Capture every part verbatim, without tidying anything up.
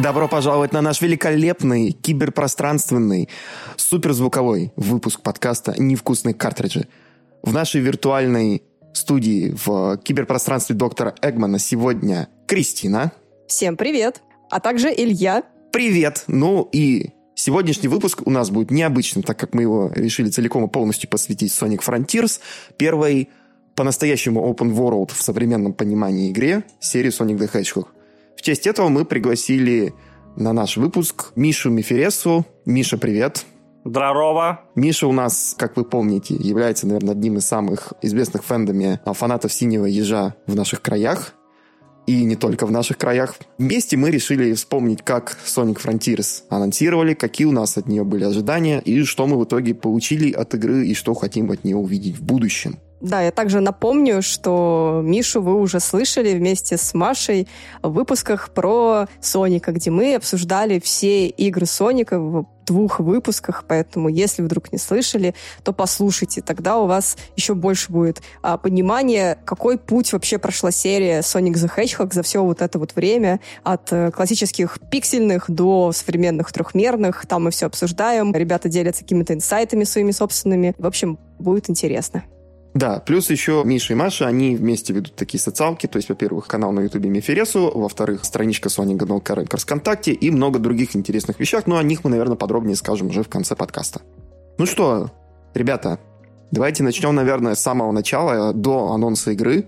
Добро пожаловать на наш великолепный, киберпространственный, суперзвуковой выпуск подкаста «Невкусные картриджи». В нашей виртуальной студии в киберпространстве доктора Эгмана сегодня Кристина. Всем привет. А также Илья. Привет. Ну и сегодняшний выпуск у нас будет необычным, так как мы его решили целиком и полностью посвятить Sonic Frontiers, первой по-настоящему open world в современном понимании игре серии Sonic the Hedgehog. В честь этого мы пригласили на наш выпуск Мишу Мефересу. Миша, привет. Здорово. Миша у нас, как вы помните, является, наверное, одним из самых известных в фэндоме фанатов Синего Ежа в наших краях. И не только в наших краях. Вместе мы решили вспомнить, как Sonic Frontiers анонсировали, какие у нас от нее были ожидания, и что мы в итоге получили от игры, и что хотим от нее увидеть в будущем. Да, я также напомню, что Мишу вы уже слышали вместе с Машей в выпусках про Соника, где мы обсуждали все игры Соника в двух выпусках, поэтому если вдруг не слышали, то послушайте, тогда у вас еще больше будет а, понимания, какой путь вообще прошла серия Sonic the Hedgehog за все вот это вот время, от а, классических пиксельных до современных трехмерных, там мы все обсуждаем, ребята делятся какими-то инсайтами своими собственными, в общем, будет интересно. Да, плюс еще Миша и Маша, они вместе ведут такие социалки, то есть, во-первых, канал на ютубе Мефересу, во-вторых, страничка Sonic Gunal Characters ВКонтакте и много других интересных вещах, но о них мы, наверное, подробнее скажем уже в конце подкаста. Ну что, ребята, давайте начнем, наверное, с самого начала, до анонса игры,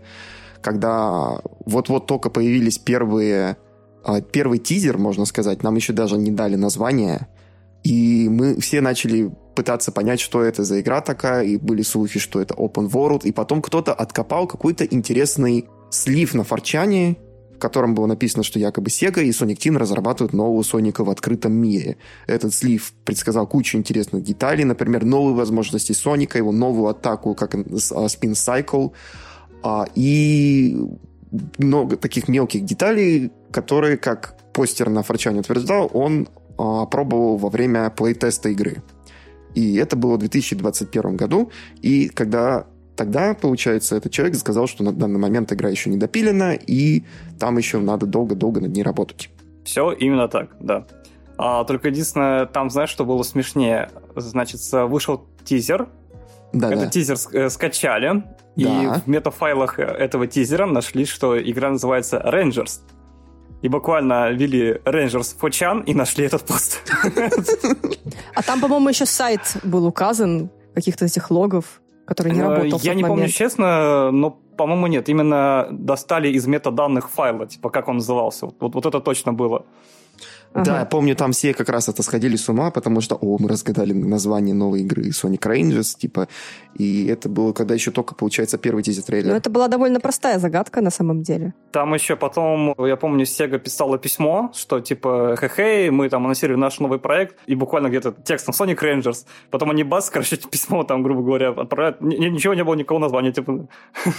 когда вот-вот только появились первые, первый тизер, можно сказать, нам еще даже не дали название, и мы все начали пытаться понять, что это за игра такая, и были слухи, что это open world, и потом кто-то откопал какой-то интересный слив на форчане, в котором было написано, что якобы Sega и Sonic Team разрабатывают нового Соника в открытом мире. Этот слив предсказал кучу интересных деталей, например, новые возможности Соника, его новую атаку, как Spin Cycle, и много таких мелких деталей, которые, как постер на форчане утверждал, он пробовал во время плейтеста игры. И это было в две тысячи двадцать первом году. И когда тогда, получается, этот человек сказал, что на данный момент игра еще не допилена, и там еще надо долго-долго над ней работать. Все именно так, да. А, только единственное, там, знаешь, что было смешнее? Значит, вышел тизер. Да, Этот да. тизер скачали. Да. И в метафайлах этого тизера нашли, что игра называется Rangers. И буквально ввели Rangers фор чан и нашли этот пост. А там, по-моему, еще сайт был указан, каких-то этих логов, который не работал в тот Я не момент. помню честно, но, по-моему, нет. Именно достали из метаданных файла, типа, как он назывался. Вот, вот это точно было. Да, Ага. я помню, там все как раз это сходили с ума, потому что, о, мы разгадали название новой игры Sonic Rangers, типа, и это было, когда еще только, получается, первый тизер-трейлер. Но это была довольно простая загадка на самом деле. Там еще потом, я помню, Sega писала письмо, что типа, хе-хей, мы там анонсировали наш новый проект, и буквально где-то текстом Sonic Rangers. Потом они бас, короче, письмо там, грубо говоря, отправляют. Н- ничего не было, никакого названия, типа.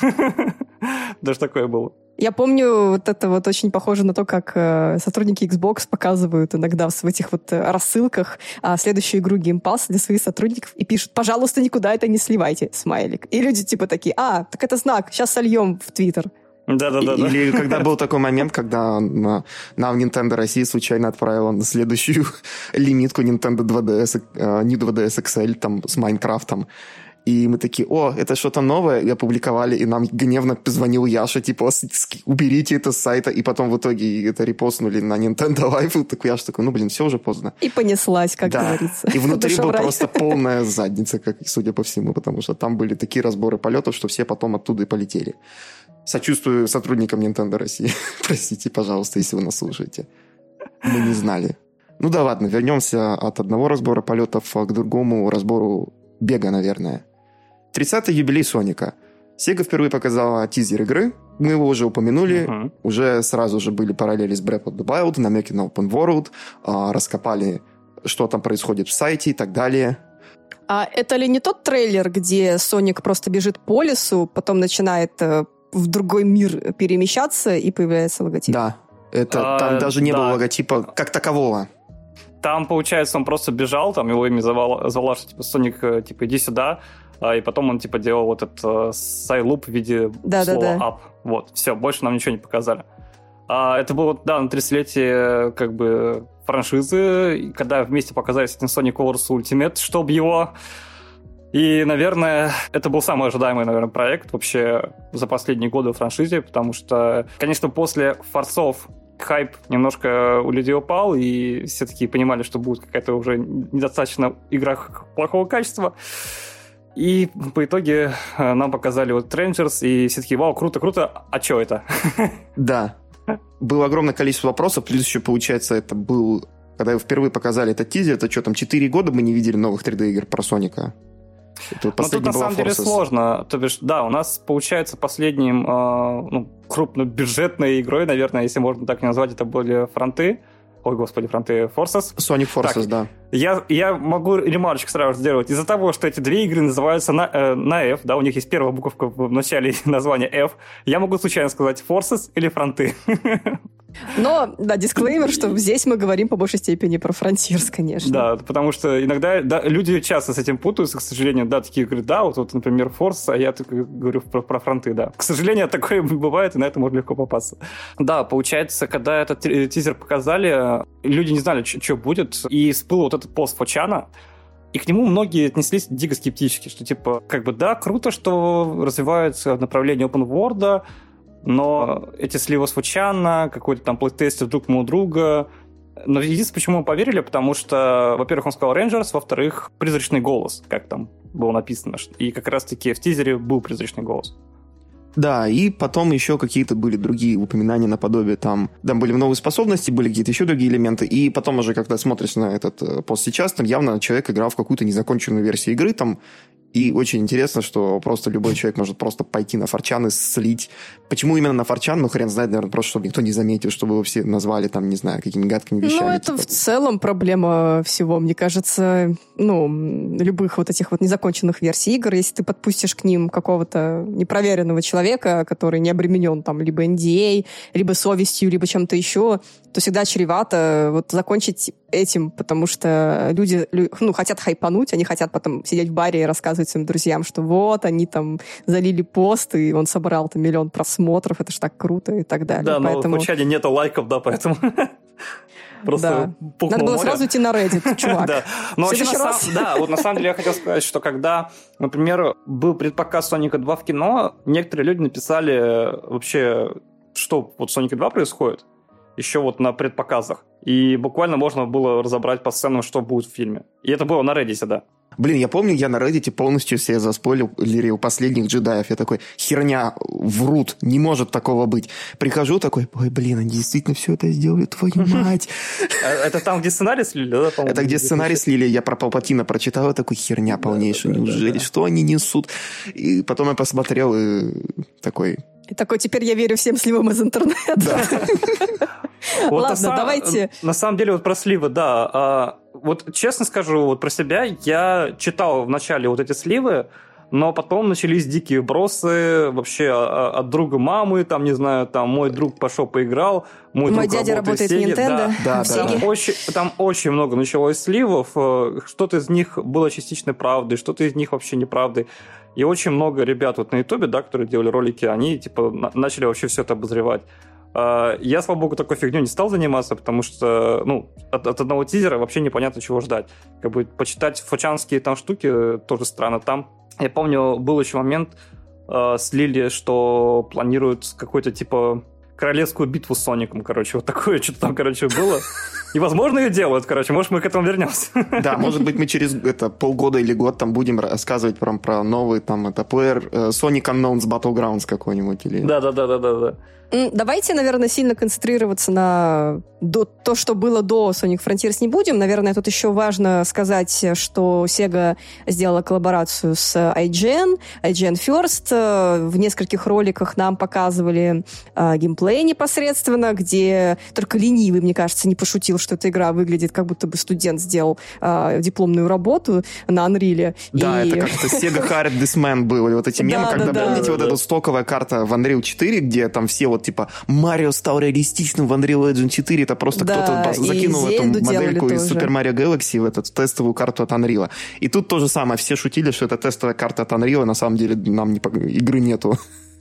Даже такое было. Я помню, вот это вот очень похоже на то, как э, сотрудники Xbox показывают иногда в этих вот э, рассылках э, следующую игру Game Pass для своих сотрудников и пишут: пожалуйста, никуда это не сливайте, смайлик. И люди типа такие: а, так это знак, сейчас сольем в Твиттер. Да-да-да. Или когда был такой момент, когда на, нам Nintendo России случайно отправила на следующую лимитку Nintendo два ди эс, э, New два ди эс икс эл там, с Майнкрафтом. И мы такие: о, это что-то новое, и опубликовали, и нам гневно позвонил Яша, типа, уберите это с сайта, и потом в итоге это репостнули на Nintendo Live, и такой Яша такой: ну, блин, все уже поздно. И понеслась, как да. говорится. И внутри Душа была в рай. просто полная задница, как судя по всему, потому что там были такие разборы полетов, что все потом оттуда и полетели. Сочувствую сотрудникам Nintendo России. Простите, пожалуйста, если вы нас слушаете. Мы не знали. Ну да ладно, вернемся от одного разбора полетов к другому разбору бега, наверное. тридцатый юбилей Соника. Sega впервые показала тизер игры. Мы его уже упомянули. Uh-huh. Уже сразу же были параллели с Breath of the Wild, намеки на Open World, э, раскопали, что там происходит в сайте и так далее. А это ли не тот трейлер, где Соник просто бежит по лесу, потом начинает э, в другой мир перемещаться и появляется логотип? Да. Это, а, там даже не да. было логотипа как такового. Там, получается, он просто бежал, там его имя звало, звало что типа Соник, типа, иди сюда. И потом он, типа, делал вот этот э, сайлуп в виде да, слова да, да. up. Вот, все, больше нам ничего не показали. А это было, да, на тридцатилетие как бы франшизы, когда вместе показали Sonic Colors Ultimate, чтоб его... И, наверное, это был самый ожидаемый, наверное, проект вообще за последние годы в франшизе, потому что, конечно, после форсов хайп немножко у людей упал, и все такие понимали, что будет какая-то уже недостаточно игра плохого качества. И по итоге нам показали вот Rangers, и все такие: вау, круто, круто, а что это? Да. Было огромное количество вопросов, плюс еще, получается, это был... Когда впервые показали этот тизер, это что, там, четыре года мы не видели новых три дэ-игр про Соника? Ну, тут на самом деле сложно. То бишь, да, у нас получается последним э, ну, крупнобюджетной игрой, наверное, если можно так не назвать, это были фронты. Ой, господи, фронты Forces. Sonic Forces, так, да. Я, я могу ремарочку сразу сделать. Из-за того, что эти две игры называются на, э, на F, да, у них есть первая буковка в начале названия F, я могу случайно сказать Forces или фронты. Но, да, дисклеймер, что здесь мы говорим по большей степени про Frontiers, конечно. Да, потому что иногда да, люди часто с этим путаются, к сожалению, да, такие говорят, да, вот, вот например, Force, а я только говорю про, про фронты, да. К сожалению, такое бывает, и на это можно легко попасться. Да, получается, когда этот тизер показали, люди не знали, что будет, и всплыл вот этот пост Фочана, и к нему многие отнеслись дико скептически, что типа, как бы, да, круто, что развивается направление open world, но эти сливы с Фочана, какой-то там плейтестер друг моего друга. Но единственное, почему мы поверили, потому что, во-первых, он сказал Rangers, во-вторых, призрачный голос, как там было написано. И как раз-таки в тизере был призрачный голос. Да, и потом еще какие-то были другие упоминания наподобие там, там были новые способности, были какие-то еще другие элементы, и потом уже, когда смотришь на этот э, пост сейчас, там явно человек играл в какую-то незаконченную версию игры, там. И очень интересно, что просто любой человек может просто пойти на форчан и слить. Почему именно на форчан? Ну, хрен знает, наверное, просто, чтобы никто не заметил, чтобы его все назвали, там, не знаю, какими гадкими вещами. Ну, это типа. В целом проблема всего, мне кажется, ну, любых вот этих вот незаконченных версий игр. Если ты подпустишь к ним какого-то непроверенного человека, который не обременен там либо эн ди эй, либо совестью, либо чем-то еще, то всегда чревато вот закончить этим, потому что люди, ну, хотят хайпануть, они хотят потом сидеть в баре и рассказывать своим друзьям, что вот, они там залили пост, и он собрал там миллион просмотров, это ж так круто и так далее. Да, поэтому... но в чате нету лайков, да, поэтому... Просто да. Надо было море. Сразу идти на Reddit, чувак. Да, но вообще, на сам... да, вот на самом деле я хотел сказать, что когда, например, был предпоказ Соника два в кино, некоторые люди написали вообще, что вот в Сонике два происходит, еще вот на предпоказах. И буквально можно было разобрать по сценам, что будет в фильме. И это было на Reddit, да. Блин, я помню, я на Reddit полностью себе заспойлил у последних джедаев. Я такой, херня, врут, не может такого быть. Прихожу такой, ой, блин, они действительно все это сделали, твою мать. Это там, где сценарий слили, да? Это где сценарий слили, я про Палпатина прочитал, такой, херня полнейшая, неужели, что они несут? И потом я посмотрел и такой... И такой, теперь я верю всем сливам из интернета. Да. Вот Ладно, на сам, давайте... На самом деле, вот про сливы, да. А, вот честно скажу, вот про себя, я читал вначале вот эти сливы, но потом начались дикие вбросы вообще от друга мамы, там, не знаю, там, мой друг пошел поиграл, мой, мой друг дядя работает в Sega, Nintendo. Да, да, там, да. Очень, там очень много началось сливов, что-то из них было частично правдой, что-то из них вообще неправдой. И очень много ребят вот на Ютубе, да, которые делали ролики, они типа начали вообще все это обозревать. Я, слава богу, такой фигней не стал заниматься, потому что, ну, от, от одного тизера вообще непонятно, чего ждать. Как бы почитать фочанские там штуки тоже странно. Там, я помню, был еще момент, э, слили, что планируют какой-то типа королевскую битву с Соником, короче, вот такое что-то там, короче, было. И, возможно, ее делают, короче, может, мы к этому вернемся. Да, может быть, мы через это, полгода или год там будем рассказывать про, про новый там, это, плеер э, Sonic Unknown's Battlegrounds какой-нибудь. Или... Да-да-да-да-да. Давайте, наверное, сильно концентрироваться на до, то, что было до Sonic Frontiers, не будем. Наверное, тут еще важно сказать, что Sega сделала коллаборацию с ай джи эн, ай джи эн First. В нескольких роликах нам показывали э, геймплей непосредственно, где только ленивый, мне кажется, не пошутил, что эта игра выглядит, как будто бы студент сделал э, дипломную работу на Unreal. Да, и... это как-то Sega Hired This Man был, вот эти мемы, да, когда, да, помните, да, вот да. эта стоковая карта в Unreal четыре, где там все вот, типа, Марио стал реалистичным в Unreal Engine четыре, это просто да, кто-то закинул эту модельку из Super Mario Galaxy в эту тестовую карту от Unreal. И тут то же самое, все шутили, что это тестовая карта от Unreal, на самом деле нам не, игры нету.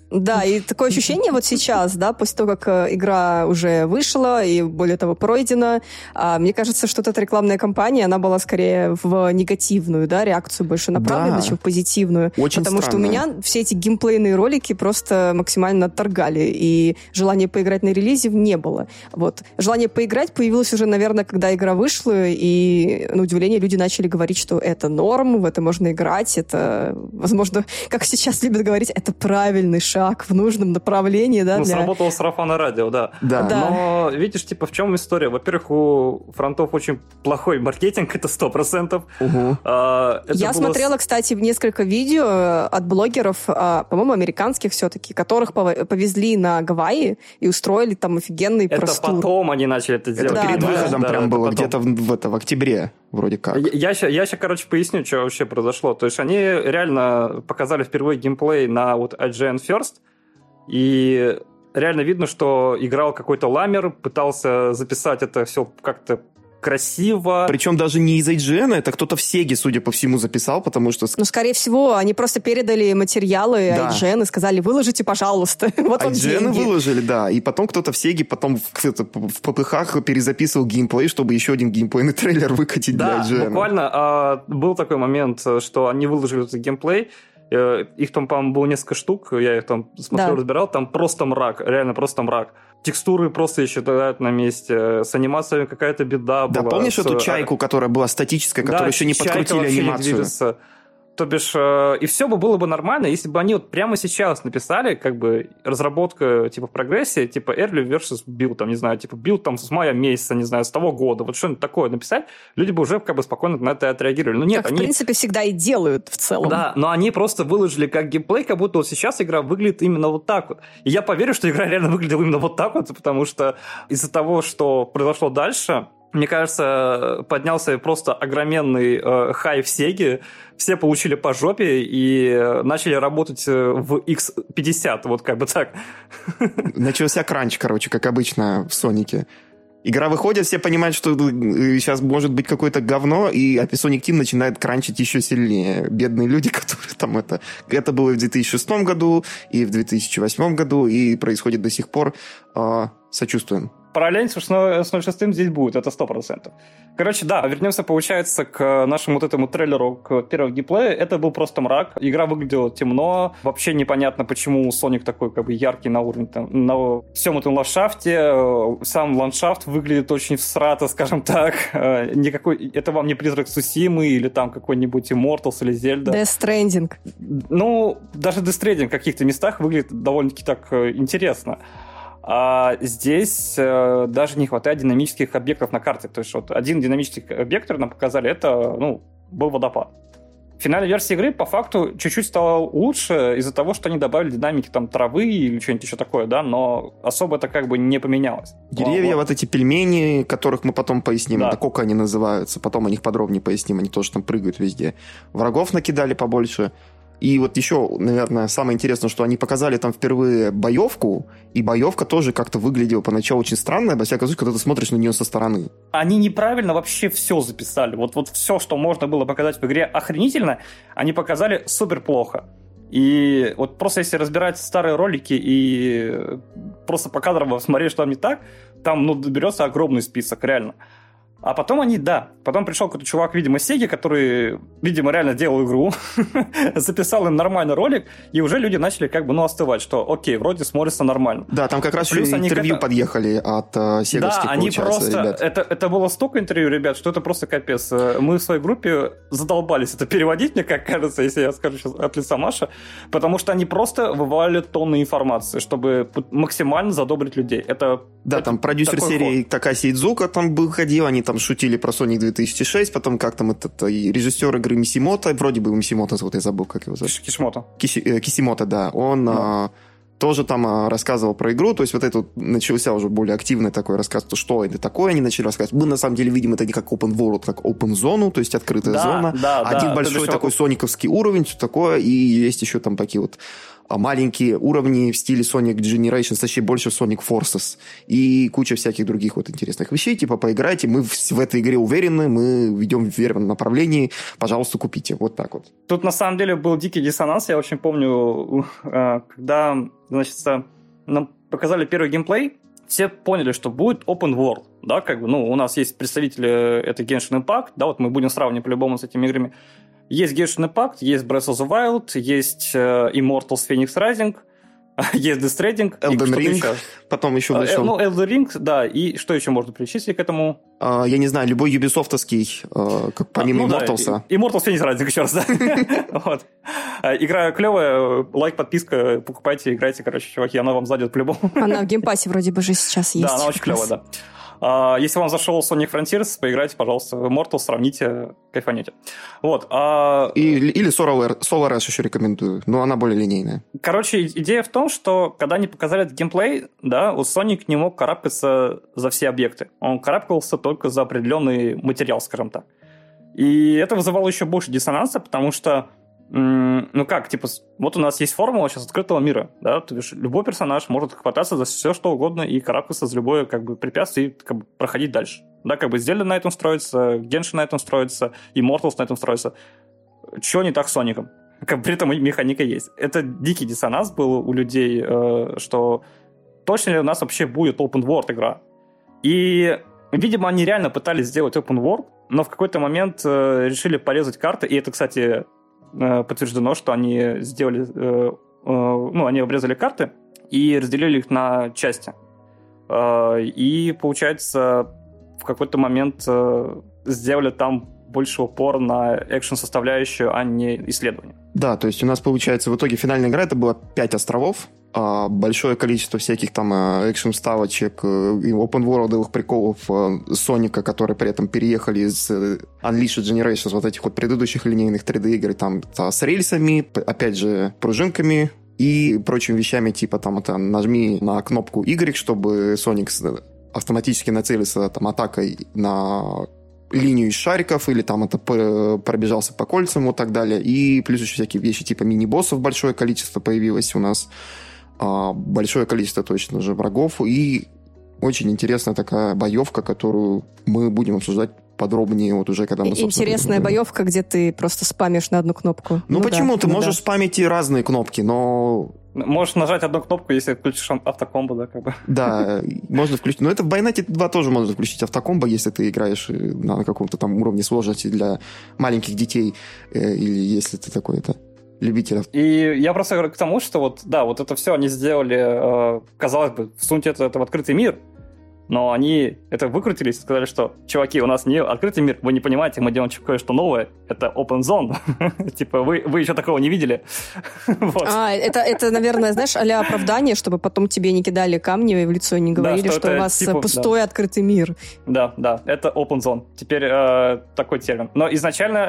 Да, и такое ощущение вот сейчас, да, после того, как игра уже вышла и, более того, пройдена, мне кажется, что эта рекламная кампания, она была скорее в негативную, да, реакцию больше направлена, да. чем в позитивную. Очень потому странно. что у меня все эти геймплейные ролики просто максимально отторгали, и желания поиграть на релизе не было. Вот. Желание поиграть появилось уже, наверное, когда игра вышла, и, на удивление, люди начали говорить, что это норм, в это можно играть, это, возможно, как сейчас любят говорить, это правильный шаг в нужном направлении, да? Ну, для... сработало сарафанное радио, да. Да. да. Но, видишь, типа, в чем история? Во-первых, у фронтов очень плохой маркетинг, это сто процентов. Угу. А, это Я было... смотрела, кстати, несколько видео от блогеров, по-моему, американских все-таки, которых повезли на Гавайи и устроили там офигенный это простор. Это потом они начали это делать. Это перед да, выходом да, прям да, было, потом. где-то в, в, это, в октябре, вроде как. Я сейчас, я сейчас, короче, поясню, что вообще произошло. То есть они реально показали впервые геймплей на вот ай джи эн First, и реально видно, что играл какой-то ламер, пытался записать это все как-то красиво. Причем даже не из ай джи эн, это кто-то в Сеге, судя по всему, записал, потому что... Ну, скорее всего, они просто передали материалы да. ай джи эн и сказали, выложите, пожалуйста. Вот ай джи эн выложили, да. И потом кто-то в Сеге потом в, в, в попыхах перезаписывал геймплей, чтобы еще один геймплейный трейлер выкатить да, для ай джи эн. Да, буквально а, был такой момент, что они выложили этот геймплей, их там, по-моему, было несколько штук, я их там смотрел, да. разбирал, там просто мрак, реально просто мрак. Текстуры просто еще исчезают на месте, с анимацией какая-то беда да, была. Да, помнишь с... эту чайку, которая была статическая, которую да, еще не подкрутили анимацию? Не То бишь, э, и все бы было бы нормально, если бы они вот прямо сейчас написали, как бы, разработка, типа, в прогрессе, типа, early versus build, там, не знаю, типа, build, там, с мая месяца, не знаю, с того года, вот что-нибудь такое написать, люди бы уже, как бы, спокойно на это отреагировали. Но нет, как, они... в принципе, всегда и делают в целом. Да, но они просто выложили как геймплей, как будто вот сейчас игра выглядит именно вот так вот. И я поверю, что игра реально выглядела именно вот так вот, потому что из-за того, что произошло дальше... Мне кажется, поднялся просто огроменный э, хай в Сеге, все получили по жопе и начали работать в икс пятьдесят, вот как бы так. Начался кранч, короче, как обычно в Сонике. Игра выходит, все понимают, что сейчас может быть какое-то говно, и Sonic Team начинает кранчить еще сильнее. Бедные люди, которые там это... Это было и в две тысячи шестом году, и в две тысячи восьмом году, и происходит до сих пор. Э, сочувствуем. Параллель с ноль шесть здесь будет, это сто процентов. Короче, да, вернемся, получается, к нашему вот этому трейлеру, к первому геймплею. Это был просто мрак. Игра выглядела темно. Вообще непонятно, почему Sonic такой как бы яркий на уровне, там, на всем этом ландшафте. Сам ландшафт выглядит очень всрато, скажем так. Никакой... Это вам не Призрак Цусимы или там какой-нибудь Immortals или Зельда. Death Stranding. Ну, даже Death Stranding в каких-то местах выглядит довольно-таки так интересно. А здесь э, даже не хватает динамических объектов на карте. То есть вот один динамический объект, который нам показали, это, ну, был водопад. В финальной версии игры по факту чуть-чуть стало лучше из-за того, что они добавили динамики там травы или что-нибудь еще такое, да, но особо это как бы не поменялось. Деревья, вот, вот эти пельмени, которых мы потом поясним, да. да, как они называются, потом о них подробнее поясним, они тоже там прыгают везде. Врагов накидали побольше. И вот еще, наверное, самое интересное, что они показали там впервые боевку, и боевка тоже как-то выглядела поначалу очень странно, во всяком случае, когда ты смотришь на нее со стороны. Они неправильно вообще все записали. Вот, вот все, что можно было показать в игре охренительно, они показали супер плохо. И вот просто если разбирать старые ролики и просто покадрово смотреть, что там не так, там, ну, доберется огромный список, реально. А потом они, да, потом пришел какой-то чувак, видимо, Сеги, который, видимо, реально делал игру, записал им нормальный ролик, и уже люди начали как бы, ну, остывать, что окей, вроде смотрится нормально. Да, там как раз еще интервью это... подъехали от uh, сеговских, да, они просто, ребят. Это, это было столько интервью, ребят, что это просто капец. Мы в своей группе задолбались это переводить, мне как кажется, если я скажу сейчас от лица Маши, потому что они просто вывалили тонны информации, чтобы максимально задобрить людей. Это, да, это там продюсер серии ход. Такаси Идзука там был, ходил, они там шутили про Sonic две тысячи шесть, потом как там этот и режиссер игры Мисимото, вроде бы Мисимото зовут, я забыл, как его зовут. Кишимото. Киши, э, Кисимото, да. Он да. А, тоже там а, рассказывал про игру, то есть вот это вот начался уже более активный такой рассказ, то что это такое, они начали рассказывать. Мы на самом деле видим это не как open world, как open зону, то есть открытая да, зона. Да, Один да, большой такой сониковский уровень, все такое, и есть еще там такие вот маленькие уровни в стиле Sonic Generations, точнее, больше Sonic Forces, и куча всяких других вот интересных вещей, типа, поиграйте, мы в, в этой игре уверены, мы ведем в верном направлении, пожалуйста, купите, вот так вот. Тут, на самом деле, был дикий диссонанс, я очень помню, когда, значит, нам показали первый геймплей, все поняли, что будет open world, да, как бы, ну, у нас есть представители этой Genshin Impact, да, вот мы будем сравнивать по-любому с этими играми. Есть Genshin Impact, есть Breath of the Wild, есть uh, Immortals Phoenix Rising, есть Death Stranding. Elden Ring, еще? Потом еще вышел. Uh, ну, Elden Ring, да, и что еще можно причислить к этому? Uh, я не знаю, любой юбисофтовский, uh, как помимо а, ну, Immortals. Да, Immortals Phoenix Rising, еще раз, да. Вот. Игра клевая, лайк, подписка, покупайте, играйте, короче, чуваки, она вам зайдет по-любому. Она в геймпассе вроде бы же сейчас есть. Да, она очень клевая, да. Uh, если вам зашел Sonic Frontiers, поиграйте, пожалуйста, в Immortals, сравните, кайфанете. Вот. Uh... И, или Solar, Solar Ash еще рекомендую, но она более линейная. Короче, идея в том, что когда они показали этот геймплей, да, вот Sonic не мог карабкаться за все объекты. Он карабкался только за определенный материал, скажем так. И это вызывало еще больше диссонанса, потому что ну как, типа, вот у нас есть формула сейчас открытого мира, да, то есть любой персонаж может хвататься за все, что угодно и карабкаться за любое, как бы, препятствие и как бы, проходить дальше. Да, как бы Zelda на этом строится, Genshin на этом строится, Immortals на этом строится. Чего не так с Соником? Как, при этом механика есть. Это дикий диссонанс был у людей, э, что точно ли у нас вообще будет open world игра. И, видимо, они реально пытались сделать open world, но в какой-то момент э, решили порезать карты, и это, кстати, подтверждено, что они сделали, э, э, ну, они обрезали карты и разделили их на части. Э, и, получается, в какой-то момент э, сделали там больше упор на экшн-составляющую, а не исследование. Да, то есть у нас, получается, в итоге финальная игра, это было пять островов, большое количество всяких там экшн-ставочек и open-worldовых приколов Соника, которые при этом переехали из Unleashed Generations, вот этих вот предыдущих линейных три дэ-игр, там с рельсами, опять же, пружинками и прочими вещами, типа там это нажми на кнопку Y, чтобы Соник автоматически нацелился там атакой на линию из шариков, или там это пробежался по кольцам и так далее. И плюс еще всякие вещи, типа мини-боссов большое количество появилось у нас. Большое количество точно же врагов. И очень интересная такая боевка, которую мы будем обсуждать подробнее вот уже, когда мы, Интересная боевка, где ты просто спамишь на одну кнопку. Ну, ну почему? Да, ты ну можешь да. спамить и разные кнопки, но... Можешь нажать одну кнопку, если включишь автокомбо, да, как бы. Да, можно включить. Но это в Bayonetta два тоже можно включить автокомбо, если ты играешь на каком-то там уровне сложности для маленьких детей, или если ты такой-то любитель. И я просто говорю к тому, что вот, да, вот это все они сделали, казалось бы, всунуть это, это в открытый мир, но они это выкрутились и сказали, что, чуваки, у нас не открытый мир, вы не понимаете, мы делаем кое-что новое, это open zone. Типа, вы, вы еще такого не видели. Вот. А, это, это, наверное, знаешь, а-ля оправдание, чтобы потом тебе не кидали камни в лицо и не говорили, да, что, что у вас типа, пустой да. открытый мир. Да, да, это open zone. Теперь э, такой термин. Но изначально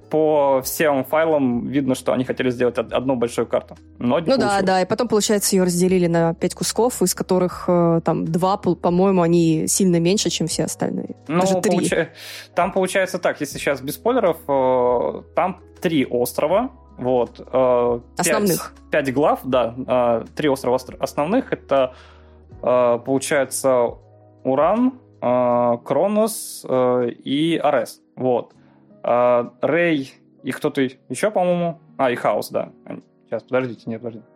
по всем файлам видно, что они хотели сделать одну большую карту. Но ну да, да, и потом, получается, ее разделили на пять кусков, из которых э, там два, по-моему, они сильно меньше, чем все остальные. Ну, даже три. Получ... Там получается так, если сейчас без спойлеров, э, там три острова, вот. Э, основных. Пять, пять глав, да, э, три острова основных, это, э, получается, Уран, э, Кронос э, и Арес, вот. Uh, Рэй и кто-то еще, по-моему... А, и Хаос, да. Сейчас, подождите, нет, подождите.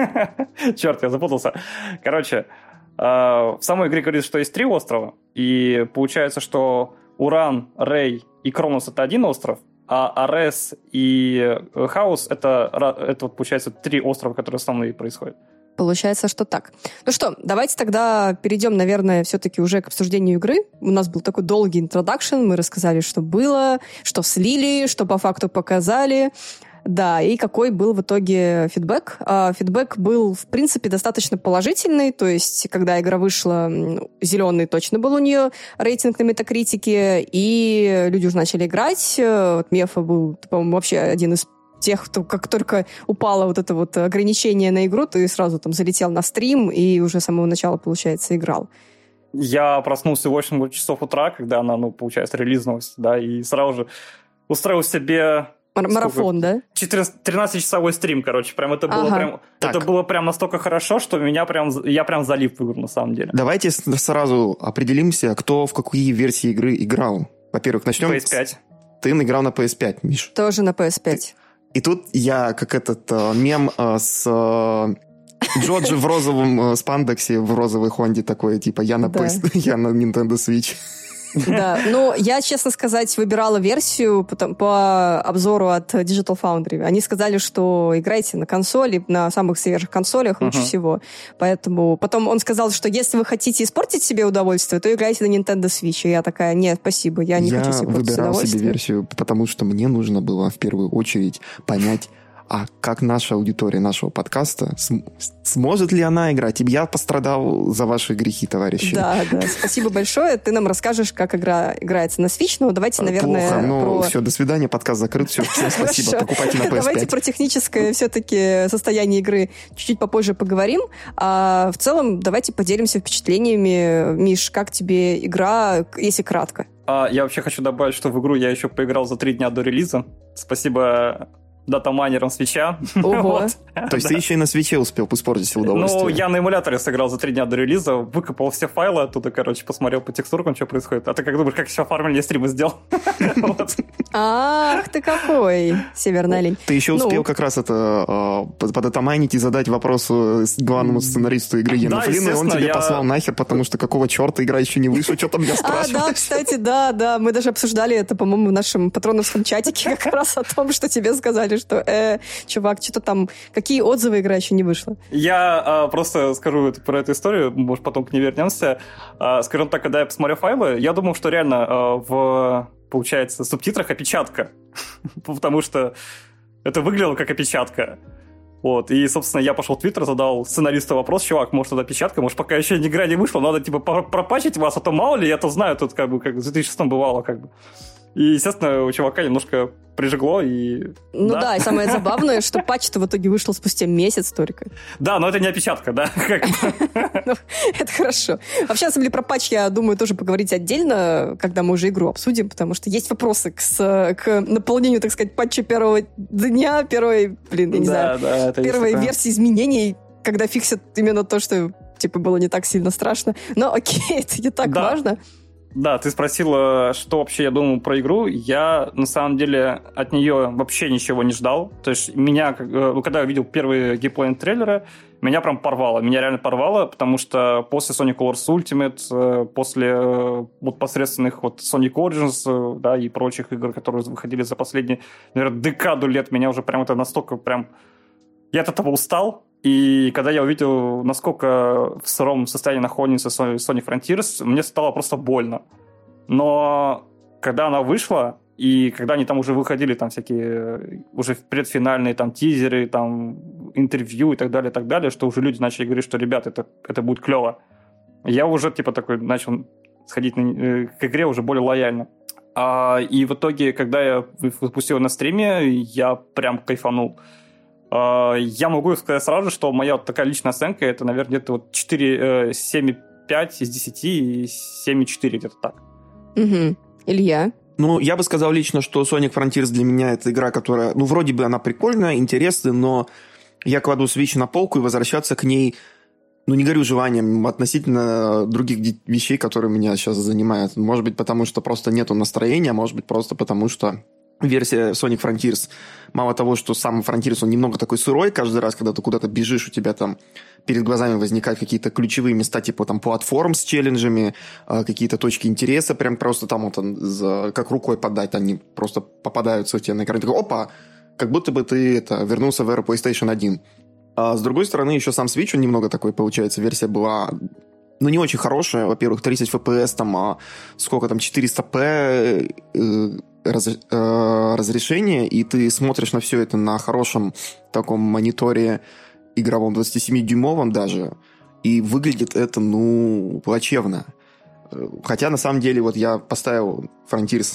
Черт, я запутался. Короче, uh, в самой игре говорится, что есть три острова, и получается, что Уран, Рэй и Кронос — это один остров, а Арес и Хаос — это, это вот, получается, три острова, которые основные происходят. Получается, что так. Ну что, давайте тогда перейдем, наверное, все-таки уже к обсуждению игры. У нас был такой долгий интродакшн, мы рассказали, что было, что слили, что по факту показали. Да, и какой был в итоге фидбэк. А, фидбэк был, в принципе, достаточно положительный, то есть, когда игра вышла, зеленый точно был у нее рейтинг на Метакритике, и люди уже начали играть. Вот Мефа был, по-моему, вообще один из тех, кто как только упало вот это вот ограничение на игру, ты сразу там залетел на стрим и уже с самого начала, получается, играл. Я проснулся в восемь часов утра, когда она, ну, получается, релизнулась, да, и сразу же устроил себе Марафон, да? тринадцатичасовой стрим, короче. Прям это было, ага. прям, это было прям настолько хорошо, что меня прям, я прям залип в игру, на самом деле. Давайте сразу определимся, кто в какие версии игры играл. Во-первых, начнем... пи эс пять. Ты играл на пи эс пять, Миш. Тоже на пи эс пять. И тут я, как этот э, мем э, с э, Джоджи в розовом э, спандексе, в розовой Хонде такой, типа, я на, да. P S, я на Nintendo Switch. Да, ну, я, честно сказать, выбирала версию по, по обзору от Digital Foundry. Они сказали, что играйте на консоли, на самых свежих консолях лучше uh-huh. всего. Поэтому потом он сказал, что если вы хотите испортить себе удовольствие, то играйте на Nintendo Switch. И я такая, нет, спасибо, я не я хочу себе портить удовольствие. Я выбирал себе версию, потому что мне нужно было в первую очередь понять, а как наша аудитория нашего подкаста, см- сможет ли она играть? И я пострадал за ваши грехи, товарищи. Да, да, спасибо большое. Ты нам расскажешь, как игра играется на Switch. Ну, давайте, наверное, Плохо, ну, про... все, до свидания, подкаст закрыт. Все, всем спасибо, покупайте на пи эс пять. Давайте про техническое все-таки состояние игры чуть-чуть попозже поговорим. А в целом, давайте поделимся впечатлениями. Миш, как тебе игра, если кратко? А, я вообще хочу добавить, что в игру я еще поиграл за три дня до релиза. Спасибо... датамайнером свитча. Ого. Вот. То есть да. ты еще и на свитче успел испортить удовольствие? Ну, я на эмуляторе сыграл за три дня до релиза, выкопал все файлы оттуда, короче, посмотрел по текстуркам, что происходит. А ты как думаешь, как еще оформление стрима сделал? Ах, ты какой, северный олень. Ты еще успел как раз это податамайнить и задать вопрос главному сценаристу игры Йену Флинну, и он тебе послал нахер, потому что какого черта игра еще не вышла, что там меня спрашиваешь? А, да, кстати, да, да, мы даже обсуждали это, по-моему, в нашем патроновском чатике как раз о том, что тебе сказали, что, э, чувак, что-то там, какие отзывы игра еще не вышла. Я а, просто скажу про эту историю, может, потом к ней вернемся. А, скажем так, когда я посмотрел файлы, я думал, что реально а, в, получается, субтитрах опечатка, потому что это выглядело как опечатка. Вот, и, собственно, я пошел в Твиттер, задал сценаристу вопрос: чувак, может, это опечатка, может, пока еще игра не вышла, надо, типа, пропачить вас, а то мало ли, я-то знаю, тут, как бы, как в две тысячи шестом бывало, как бы. И, естественно, у чувака немножко прижгло, и... Ну да, да и самое забавное, что патч-то в итоге вышел спустя месяц только. Да, но это не опечатка, да? Это хорошо. Вообще, на самом деле, про патч, я думаю, тоже поговорить отдельно, когда мы уже игру обсудим, потому что есть вопросы к наполнению, так сказать, патча первого дня, первой, блин, я не знаю, первой версии изменений, когда фиксят именно то, что, типа, было не так сильно страшно. Но окей, это не так важно. Да, ты спросила, что вообще я думаю про игру. Я, на самом деле, от нее вообще ничего не ждал. То есть меня, когда я увидел первые геймплей-трейлеры, меня прям порвало. Меня реально порвало, потому что после Sonic Colors Ultimate, после вот посредственных вот Sonic Origins, да, и прочих игр, которые выходили за последние, наверное, декаду лет, меня уже прям это настолько прям... Я от этого устал. И когда я увидел, насколько в сыром состоянии находится Sonic Frontiers, мне стало просто больно. Но когда она вышла, и когда они там уже выходили, там всякие уже предфинальные там тизеры, там интервью и так далее, и так далее, что уже люди начали говорить, что, ребят, это, это будет клево. Я уже типа такой начал сходить на, э, к игре уже более лояльно. А, и в итоге, когда я выпустил на стриме, я прям кайфанул. Я могу сказать сразу, что моя вот такая личная оценка, это, наверное, где-то вот четыре, семь и пять из десяти и семь и четыре, где-то так. Угу. Илья? Ну, я бы сказал лично, что Sonic Frontiers для меня это игра, которая, ну, вроде бы она прикольная, интересная, но я кладу Switch на полку и возвращаться к ней, ну, не горю желанием относительно других вещей, которые меня сейчас занимают. Может быть, потому что просто нету настроения, может быть, просто потому что версия Sonic Frontiers, мало того, что сам Frontiers, он немного такой сырой, каждый раз, когда ты куда-то бежишь, у тебя там перед глазами возникают какие-то ключевые места, типа там платформ с челленджами, какие-то точки интереса, прям просто там вот он, как рукой подать, они просто попадаются у тебя на экран. Такой, опа, как будто бы ты это, вернулся в эру PlayStation один. А с другой стороны, еще сам Switch, он немного такой, получается, версия была... Ну, не очень хорошая. Во-первых, тридцать эф пи эс, там, а сколько там, четыреста пи э, раз, э, разрешение, и ты смотришь на все это на хорошем таком мониторе игровом, двадцатисемидюймовом даже, и выглядит это, ну, плачевно. Хотя, на самом деле, вот я поставил Frontiers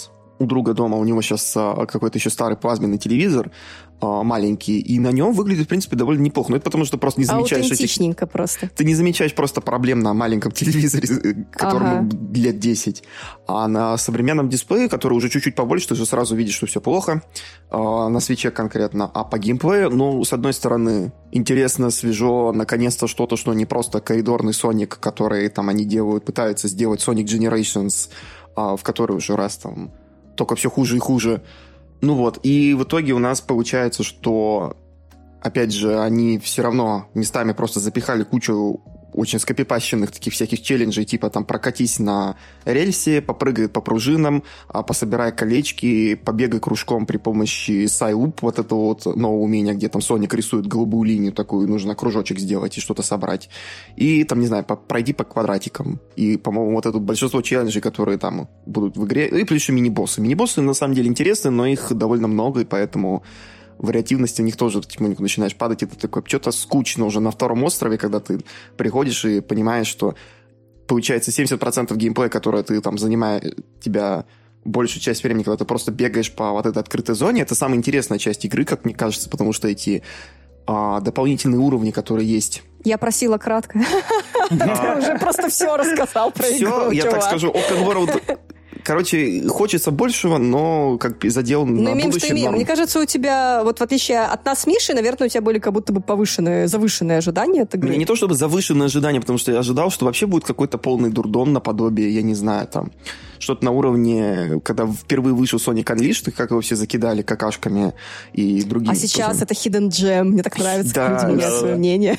у друга дома, у него сейчас какой-то еще старый плазменный телевизор, маленький, и на нем выглядит, в принципе, довольно неплохо. Но это потому, что просто не замечаешь... Аутентичненько этих... просто. Ты не замечаешь просто проблем на маленьком телевизоре, которому ага. лет десять. А на современном дисплее, который уже чуть-чуть побольше, ты же сразу видишь, что все плохо. На свитче конкретно. А по геймплею, ну, с одной стороны, интересно, свежо, наконец-то что-то, что не просто коридорный Sonic, который там они делают, пытаются сделать Sonic Generations, в который уже раз там только все хуже и хуже. Ну вот, и в итоге у нас получается, что, опять же, они все равно местами просто запихали кучу очень скопипащенных таких всяких челленджей, типа там прокатись на рельсе, попрыгай по пружинам, пособирай колечки, побегай кружком при помощи Psyloop, вот это вот новое умение, где там Соник рисует голубую линию такую, нужно кружочек сделать и что-то собрать. И там, не знаю, пройди по квадратикам. И, по-моему, вот это большинство челленджей, которые там будут в игре. И плюс еще мини-боссы. Мини-боссы на самом деле интересны, но их довольно много, и поэтому... вариативность у них тоже потихоньку начинаешь падать, и ты такой, что-то скучно уже на втором острове, когда ты приходишь и понимаешь, что получается семьдесят процентов геймплея, который ты там занимаешь, тебя большую часть времени, когда ты просто бегаешь по вот этой открытой зоне, это самая интересная часть игры, как мне кажется, потому что эти а, дополнительные уровни, которые есть... Я просила кратко. Ты уже просто все рассказал про игру, Все, я так скажу, Open World... Короче, хочется большего, но как задел на имеем, будущее. Что имеем. Мне кажется, у тебя, вот в отличие от нас, Миши, наверное, у тебя были как будто бы повышенные, завышенные ожидания от игры. Не то чтобы завышенные ожидания, потому что я ожидал, что вообще будет какой-то полный дурдом наподобие, я не знаю, там, что-то на уровне, когда впервые вышел Sonic Unleashed, как его все закидали какашками и другими. А сейчас тоже. Это Hidden Gem. Мне так нравится, да, как у меня да, свое да. мнение.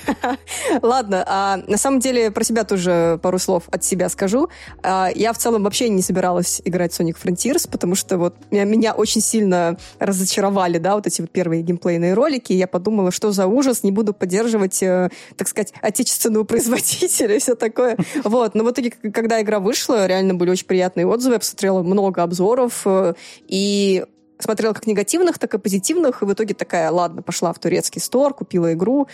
Ладно, а на самом деле про себя тоже пару слов от себя скажу. А, я в целом вообще не собиралась играть в Sonic Frontiers, потому что вот меня, меня очень сильно разочаровали, да, вот эти вот первые геймплейные ролики. Я подумала, что за ужас, не буду поддерживать, э, так сказать, отечественного производителя и все такое. Вот, но в итоге, когда игра вышла, реально были очень приятные отзывы. Я посмотрела много обзоров э, и смотрела как негативных, так и позитивных, и в итоге такая, ладно, пошла в турецкий стор, купила игру,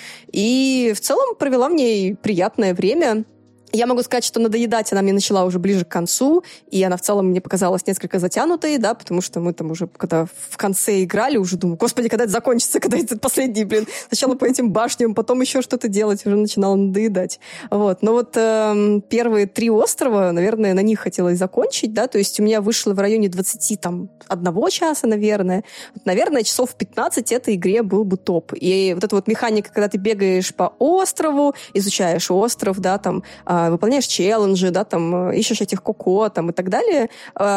и в целом провела в ней приятное время. Я могу сказать, что надоедать она мне начала уже ближе к концу, и она в целом мне показалась несколько затянутой, да, потому что мы там уже, когда в конце играли, уже думаю, господи, когда это закончится, когда это последний, блин, сначала по этим башням, потом еще что-то делать, уже начинала надоедать. Вот. Но вот э, первые три острова, наверное, на них хотелось закончить, да, то есть у меня вышло в районе двадцати там одного часа, наверное. Вот, наверное, часов пятнадцать этой игре был бы топ. И вот эта вот механика, когда ты бегаешь по острову, изучаешь остров, да, там, выполняешь челленджи, да, там, ищешь этих коко, там, и так далее,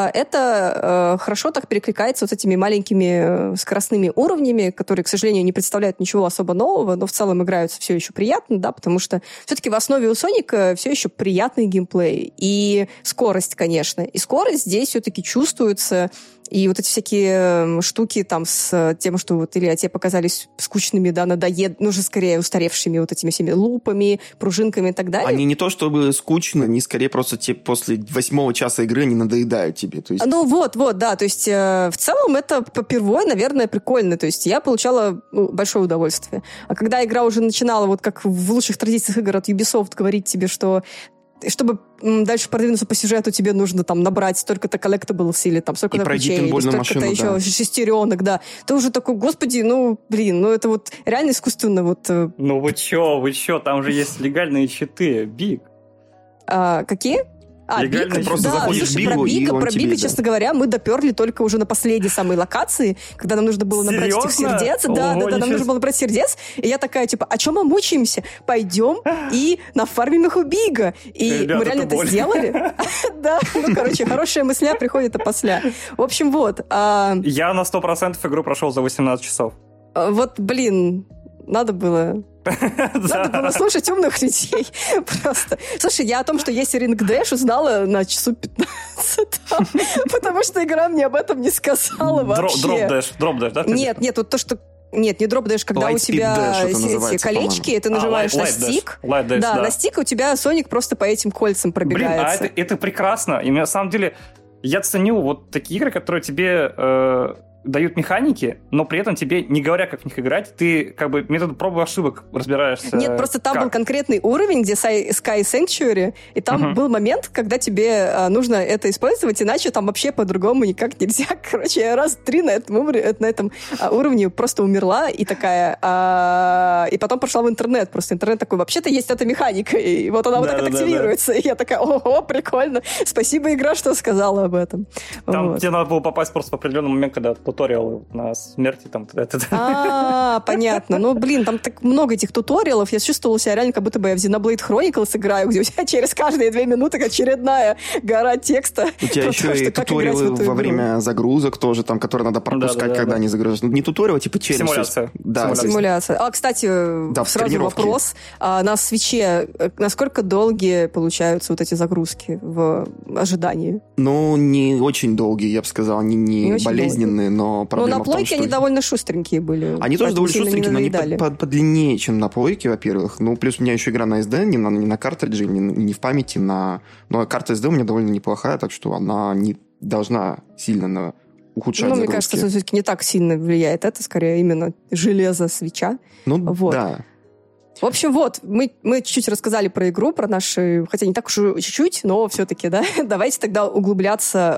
это хорошо так перекликается вот с этими маленькими скоростными уровнями, которые, к сожалению, не представляют ничего особо нового, но в целом играются все еще приятно, да, потому что все-таки в основе у Соника все еще приятный геймплей. И скорость, конечно. И скорость здесь все-таки чувствуется. И вот эти всякие штуки там с тем, что вот, Илья, тебе показались скучными, да, надоед... ну, уже скорее устаревшими вот этими всеми лупами, пружинками и так далее. Они не то чтобы скучно, они скорее просто тебе после восьмого часа игры они надоедают тебе. То есть... Ну вот, вот, да, то есть э, в целом это попервой, наверное, прикольно. То есть я получала ну, большое удовольствие. А когда игра уже начинала, вот как в лучших традициях игр от Ubisoft, говорить тебе, что чтобы дальше продвинуться по сюжету, тебе нужно там набрать столько-то collectibles или там столько-то ключей, или столько-то машину, еще да. шестеренок, да. Ты уже такой, господи, ну, блин, ну это вот реально искусственно вот... Ну вы чё, вы чё, там же есть легальные читы, Биг. А, какие? А, Легально Биг? просто да, заходишь слушай, в Бигу, про Бига, про тебе, Бига, да. честно говоря, мы доперли только уже на последней самой локации, когда нам нужно было набрать Серьезно? этих сердец. Да, Ого, да, да, нам нужно было набрать сердец. И я такая, типа, а чё мы мучаемся? Пойдем и нафармим их у Бига. И Ребята, мы реально это это сделали. Да, ну, короче, хорошая мысля приходит опосля. В общем, вот. Я на сто процентов игру прошел за восемнадцать часов. Вот, блин, надо было... Надо было слушать умных людей. Просто. Слушай, я о том, что есть Ring Dash, узнала на часу пятнадцатом, потому что игра мне об этом не сказала вообще. Дроп-дэш, дроп-дэш, да? Нет, нет, вот то, что... Нет, не дроп-дэш, когда Light у тебя эти колечки, ты нажимаешь на стик. Да, на стик у тебя Соник просто по этим кольцам пробегается. Блин, а это прекрасно. И на самом деле я ценю вот такие игры, которые тебе... дают механики, но при этом тебе не говоря, как в них играть, ты как бы методом проб и ошибок разбираешься. Нет, просто там как. был конкретный уровень, где Sky Sanctuary, и там uh-huh. был момент, когда тебе а, нужно это использовать, иначе там вообще по-другому никак нельзя. Короче, я раз три на этом, уровне, на этом а, уровне просто умерла, и такая... А, и потом пошла в интернет. Просто интернет такой, вообще-то есть эта механика, и вот она да, вот так да, активируется. Да, да. И я такая, ого, прикольно. Спасибо, игра, что сказала об этом. Там вот. тебе надо было попасть просто в определенный момент, когда туториал на смерти там. А, понятно. Ну, блин, там так много этих туториалов. Я чувствовала себя реально, как будто бы я в Xenoblade Chronicles играю, где у тебя через каждые две минуты очередная гора текста. У тебя еще и туториалы во время загрузок тоже, там, которые надо пропускать, когда они загружаются. Не туториал, типа челлендж. Симуляция. Да, симуляция. А, кстати, сразу вопрос. На свитче насколько долгие получаются вот эти загрузки в ожидании? Ну, не очень долгие, я бы сказал. Они не болезненные, но проблема в том, что... Но на плойке они довольно шустренькие были. Они тоже довольно шустренькие, но они подлиннее, чем на плойке, во-первых. Ну, плюс у меня еще игра на эс ди, не на, не на картридже, не, не в памяти, на... но карта эс ди у меня довольно неплохая, так что она не должна сильно на... ухудшать ну, загрузки. Мне кажется, что все-таки не так сильно влияет. Это скорее именно железо свитча. Ну, вот. да. В общем, вот, мы, мы чуть-чуть рассказали про игру, про наши... Хотя не так уж и чуть-чуть, но все-таки, да. Давайте тогда углубляться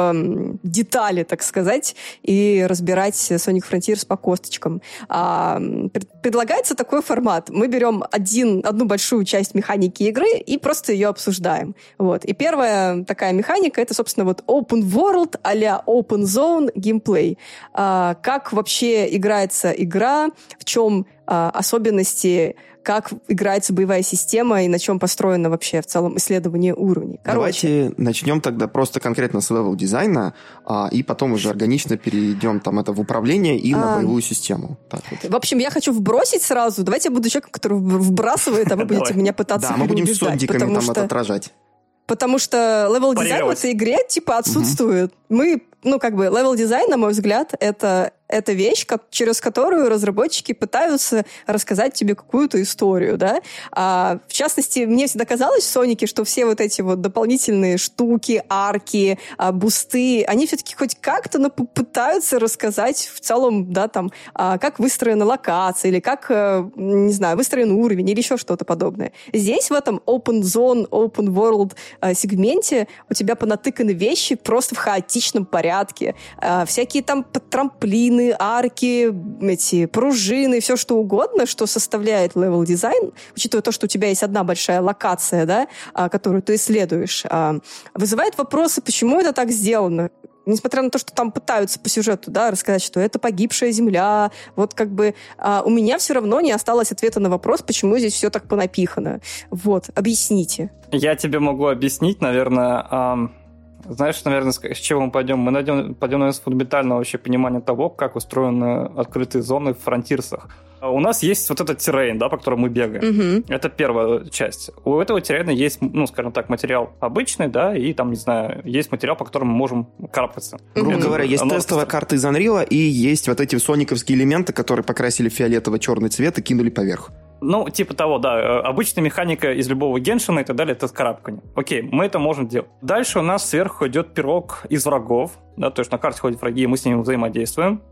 в детали, так сказать, и разбирать Sonic Frontiers по косточкам. А, предлагается такой формат. Мы берем один, одну большую часть механики игры и просто ее обсуждаем. Вот. И первая такая механика — это, собственно, вот open world а-ля open zone геймплей. А, как вообще играется игра, в чем а, особенности, как играется боевая система и на чем построено вообще в целом исследование уровней. Короче. Давайте начнем тогда просто конкретно с левел-дизайна, а, и потом уже органично перейдем там это в управление и а... на боевую систему. Так вот. В общем, я хочу вбросить сразу. Давайте я буду человеком, который вбрасывает, а вы будете меня пытаться переубеждать. Да, мы будем сондиками там это отражать. Потому что левел-дизайн в этой игре типа отсутствует. Мы, ну как бы, левел-дизайн, на мой взгляд, это... это вещь, как, через которую разработчики пытаются рассказать тебе какую-то историю, да. А, в частности, мне всегда казалось в Сонике, что все вот эти вот дополнительные штуки, арки, а, бусты, они все-таки хоть как-то ну, пытаются рассказать в целом, да, там, а, как выстроена локация, или как, а, не знаю, выстроен уровень, или еще что-то подобное. Здесь, в этом open zone, open world а, сегменте у тебя понатыканы вещи просто в хаотичном порядке. А, всякие там трамплины, арки, эти пружины, все что угодно, что составляет левел-дизайн, учитывая то, что у тебя есть одна большая локация, да, которую ты исследуешь, вызывает вопросы, почему это так сделано. Несмотря на то, что там пытаются по сюжету, да, рассказать, что это погибшая земля, вот как бы у меня все равно не осталось ответа на вопрос, почему здесь все так понапихано. Вот, объясните. Я тебе могу объяснить, наверное... Ам... Знаешь, наверное, с чего мы пойдем? Мы найдем, пойдем, наверное, с фундаментального вообще понимания того, как устроены открытые зоны в фронтирсах. У нас есть вот этот террейн, да, по которому мы бегаем. Mm-hmm. Это первая часть. У этого террейна есть, ну, скажем так, материал обычный, да, и там, не знаю, есть материал, по которому мы можем карабкаться. Грубо mm-hmm. говоря, есть Оно... тестовая карта из Unreal, и есть вот эти сониковские элементы, которые покрасили в фиолетово-черный цвет и кинули поверх. Ну, типа того, да. Обычная механика из любого геншина и так далее — это карабкание. Окей, мы это можем делать. Дальше у нас сверху идет пирог из врагов, да, то есть на карте ходят враги, и мы с ними взаимодействуем.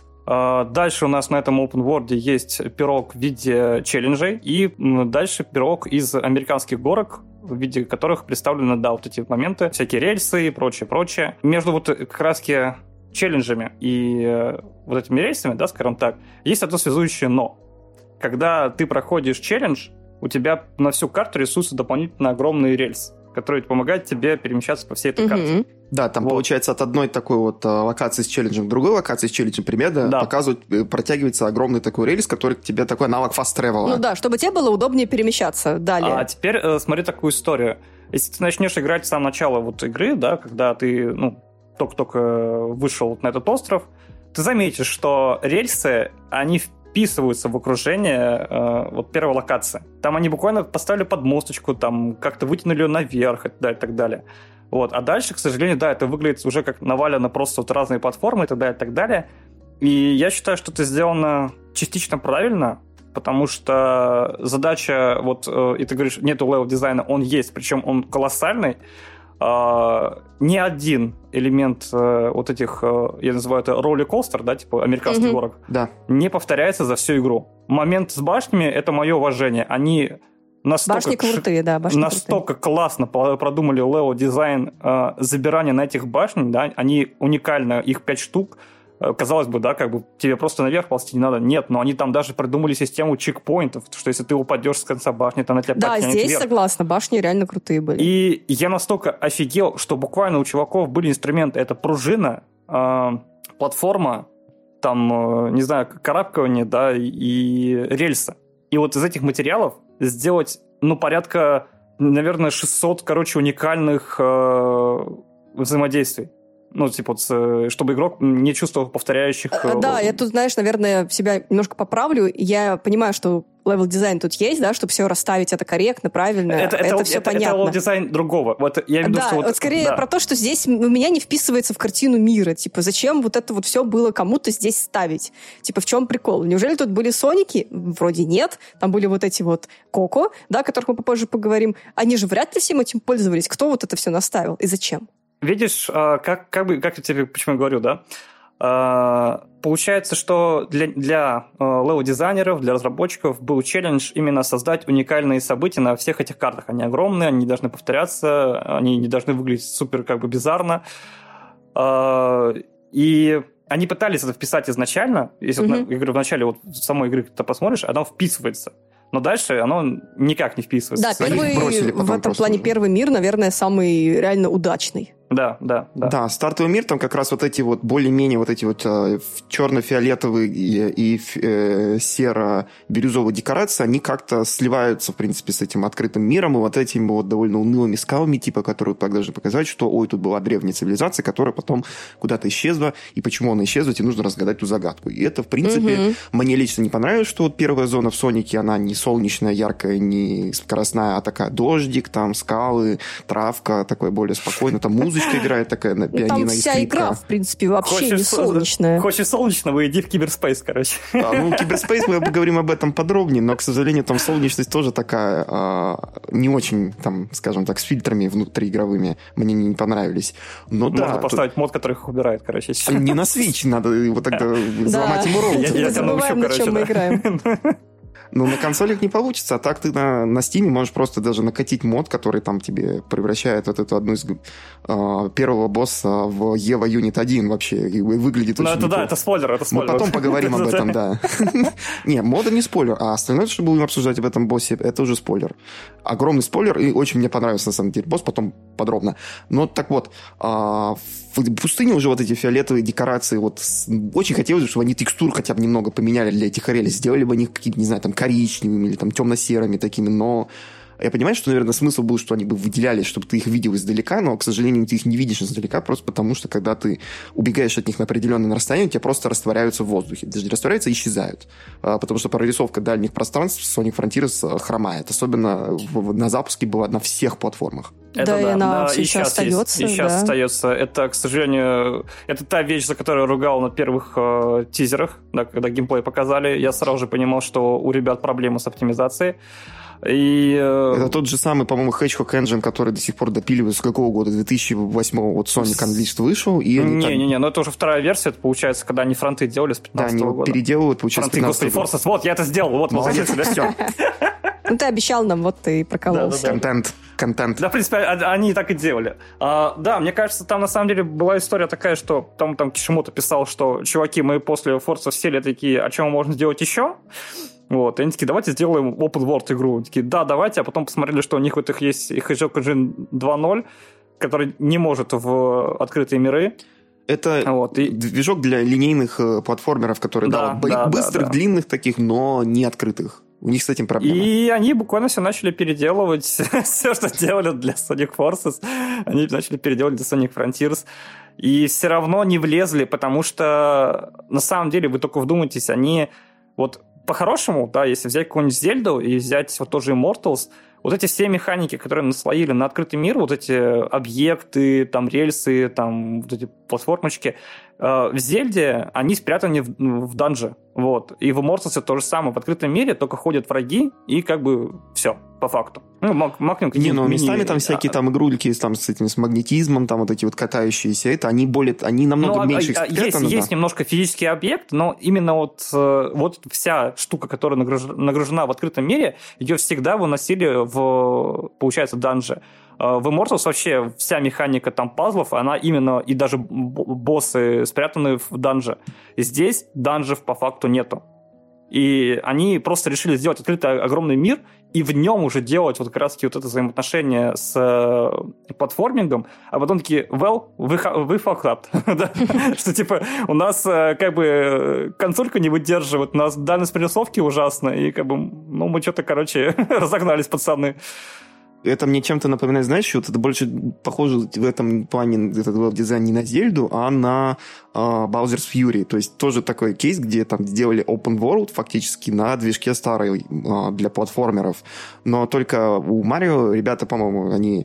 Дальше у нас на этом open world есть пирог в виде челленджей, и дальше пирог из американских горок, в виде которых представлены, да, вот эти моменты, всякие рельсы и прочее, прочее. Между вот как раз-таки челленджами и вот этими рельсами, да, скажем так, есть одно связующее «но». Когда ты проходишь челлендж, у тебя на всю карту рисуются дополнительно огромные рельсы, которые помогают тебе перемещаться по всей этой карте. Mm-hmm. Да, там вот. Получается от одной такой вот локации с челленджем к другой локации с челленджем примерно да. показывают, протягивается огромный такой рельс, который к тебе такой аналог фаст-тревела. Ну да, чтобы тебе было удобнее перемещаться далее. А теперь э, смотри такую историю. Если ты начнешь играть с самого начала вот игры, да, когда ты ну, только-только вышел на этот остров, ты заметишь, что рельсы, они вписываются в окружение э, вот первой локации. Там они буквально поставили подмосточку, там как-то вытянули ее наверх и так далее, и так далее. Вот. А дальше, к сожалению, да, это выглядит уже как навалено просто вот разные платформы и так далее, и так далее. И я считаю, что это сделано частично правильно, потому что задача, вот, э, и ты говоришь, нету левел-дизайна, он есть, причем он колоссальный, Uh, ни один элемент uh, вот этих, uh, я называю это роллер-костер, да, типа американских mm-hmm. горок, да. не повторяется за всю игру. Момент с башнями — это мое уважение. Они настолько, башни крутые, да, башни настолько крутые. классно продумали левел-дизайн uh, забирания на этих башнях, да, они уникально, их пять штук. Казалось бы, да, как бы тебе просто наверх ползти не надо. Нет, но они там даже придумали систему чекпоинтов, что если ты упадешь с конца башни, то на тебя да, подтянет здесь вверх. Согласна, башни реально крутые были. И я настолько офигел, что буквально у чуваков были инструменты. Это пружина, э, платформа, там, э, не знаю, карабкивание, да, и рельсы. И вот из этих материалов сделать, ну, порядка, наверное, шестьсот, короче, уникальных э, взаимодействий. Ну, типа, вот, чтобы игрок не чувствовал повторяющих... Да, я тут, знаешь, наверное, себя немножко поправлю. Я понимаю, что левел-дизайн тут есть, да, чтобы все расставить это корректно, правильно. Это, это, это это все это, понятно. Это левел-дизайн другого. Вот я имею в виду, да, что вот, вот скорее да. про то, что здесь у меня не вписывается в картину мира. Типа, зачем вот это вот все было кому-то здесь ставить? Типа, в чем прикол? Неужели тут были Соники? Вроде нет. Там были вот эти вот Коко, да, о которых мы попозже поговорим. Они же вряд ли всем этим пользовались. Кто вот это все наставил и зачем? Видишь, как, как, бы, как я тебе почему я говорю, да? Получается, что для, для левел-дизайнеров, для разработчиков был челлендж именно создать уникальные события на всех этих картах. Они огромные, они не должны повторяться, они не должны выглядеть супер как бы бизарно. И они пытались это вписать изначально. Если mm-hmm. вот, я говорю, в начале вот самой игры ты посмотришь, оно вписывается. Но дальше оно никак не вписывается. Да, первый, в этом плане первый мир, наверное, самый реально удачный. Да, да, да. Да, стартовый мир, там как раз вот эти вот более-менее вот эти вот э, черно-фиолетовые и, и э, серо-бирюзовые декорации, они как-то сливаются, в принципе, с этим открытым миром и вот этими вот довольно унылыми скалами, типа, которые так должны показать, что, ой, тут была древняя цивилизация, которая потом куда-то исчезла, и почему она исчезла, тебе нужно разгадать ту загадку. И это, в принципе, угу. мне лично не понравилось, что вот первая зона в Сонике, она не солнечная, яркая, не скоростная, а такая дождик, там скалы, травка, такое более спокойно, там музыка играет такая на пианино. Там вся игра, в принципе, вообще хочешь, не солнечная. Хочешь солнечного, иди в киберспейс, короче. А, ну, киберспейс, мы поговорим об этом подробнее, но, к сожалению, там солнечность тоже такая а, не очень, там, скажем так, с фильтрами внутриигровыми мне не понравились. Но Можно да, поставить тут... мод, который их убирает, короче. Не на Switch, надо его тогда взломать ему роут. Я тебя научу, короче. На чем мы играем. Ну, на консолях не получится, а так ты на, на Steam можешь просто даже накатить мод, который там тебе превращает вот эту одну из э, первого босса в Ева Юнит один вообще, и выглядит ну, очень это неплохо. Да, это спойлер, это спойлер. Мы потом поговорим об этом, да. Не, мода не спойлер, а остальное, что будем обсуждать об этом боссе, это уже спойлер. Огромный спойлер, и очень мне понравился, на самом деле, босс, потом подробно. Но так вот, в пустыне уже вот эти фиолетовые декорации, вот очень хотелось, чтобы они текстуру хотя бы немного поменяли для этих релей, сделали бы они какие-то, не знаю, там, коричневыми или там темно-серыми такими, но я понимаю, что, наверное, смысл был, что они бы выделялись, чтобы ты их видел издалека, но, к сожалению, ты их не видишь издалека, просто потому что, когда ты убегаешь от них на определенное расстояние, у тебя просто растворяются в воздухе. Даже не растворяются, а исчезают. Потому что прорисовка дальних пространств Sonic Frontiers хромает. Особенно на запуске была на всех платформах. Это да, да, и она да, все еще остается. Есть, и сейчас да. остается. Это, к сожалению, это та вещь, за которую я ругал на первых э, тизерах, да, когда геймплей показали. Я сразу же понимал, что у ребят проблемы с оптимизацией. И, э... Это тот же самый, по-моему, Hedgehog Engine, который до сих пор допиливают с какого года? две тысячи восьмого вот Sonic Unleashed вышел. Не-не-не, так... но это уже вторая версия, это получается, когда они фронты делали с пятнадцатого года. Да, они переделывают, получается, фронты, господи, Forces, вот, я это сделал, вот, молодец, все. Ну, ты обещал нам, вот ты и прокололся. Контент, контент. Да, в принципе, они и так и делали. А, да, мне кажется, там на самом деле была история такая, что там, там Кишимото писал, что, чуваки, мы после Forza сели такие, а что можно сделать еще? Вот, и они такие, давайте сделаем open world игру. Они такие, да, давайте, а потом посмотрели, что у них вот их есть Hedgehog Engine два ноль, который не может в открытые миры. Это вот, и... движок для линейных платформеров, которые да, да, да, быстрых, да, да. длинных таких, но не открытых. У них с этим проблема. И они буквально все начали переделывать. Все, что делали для Sonic Forces, они начали переделывать для Sonic Frontiers. И все равно не влезли, потому что на самом деле, вы только вдумайтесь, они вот по-хорошему, да, если взять какую-нибудь Зельду и взять вот тоже Immortals, вот эти все механики, которые наслоили на открытый мир, вот эти объекты, там рельсы, там вот эти платформочки, э, в Зельде они спрятаны в, в данже. Вот. И в Immortals то же самое. В открытом мире только ходят враги, и как бы все, по факту. Ну, макнем Не, ну, местами там всякие там игрульки там, с этим, с магнетизмом, там вот эти вот катающиеся, это они более, они намного ну, меньше а, есть, но, есть да. немножко физический объект, но именно вот, вот вся штука, которая нагружена в открытом мире, ее всегда выносили в, получается, данжи. В Immortals вообще вся механика там пазлов, она именно, и даже боссы спрятаны в данже. Здесь данжев по факту нету. И они просто решили сделать открытый огромный мир, и в нем уже делать вот как раз вот это взаимоотношение с э, платформингом, а потом такие, well, вы, вы fucked up. Что типа у нас э, как бы консолька не выдерживает, у нас дальность прорисовки ужасна, и как бы, ну, мы что-то, короче, разогнались, пацаны. Это мне чем-то напоминает, знаешь, вот это больше похоже в этом плане, этот был дизайн не на Зельду, а на uh, Bowser's Fury. То есть тоже такой кейс, где там сделали open world фактически на движке старой uh, для платформеров. Но только у Марио ребята, по-моему, они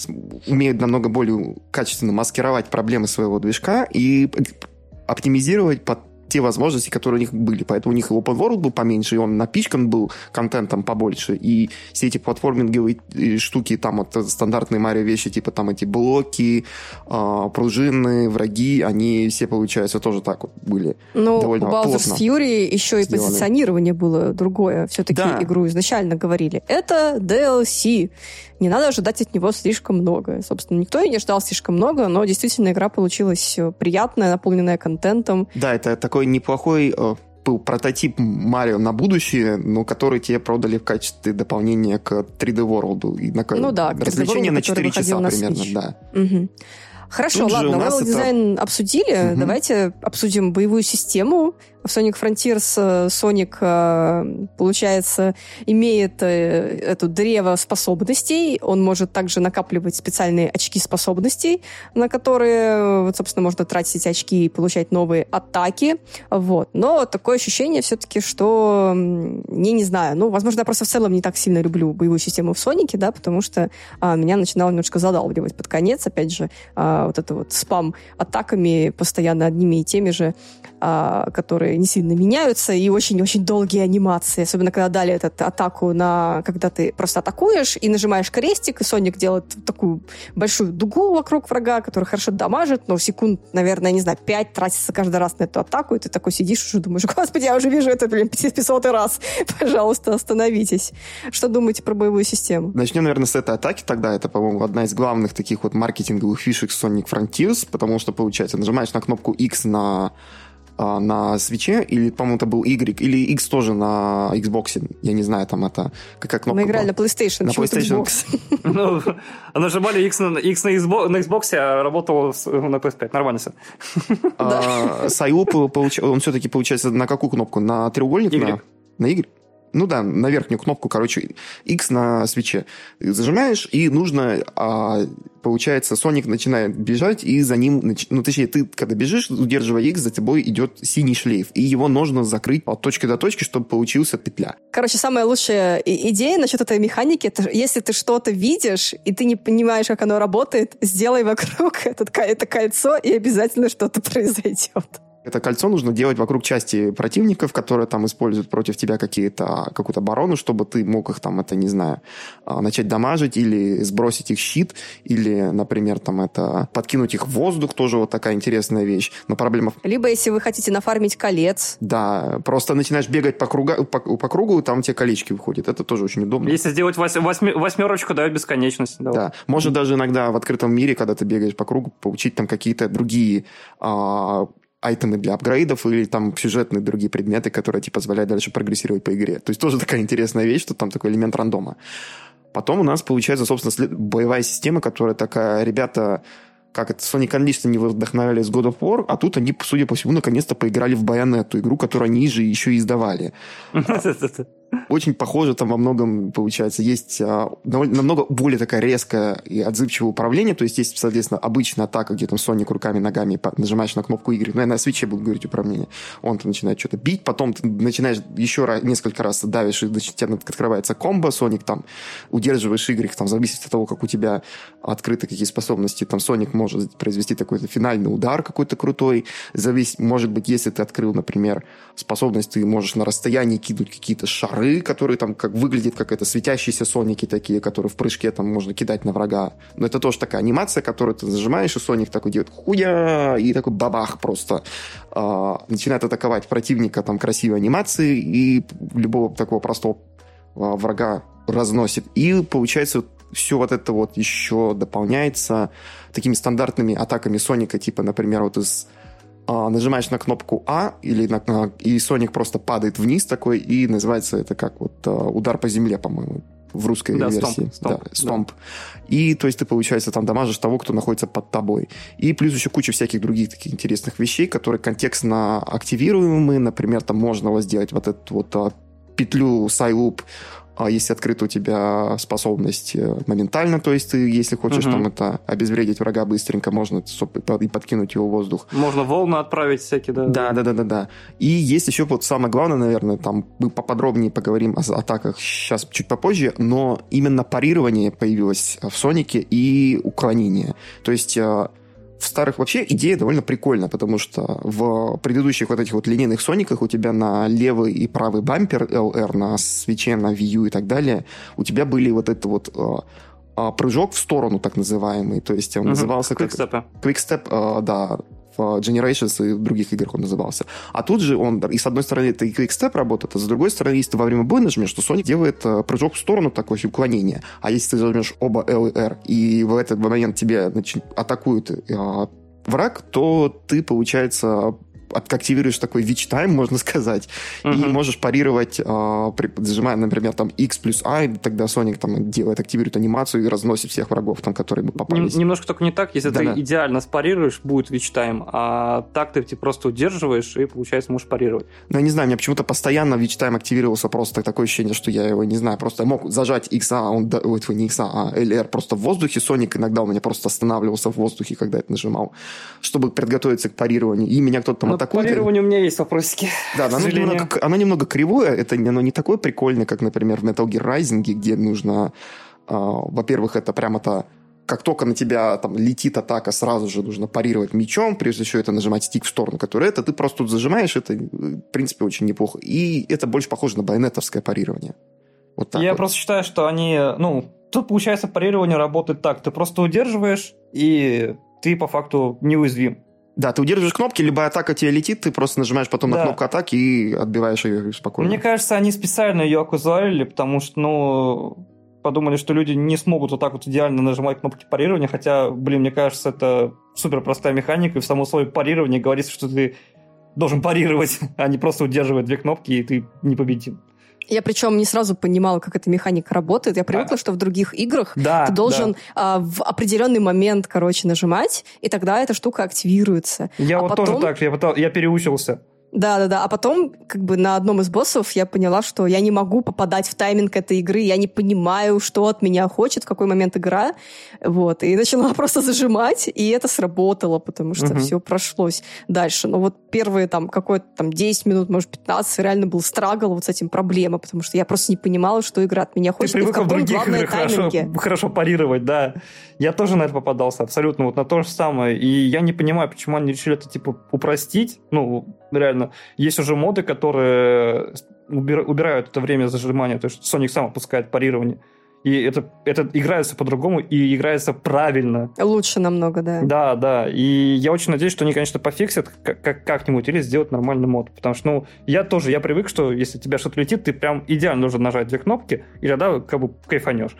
умеют намного более качественно маскировать проблемы своего движка и оптимизировать под те возможности, которые у них были. Поэтому у них и open world был поменьше, и он напичкан был контентом побольше. И все эти платформинговые штуки, там вот стандартные Марио вещи, типа там эти блоки, э, пружины, враги, они все, получается, тоже так вот были. Но довольно у Bowser's Fury еще и сделаны. Позиционирование было другое. Все-таки да. Игру изначально говорили. Это ди эл си. Не надо ожидать от него слишком много. Собственно, никто и не ждал слишком много, но действительно игра получилась приятная, наполненная контентом. Да, это такой неплохой э, был прототип Марио на будущее, но который тебе продали в качестве дополнения к три дэ World. И на, ну да, развлечение на четыре часа на примерно. Switch. Да. Угу. Хорошо, Тут ладно, level дизайн это... обсудили. Угу. Давайте обсудим боевую систему. В Sonic Frontiers Sonic, получается, имеет эту древо способностей. Он может также накапливать специальные очки способностей, на которые, вот, собственно, можно тратить эти очки и получать новые атаки. Вот. Но такое ощущение все-таки, что, не, не знаю, ну, возможно, я просто в целом не так сильно люблю боевую систему в Сонике, да, потому что а, меня начинало немножко задалбливать под конец. Опять же, а, вот это вот спам атаками постоянно одними и теми же, а, которые не сильно меняются, и очень-очень долгие анимации. Особенно, когда дали эту атаку на... Когда ты просто атакуешь и нажимаешь крестик, и Соник делает такую большую дугу вокруг врага, которая хорошо дамажит, но секунд, наверное, не знаю, пять тратится каждый раз на эту атаку, и ты такой сидишь уже думаешь, господи, я уже вижу это, блин, пятисотый раз. Пожалуйста, остановитесь. Что думаете про боевую систему? Начнем, наверное, с этой атаки тогда. Это, по-моему, одна из главных таких вот маркетинговых фишек Sonic Frontiers, потому что, получается, нажимаешь на кнопку X на на свитче, или, по-моему, это был Y, или X тоже на Xbox, я не знаю, там это какая кнопка Мы играли была. на PlayStation, на PlayStation. Xbox. Ну, нажимали X на Xbox, а работал на пи эс пять. Нормально все. Сайуп, он все-таки, получается, на какую кнопку? На треугольник? На Y? Ну да, на верхнюю кнопку, короче, X на свитче. Зажимаешь, и нужно, а, получается, Соник начинает бежать, и за ним, ну, точнее, ты, когда бежишь, удерживая X, за тобой идет синий шлейф, и его нужно закрыть от точки до точки, чтобы получился петля. Короче, самая лучшая идея насчет этой механики, это если ты что-то видишь, и ты не понимаешь, как оно работает, сделай вокруг это, это кольцо, и обязательно что-то произойдет. Это кольцо нужно делать вокруг части противников, которые там используют против тебя какие-то, какую-то оборону, чтобы ты мог их там, это, не знаю, начать дамажить или сбросить их щит, или, например, там это подкинуть их в воздух, тоже вот такая интересная вещь. Но проблема... Либо если вы хотите нафармить колец. Да, просто начинаешь бегать по, круга, по, по кругу, и там тебе колечки выходят. Это тоже очень удобно. Если сделать вось, восьми, восьмерочку, дает бесконечность. Да. Да. Можно даже иногда в открытом мире, когда ты бегаешь по кругу, получить там какие-то другие... А, айтемы для апгрейдов или там сюжетные другие предметы, которые тебе позволяют дальше прогрессировать по игре. То есть тоже такая интересная вещь, что там такой элемент рандома. Потом у нас получается, собственно, боевая система, которая такая, ребята, как это, Sonic Unleashed не вдохновляли с God of War, а тут они, судя по всему, наконец-то поиграли в Bayonetta, игру, которую они же еще и издавали. Очень похоже там во многом, получается, есть а, намного более такая резкая и отзывчивое управление, то есть есть, соответственно, обычная атака, где там Соник руками, ногами нажимаешь на кнопку Y, ну, я на свитче буду говорить управление, он там начинает что-то бить, потом ты начинаешь еще раз, несколько раз давишь, и у тебя открывается комбо, Соник там удерживаешь Y, там, в зависимости от того, как у тебя открыты какие способности, там Соник может произвести такой-то финальный удар какой-то крутой, зависит, может быть, если ты открыл, например, способность, ты можешь на расстоянии кинуть какие-то шары, шары, которые там как выглядят как это светящиеся соники такие, которые в прыжке там можно кидать на врага. Но это тоже такая анимация, которую ты зажимаешь, и соник такой делает хуя, и такой бабах просто э, начинает атаковать противника там красивой анимацией, и любого такого простого э, врага разносит. И получается все вот это вот еще дополняется такими стандартными атаками Соника, типа, например, вот из а, нажимаешь на кнопку А, или на, а, и Соник просто падает вниз такой, и называется это как вот а, удар по земле, по-моему, в русской да, версии. Стомп, да, стомп. Да. И, то есть, ты, получается, там дамажишь того, кто находится под тобой. И плюс еще куча всяких других таких интересных вещей, которые контекстно активируемы. Например, там можно сделать вот эту вот а, петлю Сайлуп, а если открыта у тебя способность моментально, то есть ты, если хочешь, угу. там это обезвредить врага быстренько, можно и подкинуть его в воздух. Можно волны отправить всякие, да? Да, да, да, да, да. И есть еще вот самое главное, наверное, там мы поподробнее поговорим о атаках сейчас чуть попозже, но именно парирование появилось в Сонике и уклонение. То есть в старых вообще идея довольно прикольная, потому что в предыдущих вот этих вот линейных Сониках у тебя на левый и правый бампер эл эр, на свече, на Wii U и так далее, у тебя были вот это вот а, а, прыжок в сторону, так называемый, то есть он uh-huh. назывался как... Quick-step. Quick-step, а, да, в Generations и в других играх он назывался. А тут же он, и с одной стороны, это и Quick-step работает, а с другой стороны, если ты во время боя нажмешь, то Соник делает прыжок в сторону, такое уклонение. А если ты зажмешь оба эл и эр, и в этот момент тебе значит, атакует а, враг, то ты, получается, активируешь такой Witch Time, можно сказать, uh-huh. и можешь парировать, э, при, зажимая, например, там X плюс А, тогда Соник там делает, активирует анимацию и разносит всех врагов, там, которые бы попались. Нем, немножко только не так, если Да-да. ты идеально спарируешь, будет Witch Time, а так ты типа, просто удерживаешь и, получается, можешь парировать. Ну, я не знаю, у меня почему-то постоянно Witch Time активировался, просто такое ощущение, что я его, не знаю, просто мог зажать X А, он, ой, не X А, а эл эр просто в воздухе, Соник иногда у меня просто останавливался в воздухе, когда это нажимал, чтобы подготовиться к парированию, и меня кто-то там Но атакует. Парирование у меня есть вопросики. Да, оно немного, оно немного кривое, это, оно не такое прикольное, как, например, в Metal Gear Rising, где нужно, э, во-первых, это прямо-то, как только на тебя там летит атака, сразу же нужно парировать мечом, прежде всего это нажимать стик в сторону, который это, ты просто тут зажимаешь, это, в принципе, очень неплохо. И это больше похоже на байонетовское парирование. Вот так Я вот. просто считаю, что они, ну, тут, получается, парирование работает так, ты просто удерживаешь, и ты, по факту, неуязвим. Да, ты удерживаешь кнопки, любая атака тебе летит, ты просто нажимаешь потом да. на кнопку атаки и отбиваешь ее спокойно. Мне кажется, они специально ее акузуалили, потому что, ну, подумали, что люди не смогут вот так вот идеально нажимать кнопки парирования, хотя, блин, мне кажется, это супер простая механика, и в самом слове парирование говорится, что ты должен парировать, а не просто удерживать две кнопки, и ты непобедим. Я причем не сразу понимала, как эта механика работает. Я привыкла, а. что в других играх да, ты должен да. а, в определенный момент, короче, нажимать, и тогда эта штука активируется. Я а вот потом... тоже так, я, потом, я переучился. Да-да-да, а потом как бы на одном из боссов я поняла, что я не могу попадать в тайминг этой игры, я не понимаю, что от меня хочет, в какой момент игра, вот, и начала просто зажимать, и это сработало, потому что uh-huh. все прошлось дальше. Но вот первые там какое-то там десять минут, может, пятнадцать, реально был страгл вот с этим проблема, потому что я просто не понимала, что игра от меня хочет. Ты привыкла в других играх хорошо, тайминге. хорошо парировать, да. Я тоже на это попадался, абсолютно, вот на то же самое, и я не понимаю, почему они решили это, типа, упростить, ну, реально. Есть уже моды, которые убирают это время зажимания, то есть Sonic сам опускает парирование. И это, это играется по-другому и играется правильно. Лучше намного, да. Да, да. И я очень надеюсь, что они, конечно, пофиксят как- как-нибудь или сделают нормальный мод. Потому что, ну, я тоже, я привык, что если у тебя что-то летит, ты прям идеально нужно нажать две кнопки, и тогда как бы кайфанешь.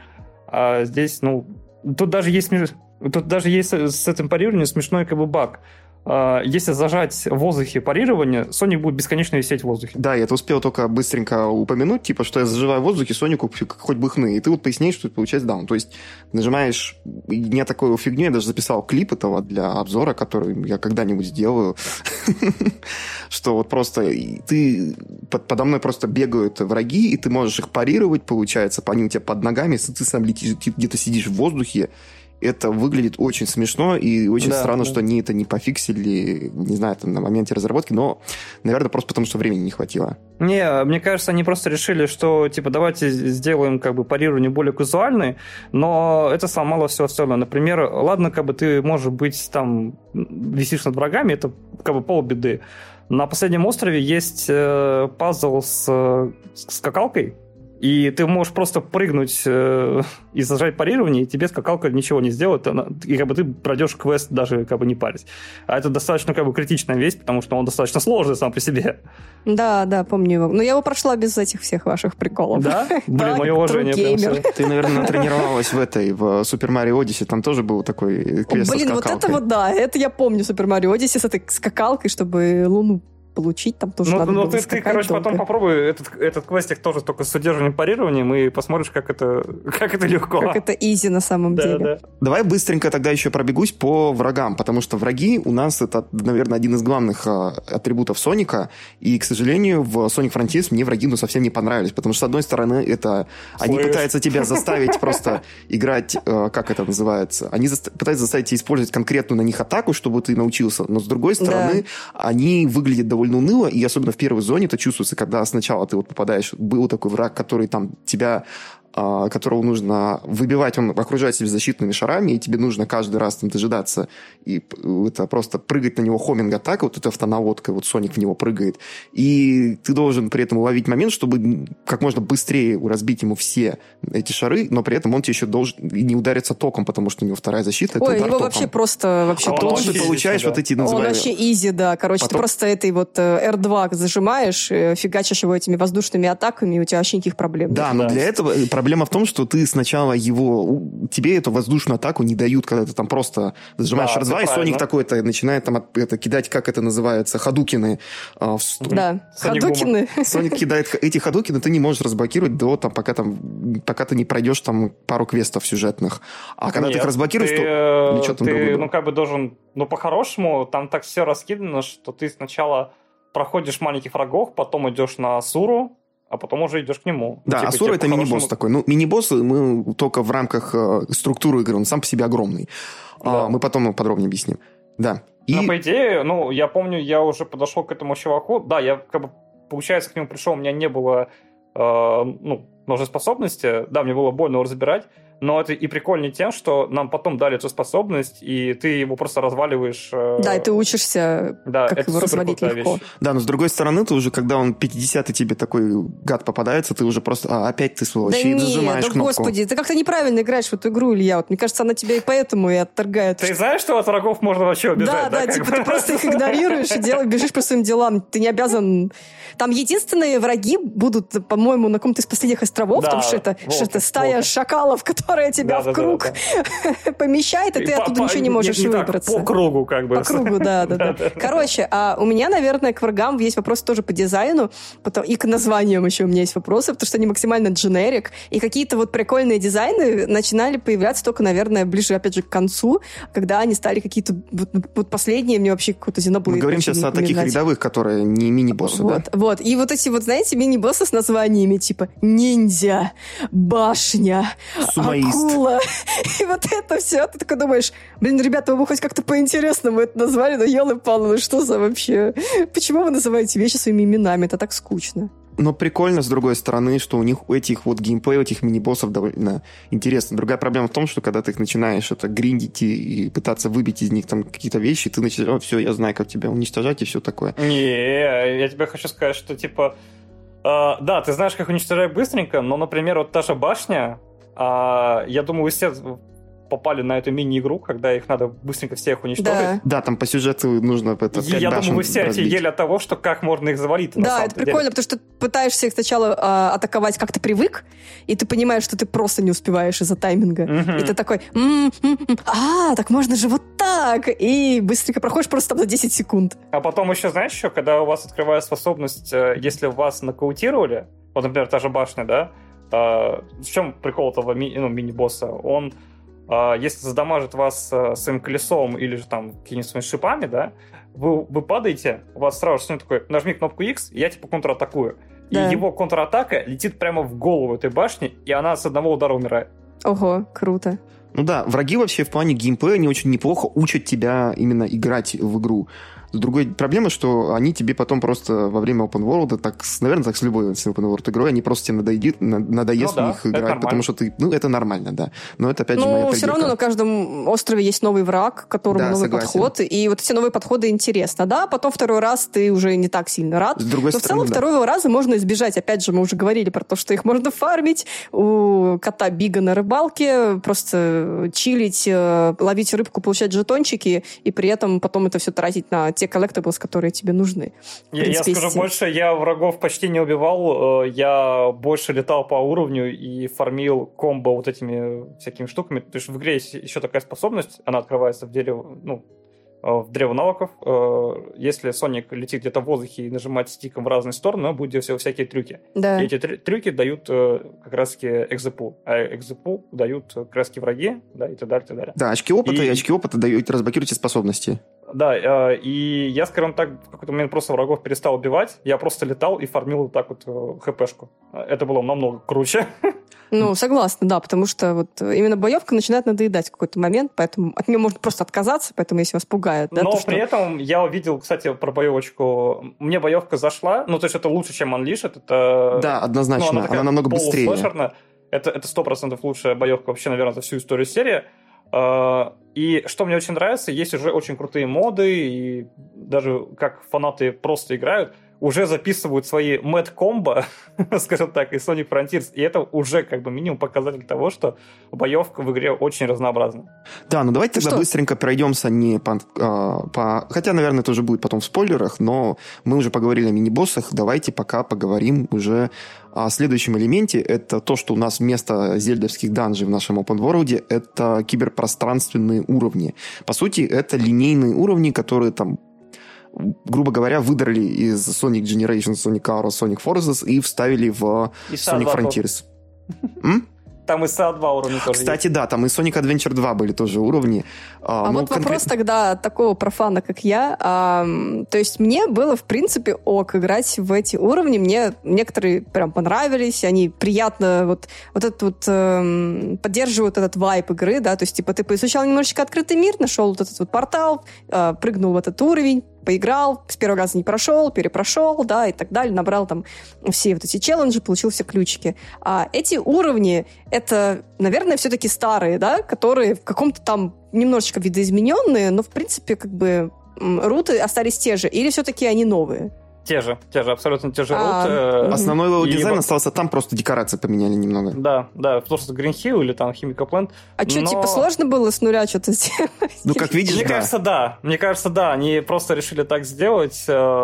А здесь, ну, тут даже есть, тут даже есть с этим парированием смешной как бы баг. Если зажать в воздухе парирование, Соник будет бесконечно висеть в воздухе. Да, я это успел только быстренько упомянуть, типа, что я заживаю в воздухе, Сонику хоть бы хны. И ты вот поясняешь, что это получается даун. То есть нажимаешь... Не такую фигню, я даже записал клип этого для обзора, который я когда-нибудь сделаю. Что вот просто ты... Подо мной просто бегают враги, и ты можешь их парировать, получается, они у тебя под ногами, если ты сам летишь, где-то сидишь в воздухе. Это выглядит очень смешно, и очень да, странно, да. что они это не пофиксили, не знаю, там, на моменте разработки, но, наверное, просто потому, что времени не хватило. Не, мне кажется, они просто решили, что, типа, давайте сделаем, как бы, парирование более казуальное, но это сломало все остальное. Например, ладно, как бы, ты, может быть, там, висишь над врагами, это, как бы, полбеды, На последнем острове есть э, пазл с, э, с скакалкой, и ты можешь просто прыгнуть э, и зажать парирование, и тебе скакалка ничего не сделает, она, и как бы ты пройдешь квест даже как бы не парясь. А это достаточно как бы критичная вещь, потому что он достаточно сложный сам по себе. Да, да, помню его. Но я его прошла без этих всех ваших приколов. Да? Блин, мое уважение. Ты, наверное, натренировалась в этой, в Super Mario Odyssey, там тоже был такой квест со скакалкой. Блин, вот это вот да, это я помню Super Mario Odyssey с этой скакалкой, чтобы Луну получить, там тоже ну, надо ну, было ты, ты, короче, долго. Потом попробуй этот, этот квестик тоже только с удерживанием парированием и посмотришь, как это, как это легко. Как это изи на самом да, деле. Да. Давай быстренько тогда еще пробегусь по врагам, потому что враги у нас это, наверное, один из главных а, атрибутов Соника, и, к сожалению, в Sonic Frontiers мне враги ну, совсем не понравились, потому что, с одной стороны, это они пытаются тебя заставить просто играть, как это называется, они пытаются заставить тебя использовать конкретную на них атаку, чтобы ты научился, но, с другой стороны, они выглядят довольно уныло, и особенно в первой зоне это чувствуется, когда сначала ты вот попадаешь, был такой враг, который там тебя, а, которого нужно выбивать, он окружает себя защитными шарами, и тебе нужно каждый раз там дожидаться, и это просто прыгать на него хоминг-атака, вот эта автонаводка, вот Соник в него прыгает, и ты должен при этом уловить момент, чтобы как можно быстрее разбить ему все эти шары, но при этом он тебе еще должен и не удариться током, потому что у него вторая защита. Ой, это его током. Вообще просто вообще а током. ты получаешь да. вот эти называемые... Он вообще изи, да, короче, Потом... ты просто этой вот эр два зажимаешь, фигачишь его этими воздушными атаками, и у тебя вообще никаких проблем да, нет. но для этого проблема в том, что ты сначала его... Тебе эту воздушную атаку не дают, когда ты там просто зажимаешь да, эр два, и Соник такой-то начинает там это, кидать, как это называется, ходукины. А, в... Да, Соник ходукины. Соник кидает эти ходукины, ты не можешь разблокировать до там, пока, там, пока ты не пройдешь там пару квестов сюжетных. А когда Нет, ты их разблокируешь, ты, то ничего там ты, другого. Ну, как бы должен... Ну, по-хорошему, там так все раскидано, что ты сначала проходишь маленьких врагов, потом идешь на Асуру, а потом уже идешь к нему. Да, типа, Асура это по-хорошему... мини-босс такой. Ну, мини-босс мы только в рамках э, структуры игры, он сам по себе огромный. Да. А, мы потом его подробнее объясним. Да. И... Ну, по идее, ну, я помню, я уже подошел к этому чуваку. Да, я, как бы, получается, к нему пришел, у меня не было, э, ну, ножной способности. Да, мне было больно его разбирать. Но это и прикольнее тем, что нам потом дали эту способность, и ты его просто разваливаешь. Э... Да, и ты учишься, да, как его развалить легко. Вещь. Да, но с другой стороны, ты уже, когда он пятидесятый тебе такой гад попадается, ты уже просто, а, опять ты сволочь, да и нет, зажимаешь да кнопку. господи, ты как-то неправильно играешь в эту игру, Илья. Вот, мне кажется, она тебя и поэтому и отторгает. Ты знаешь, что от врагов можно вообще убежать? Да, да, да типа бы? Ты просто их игнорируешь и делаешь, бежишь по своим делам. Ты не обязан... Там единственные враги будут, по-моему, на каком-то из последних островов, да, потому что это, волки, что это стая волки. Шакалов, которая тебя да, в круг да, да, да. помещает, и, и ты по, оттуда по, ничего не можешь не, не выбраться. Так, по кругу, как бы. По кругу, да, да, да. Короче, а у меня, наверное, к врагам есть вопросы тоже по дизайну, потом, и к названиям еще у меня есть вопросы, потому что они максимально дженерик, и какие-то вот прикольные дизайны начинали появляться только, наверное, ближе, опять же, к концу, когда они стали какие-то... Вот, вот последние мне вообще какой-то Xenoblade. Мы говорим сейчас о таких знать. рядовых, которые не мини-боссы, вот, да? Вот, и вот эти вот, знаете, мини-боссы с названиями типа ниндзя, башня, Сумаист. Акула. И вот это все. Ты такой думаешь, блин, ребята, вы бы хоть как-то по-интересному это назвали, но елы-палы, ну что за вообще? Почему вы называете вещи своими именами? Это так скучно. Но прикольно, с другой стороны, что у них у этих вот геймплей, у этих мини-боссов довольно интересно. Другая проблема в том, что когда ты их начинаешь это гриндить и, и пытаться выбить из них там какие-то вещи, ты начинаешь, все, я знаю, как тебя уничтожать и все такое. Не, я тебе хочу сказать, что типа, э, да, ты знаешь, как уничтожать быстренько, но, например, вот та же башня, э, я думаю, вы все попали на эту мини-игру, когда их надо быстренько всех уничтожить. Да, да там по сюжету нужно это пять Я башен думаю, вы все разбить. офигели от того, что как можно их завалить. Да, это прикольно, деле. Потому что ты пытаешься их сначала а, атаковать, как ты привык, и ты понимаешь, что ты просто не успеваешь из-за тайминга. Uh-huh. И ты такой, м-м-м, а, так можно же вот так! И быстренько проходишь просто там за десять секунд. А потом еще, знаешь, еще, когда у вас открывается способность, если вас нокаутировали, вот, например, та же башня, да, в чем прикол этого ми- ну, мини-босса? Он если задамажит вас своим колесом или же там какими-нибудь своими шипами, да, вы, вы падаете, у вас сразу же такой, нажми кнопку X, и я типа контратакую. Да. И его контратака летит прямо в голову этой башни, и она с одного удара умирает. Ого, круто. Ну да, враги вообще в плане геймплея, они очень неплохо учат тебя именно играть в игру. С другой проблемой, что они тебе потом просто во время open world, так, наверное, так с любой с open world игрой, они просто тебе надоедит, надоест ну, в да, них играть, потому что ты, ну, это нормально, да. Но это, опять же, моя Ну, все равно на каждом острове есть новый враг, к которому да, новый согласен. подход, и вот эти новые подходы интересно, да, потом второй раз ты уже не так сильно рад. С другой Но стороны, в целом да. второго раза можно избежать. Опять же, мы уже говорили про то, что их можно фармить, у кота Бига на рыбалке, просто чилить, ловить рыбку, получать жетончики, и при этом потом это все тратить на те коллектаблс, которые тебе нужны. Я, я скажу если... больше, я врагов почти не убивал, я больше летал по уровню и фармил комбо вот этими всякими штуками. То есть в игре есть еще такая способность, она открывается в деле, ну, в древо навыков. Если Соник летит где-то в воздухе и нажимает стиком в разные стороны, он будет делать всякие трюки. Да. И эти трюки дают как раз-таки экзепу. А экзепу дают как раз-таки враги, да, и так далее, и так далее. Да, очки опыта и, и очки опыта дают, разблокируйте способности. Да, и я, скажем так, в какой-то момент просто врагов перестал убивать, я просто летал и фармил вот так вот хпшку. Это было намного круче. Ну, согласна, да, потому что вот именно боевка начинает надоедать в какой-то момент, поэтому от нее можно просто отказаться, поэтому если вас пугает. Да, Но то, при что... этом я увидел, кстати, про боевочку, мне боевка зашла, ну, то есть это лучше, чем Unleashed, это... Да, однозначно, ну, она, она намного быстрее. Это сто процентов лучшая боевка вообще, наверное, за всю историю серии. И что мне очень нравится, есть уже очень крутые моды, и даже как фанаты просто играют, уже записывают свои мэд-комбо, скажем так, из Sonic Frontiers, и это уже как бы минимум показатель того, что боевка в игре очень разнообразна. Да, ну давайте тогда что? быстренько пройдемся не по, а, по... Хотя, наверное, это уже будет потом в спойлерах, но мы уже поговорили о мини-боссах, давайте пока поговорим уже о следующем элементе. Это то, что у нас вместо зельдовских данжей в нашем open world это киберпространственные уровни. По сути, это линейные уровни, которые там, грубо говоря, выдрали из Sonic Generations, Sonic Aura, Sonic Forces и вставили в и Sonic Frontiers. Там и эс а два уровня тоже Кстати, есть. да, там и Sonic Adventure два были тоже уровни. А, а вот конкрет... вопрос тогда от такого профана, как я. А, то есть мне было, в принципе, ок играть в эти уровни. Мне некоторые прям понравились, они приятно вот, вот этот вот э, поддерживают этот вайб игры, да, то есть типа ты поизучал немножечко открытый мир, нашел вот этот вот портал, э, прыгнул в этот уровень, поиграл, с первого раза не прошел, перепрошел, да, и так далее, набрал там все вот эти челленджи, получил все ключики. А эти уровни, это, наверное, все-таки старые, да, которые в каком-то там немножечко видоизмененные, но, в принципе, как бы руты остались те же, или все-таки они новые? Те же, те же, абсолютно те же а, руты. Основной левел дизайн остался там, просто декорации поменяли немного. Да, да, просто Green Hill или там Chemical Plant. А но... что, типа, сложно было с нуля что-то сделать? Ну, как видишь, Мне да. кажется, да. Мне кажется, да. Они просто решили так сделать.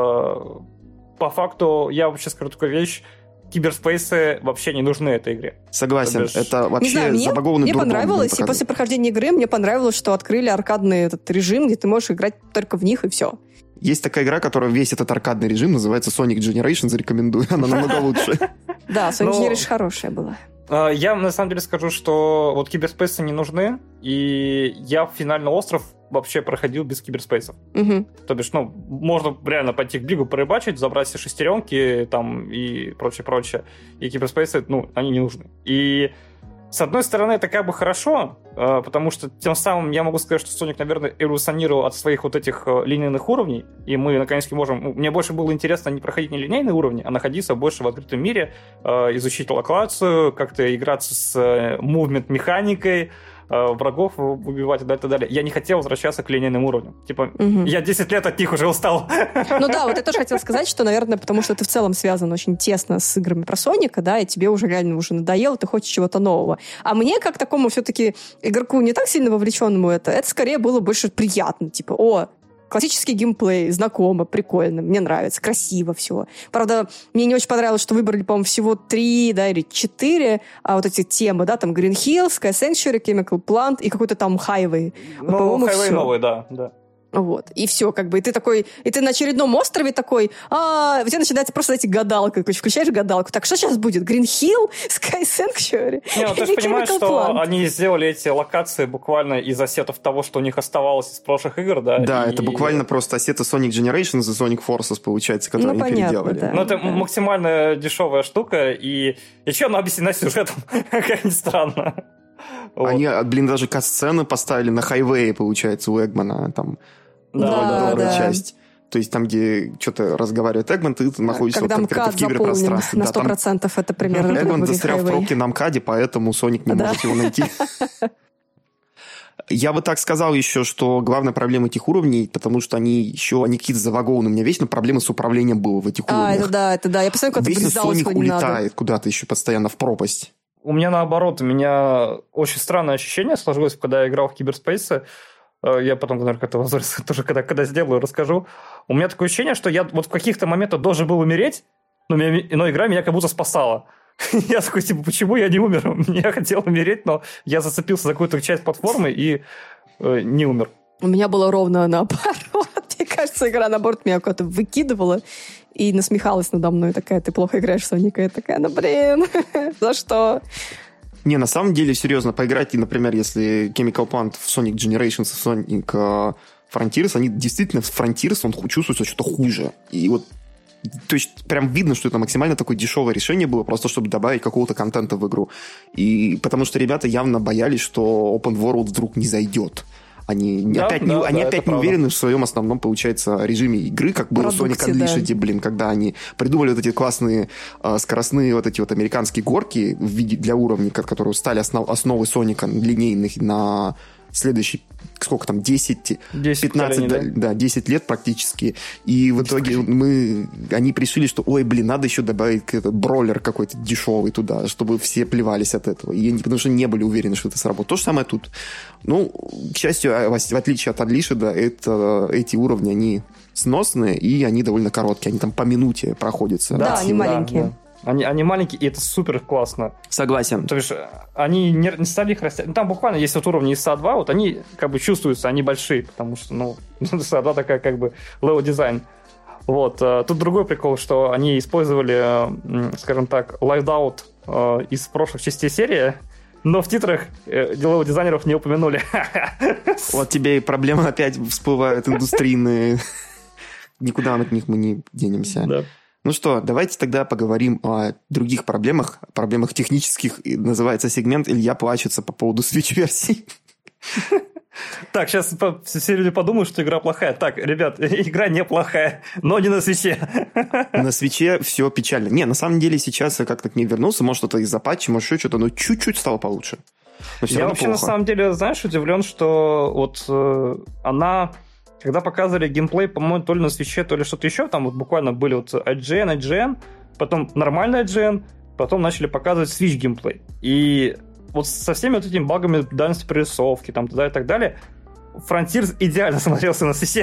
По факту, я вообще скажу такую вещь, киберспейсы вообще не нужны этой игре. Согласен, бишь... это вообще знаю, мне, забагованный дурдом. Мне понравилось, и после прохождения игры мне понравилось, что открыли аркадный этот режим, где ты можешь играть только в них, и все. Есть такая игра, которая весь этот аркадный режим называется Sonic Generations, рекомендую, она намного лучше. Да, Sonic Generations хорошая была. Я на самом деле скажу, что вот киберспейсы не нужны, и я финальный остров вообще проходил без киберспейсов. Угу. То бишь, ну, можно реально пойти к Бигу порыбачить, забрать все шестеренки там и прочее-прочее. И киберспейсы, ну, они не нужны. И с одной стороны, это как бы хорошо, потому что тем самым я могу сказать, что Sonic, наверное, эволюционировал от своих вот этих линейных уровней, и мы, наконец-таки, можем... Мне больше было интересно не проходить не линейные уровни, а находиться больше в открытом мире, изучить локацию, как-то играться с мувмент-механикой, врагов убивать и так далее. Я не хотел возвращаться к линейным уровням. Типа, угу. я десять лет от них уже устал. Ну да, вот я тоже хотела сказать, что, наверное, потому что ты в целом связан очень тесно с играми про Соника, да, и тебе уже реально уже надоело, ты хочешь чего-то нового. А мне, как такому все-таки игроку не так сильно вовлеченному это, это скорее было больше приятно. Типа, о, классический геймплей, знакомо, прикольно, мне нравится, красиво все. Правда, мне не очень понравилось, что выбрали, по-моему, всего три, да, или четыре а, вот эти темы, да, там Green Hill, Sky Sanctuary, Chemical Plant и какой-то там Highway. Ну, по-моему, Highway все. Новый, да, да. Вот. И все, как бы. И ты такой, и ты на очередном острове такой, а, у тебя начинается просто, эти гадалка. Включаешь гадалку. Так, что сейчас будет? Green Hill, Sky Sanctuary? Не, ну ты же понимаешь, что Plant? Они сделали эти локации буквально из ассетов того, что у них оставалось из прошлых игр, да? Да, и... это буквально просто ассеты Sonic Generations и Sonic Forces, получается, которые ну, они понятно, переделали. Да, ну, это да. максимально дешевая штука, и еще она объяснена сюжетом, как ни странно. Они, вот. блин, даже кат-сцены поставили на хайвее, получается, у Эгмана, там... Да, добрая да. часть. То есть там, где что-то разговаривает Эгман, ты находишься когда вот конкретно в киберпространстве. На сто процентов да, это примерно. Эгман застрял в пробке на МКАДе, поэтому Соник не да. может его найти. Я бы так сказал еще, что главная проблема этих уровней, потому что они еще, они какие-то завагованные. У меня вечно проблемы с управлением было в этих а, уровнях. А, это да, это да. Я постоянно куда-то вечно Соник улетает куда-то еще постоянно в пропасть. У меня наоборот, у меня очень странное ощущение сложилось, когда я играл в Киберспейсы. Я потом, наверное, как-то возвращаюсь, тоже когда, когда сделаю, расскажу. У меня такое ощущение, что я вот в каких-то моментах должен был умереть, но, меня, но игра меня как будто спасала. Я такой, типа, почему я не умер? Я хотел умереть, но я зацепился за какую-то часть платформы и э, не умер. У меня было ровно наоборот. Мне кажется, игра, наоборот, меня куда-то выкидывала и насмехалась надо мной. Такая, ты плохо играешь в Соника. Я такая, ну, блин, за что? Не, на самом деле, серьезно, поиграть, и, например, если Chemical Plant в Sonic Generations и Sonic uh, Frontiers, они действительно в Frontiers, он чувствуется что-то хуже. И вот, то есть, прям видно, что это максимально такое дешевое решение было, просто чтобы добавить какого-то контента в игру. И потому что ребята явно боялись, что Open World вдруг не зайдет. Они да, опять, да, не, да, они опять не уверены в своем основном, получается, режиме игры, как было в Sonic Unleashed, да. блин, когда они придумали вот эти классные э, скоростные вот эти вот американские горки в виде для уровней, которые стали основ, основой Соника линейных на следующий, сколько там, десять, пятнадцать, да, да, десять лет практически. И в итоге мы, они решили, что, ой, блин, надо еще добавить какой-то бролер какой-то дешевый туда, чтобы все плевались от этого. И они, потому что не были уверены, что это сработает. То же самое тут. Ну, к счастью, в отличие от Unleashed, это, эти уровни, они сносные, и они довольно короткие. Они там по минуте проходятся. Да, они маленькие. Да. Они, они маленькие, и это супер классно. Согласен. То есть они не, не стали их растягивать. Ну, там буквально есть вот уровни из эс эй два, вот они как бы чувствуются, они большие, потому что, ну, эс эй два такая как бы level дизайн. Вот. Тут другой прикол, что они использовали, скажем так, лайвдаут из прошлых частей серии, но в титрах level дизайнеров не упомянули. Вот тебе и проблемы опять всплывают индустрийные. Никуда от них мы не денемся. Да. Ну что, давайте тогда поговорим о других проблемах, проблемах технических. Называется сегмент «Илья плачется по поводу Switch-версий». Так, сейчас все люди подумают, что игра плохая. Так, ребят, игра неплохая, но не на свитче. На свитче все печально. Не, на самом деле сейчас я как-то к ней вернулся. Может, это из-за патча, может, еще что-то, но чуть-чуть стало получше. Я вообще, плохо. На самом деле, знаешь, удивлен, что вот э, она... Когда показывали геймплей, по-моему, то ли на свитче, то ли что-то еще, там вот буквально были вот ай джи эн, ай джи эн, потом нормальный ай джи эн, потом начали показывать Switch геймплей. И вот со всеми вот этими багами дальности прорисовки, там, туда и так далее, Frontiers идеально смотрелся на свитче.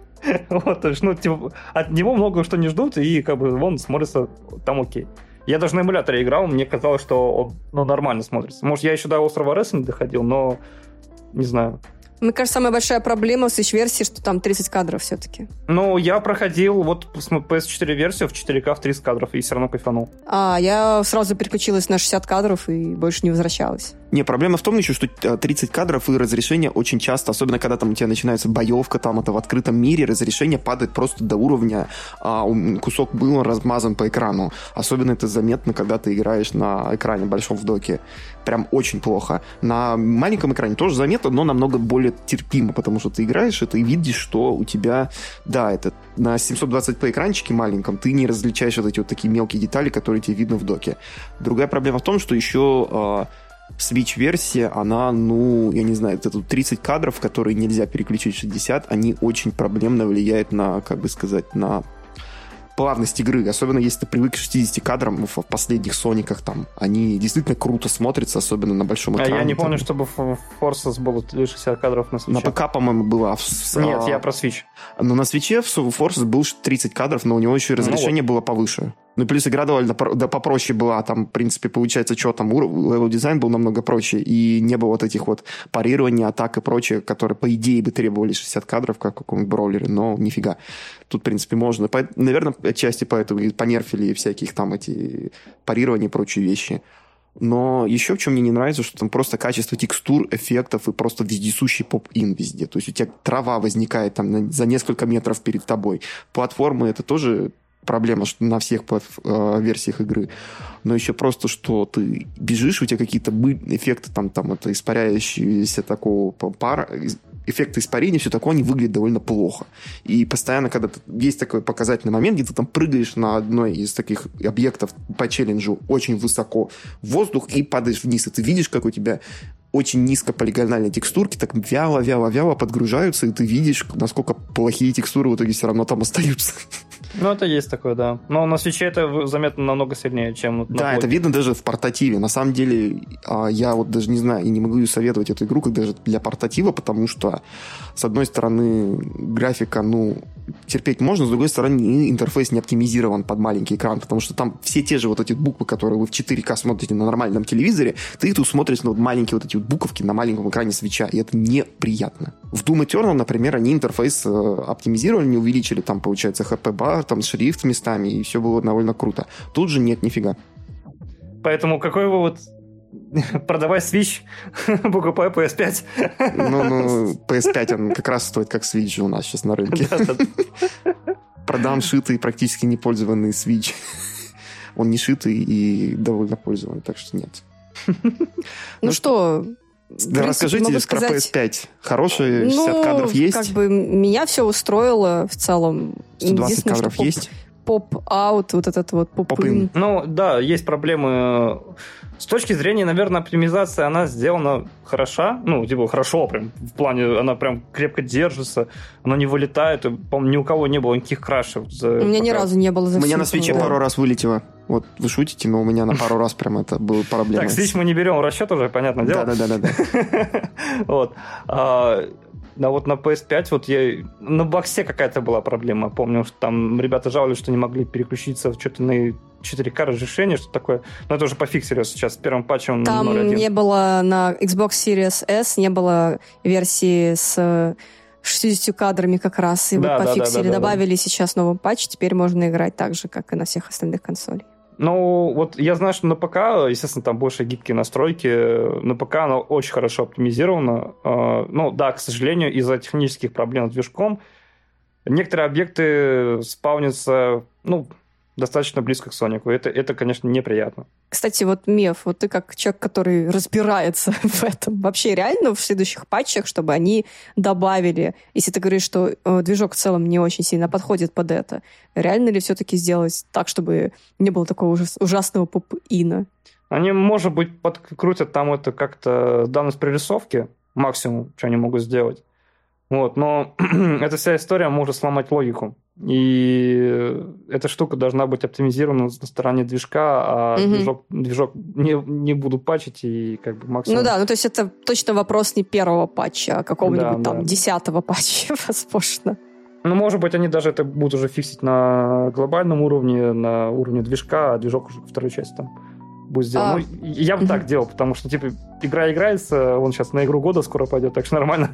Вот, то есть, ну, типа, от него много что не ждут, и как бы он смотрится там окей. Я даже на эмуляторе играл, мне казалось, что он, ну, нормально смотрится. Может, я еще до острова Ресса не доходил, но не знаю. Мне кажется, самая большая проблема в Switch-версии, что там тридцать кадров все-таки. Ну, я проходил вот пи эс четыре версию в четыре ка в тридцать кадров и все равно кайфанул. А, я сразу переключилась на шестьдесят кадров и больше не возвращалась. Не, проблема в том еще, что тридцать кадров и разрешение очень часто, особенно когда там у тебя начинается боевка, там это в открытом мире, разрешение падает просто до уровня, а, кусок был размазан по экрану. Особенно это заметно, когда ты играешь на экране большом в доке. Прям очень плохо. На маленьком экране тоже заметно, но намного более терпимо, потому что ты играешь, и ты видишь, что у тебя, да, это на семьсот двадцать пи экранчике маленьком ты не различаешь вот эти вот такие мелкие детали, которые тебе видно в доке. Другая проблема в том, что еще э, Switch-версия, она, ну, я не знаю, это тут тридцать кадров, которые нельзя переключить в шестьдесят, они очень проблемно влияют на, как бы сказать, на плавность игры, особенно если ты привык к шестидесяти кадрам в последних Сониках, там, они действительно круто смотрятся, особенно на большом экране. А я не помню, там. Чтобы в Forces было шестьдесят кадров на Switch. На ПК, по-моему, было. Нет, а... я про Switch. Но на Switch в Forces был тридцать кадров, но у него еще и разрешение ну, вот. было повыше. Ну и плюс игра довольно да, попроще была. Там, в принципе, получается, что там, level дизайн был намного проще, и не было вот этих вот парирований, атак и прочее, которые, по идее, бы требовали шестьдесят кадров, как в каком-нибудь броулере, но нифига. Тут, в принципе, можно. По, наверное, отчасти поэтому и понерфили всяких там эти парирования и прочие вещи. Но еще в чем мне не нравится, что там просто качество текстур, эффектов и просто вездесущий поп-ин везде. То есть у тебя трава возникает там за несколько метров перед тобой. Платформы — это тоже проблема, что на всех э, версиях игры. Но еще просто, что ты бежишь, у тебя какие-то эффекты, там, там это испаряющиеся такого пара, эффекты испарения, все такое, они выглядят довольно плохо. И постоянно, когда ты, есть такой показательный момент, где ты там прыгаешь на одной из таких объектов по челленджу очень высоко в воздух и падаешь вниз, и ты видишь, как у тебя очень низкополигональные текстурки так вяло-вяло-вяло подгружаются, и ты видишь, насколько плохие текстуры в итоге все равно там остаются. Ну, это есть такое, да. Но на свитче это заметно намного сильнее, чем на Да, плойке. это видно даже в портативе. На самом деле, я вот даже не знаю, и не могу советовать эту игру как даже для портатива, потому что, с одной стороны, графика, ну, терпеть можно, с другой стороны, интерфейс не оптимизирован под маленький экран, потому что там все те же вот эти буквы, которые вы в четыре ка смотрите на нормальном телевизоре, ты их тут смотришь на вот маленькие вот эти вот буковки на маленьком экране свитча, и это неприятно. В Doom Eternal, например, они интерфейс оптимизировали, не увеличили там, получается, эйч пи-бар, там шрифт местами, и все было довольно круто. Тут же нет нифига. Поэтому какой вывод? Продавай Switch, покупай пи эс пять. Ну, ну, пи эс пять, он как раз стоит как Switch же у нас сейчас на рынке. Продам шитый, практически непользованный Switch. Он не шитый и довольно пользованный, так что нет. Ну что... Да, расскажите про сказать... пи эс пять. Хорошие шестьдесят ну, кадров есть? Как бы меня все устроило в целом. сто двадцать кадров поп, есть? Поп-аут, вот этот вот поп-ин. Ну, да, есть проблемы. С точки зрения, наверное, оптимизации она сделана хороша. Ну, типа, хорошо прям. В плане, она прям крепко держится. Она не вылетает. По-моему, ни у кого не было никаких крашев. За... У меня пока... ни разу не было. У меня на свитче да. пару раз вылетело. Вот вы шутите, но у меня на пару раз прям это была проблема. Так, свитч мы не берем в расчет уже, понятное дело. Да-да-да. Вот. А вот на пи эс пять вот я... На боксе какая-то была проблема. Помню, что там ребята жаловались, что не могли переключиться что-то на четыре ка разрешение, что такое. Но это уже пофиксили сейчас с первым патчем. Там ноль один. Не было на Xbox Series S, не было версии с шестьюдесятью кадрами как раз. И да, вот пофиксили. Да, да, да, добавили да. сейчас новый патч. Теперь можно играть так же, как и на всех остальных консолей. Ну, вот я знаю, что на ПК, естественно, там больше гибкие настройки. На ПК она очень хорошо оптимизирована. Ну, да, к сожалению, из-за технических проблем с движком некоторые объекты спаунятся, ну, достаточно близко к Сонику. Это, это, конечно, неприятно. Кстати, вот, Меф, вот ты как человек, который разбирается в этом, вообще реально в следующих патчах, чтобы они добавили, если ты говоришь, что э, движок в целом не очень сильно подходит под это, реально ли все-таки сделать так, чтобы не было такого ужас, ужасного поп-ина? Они, может быть, подкрутят там это как-то данность прорисовки, максимум, что они могут сделать. Вот, но эта вся история может сломать логику. И эта штука должна быть оптимизирована на стороне движка, а mm-hmm. движок, движок не, не буду патчить и как бы максимум... Ну да, ну то есть это точно вопрос не первого патча, а какого-нибудь да, там да. десятого патча, возможно. Ну, может быть, они даже это будут уже фиксить на глобальном уровне, на уровне движка, а движок уже второй части там будет сделан. А... Ну, я бы mm-hmm. так делал, потому что, типа, игра играется, он сейчас на игру года скоро пойдет, так что нормально.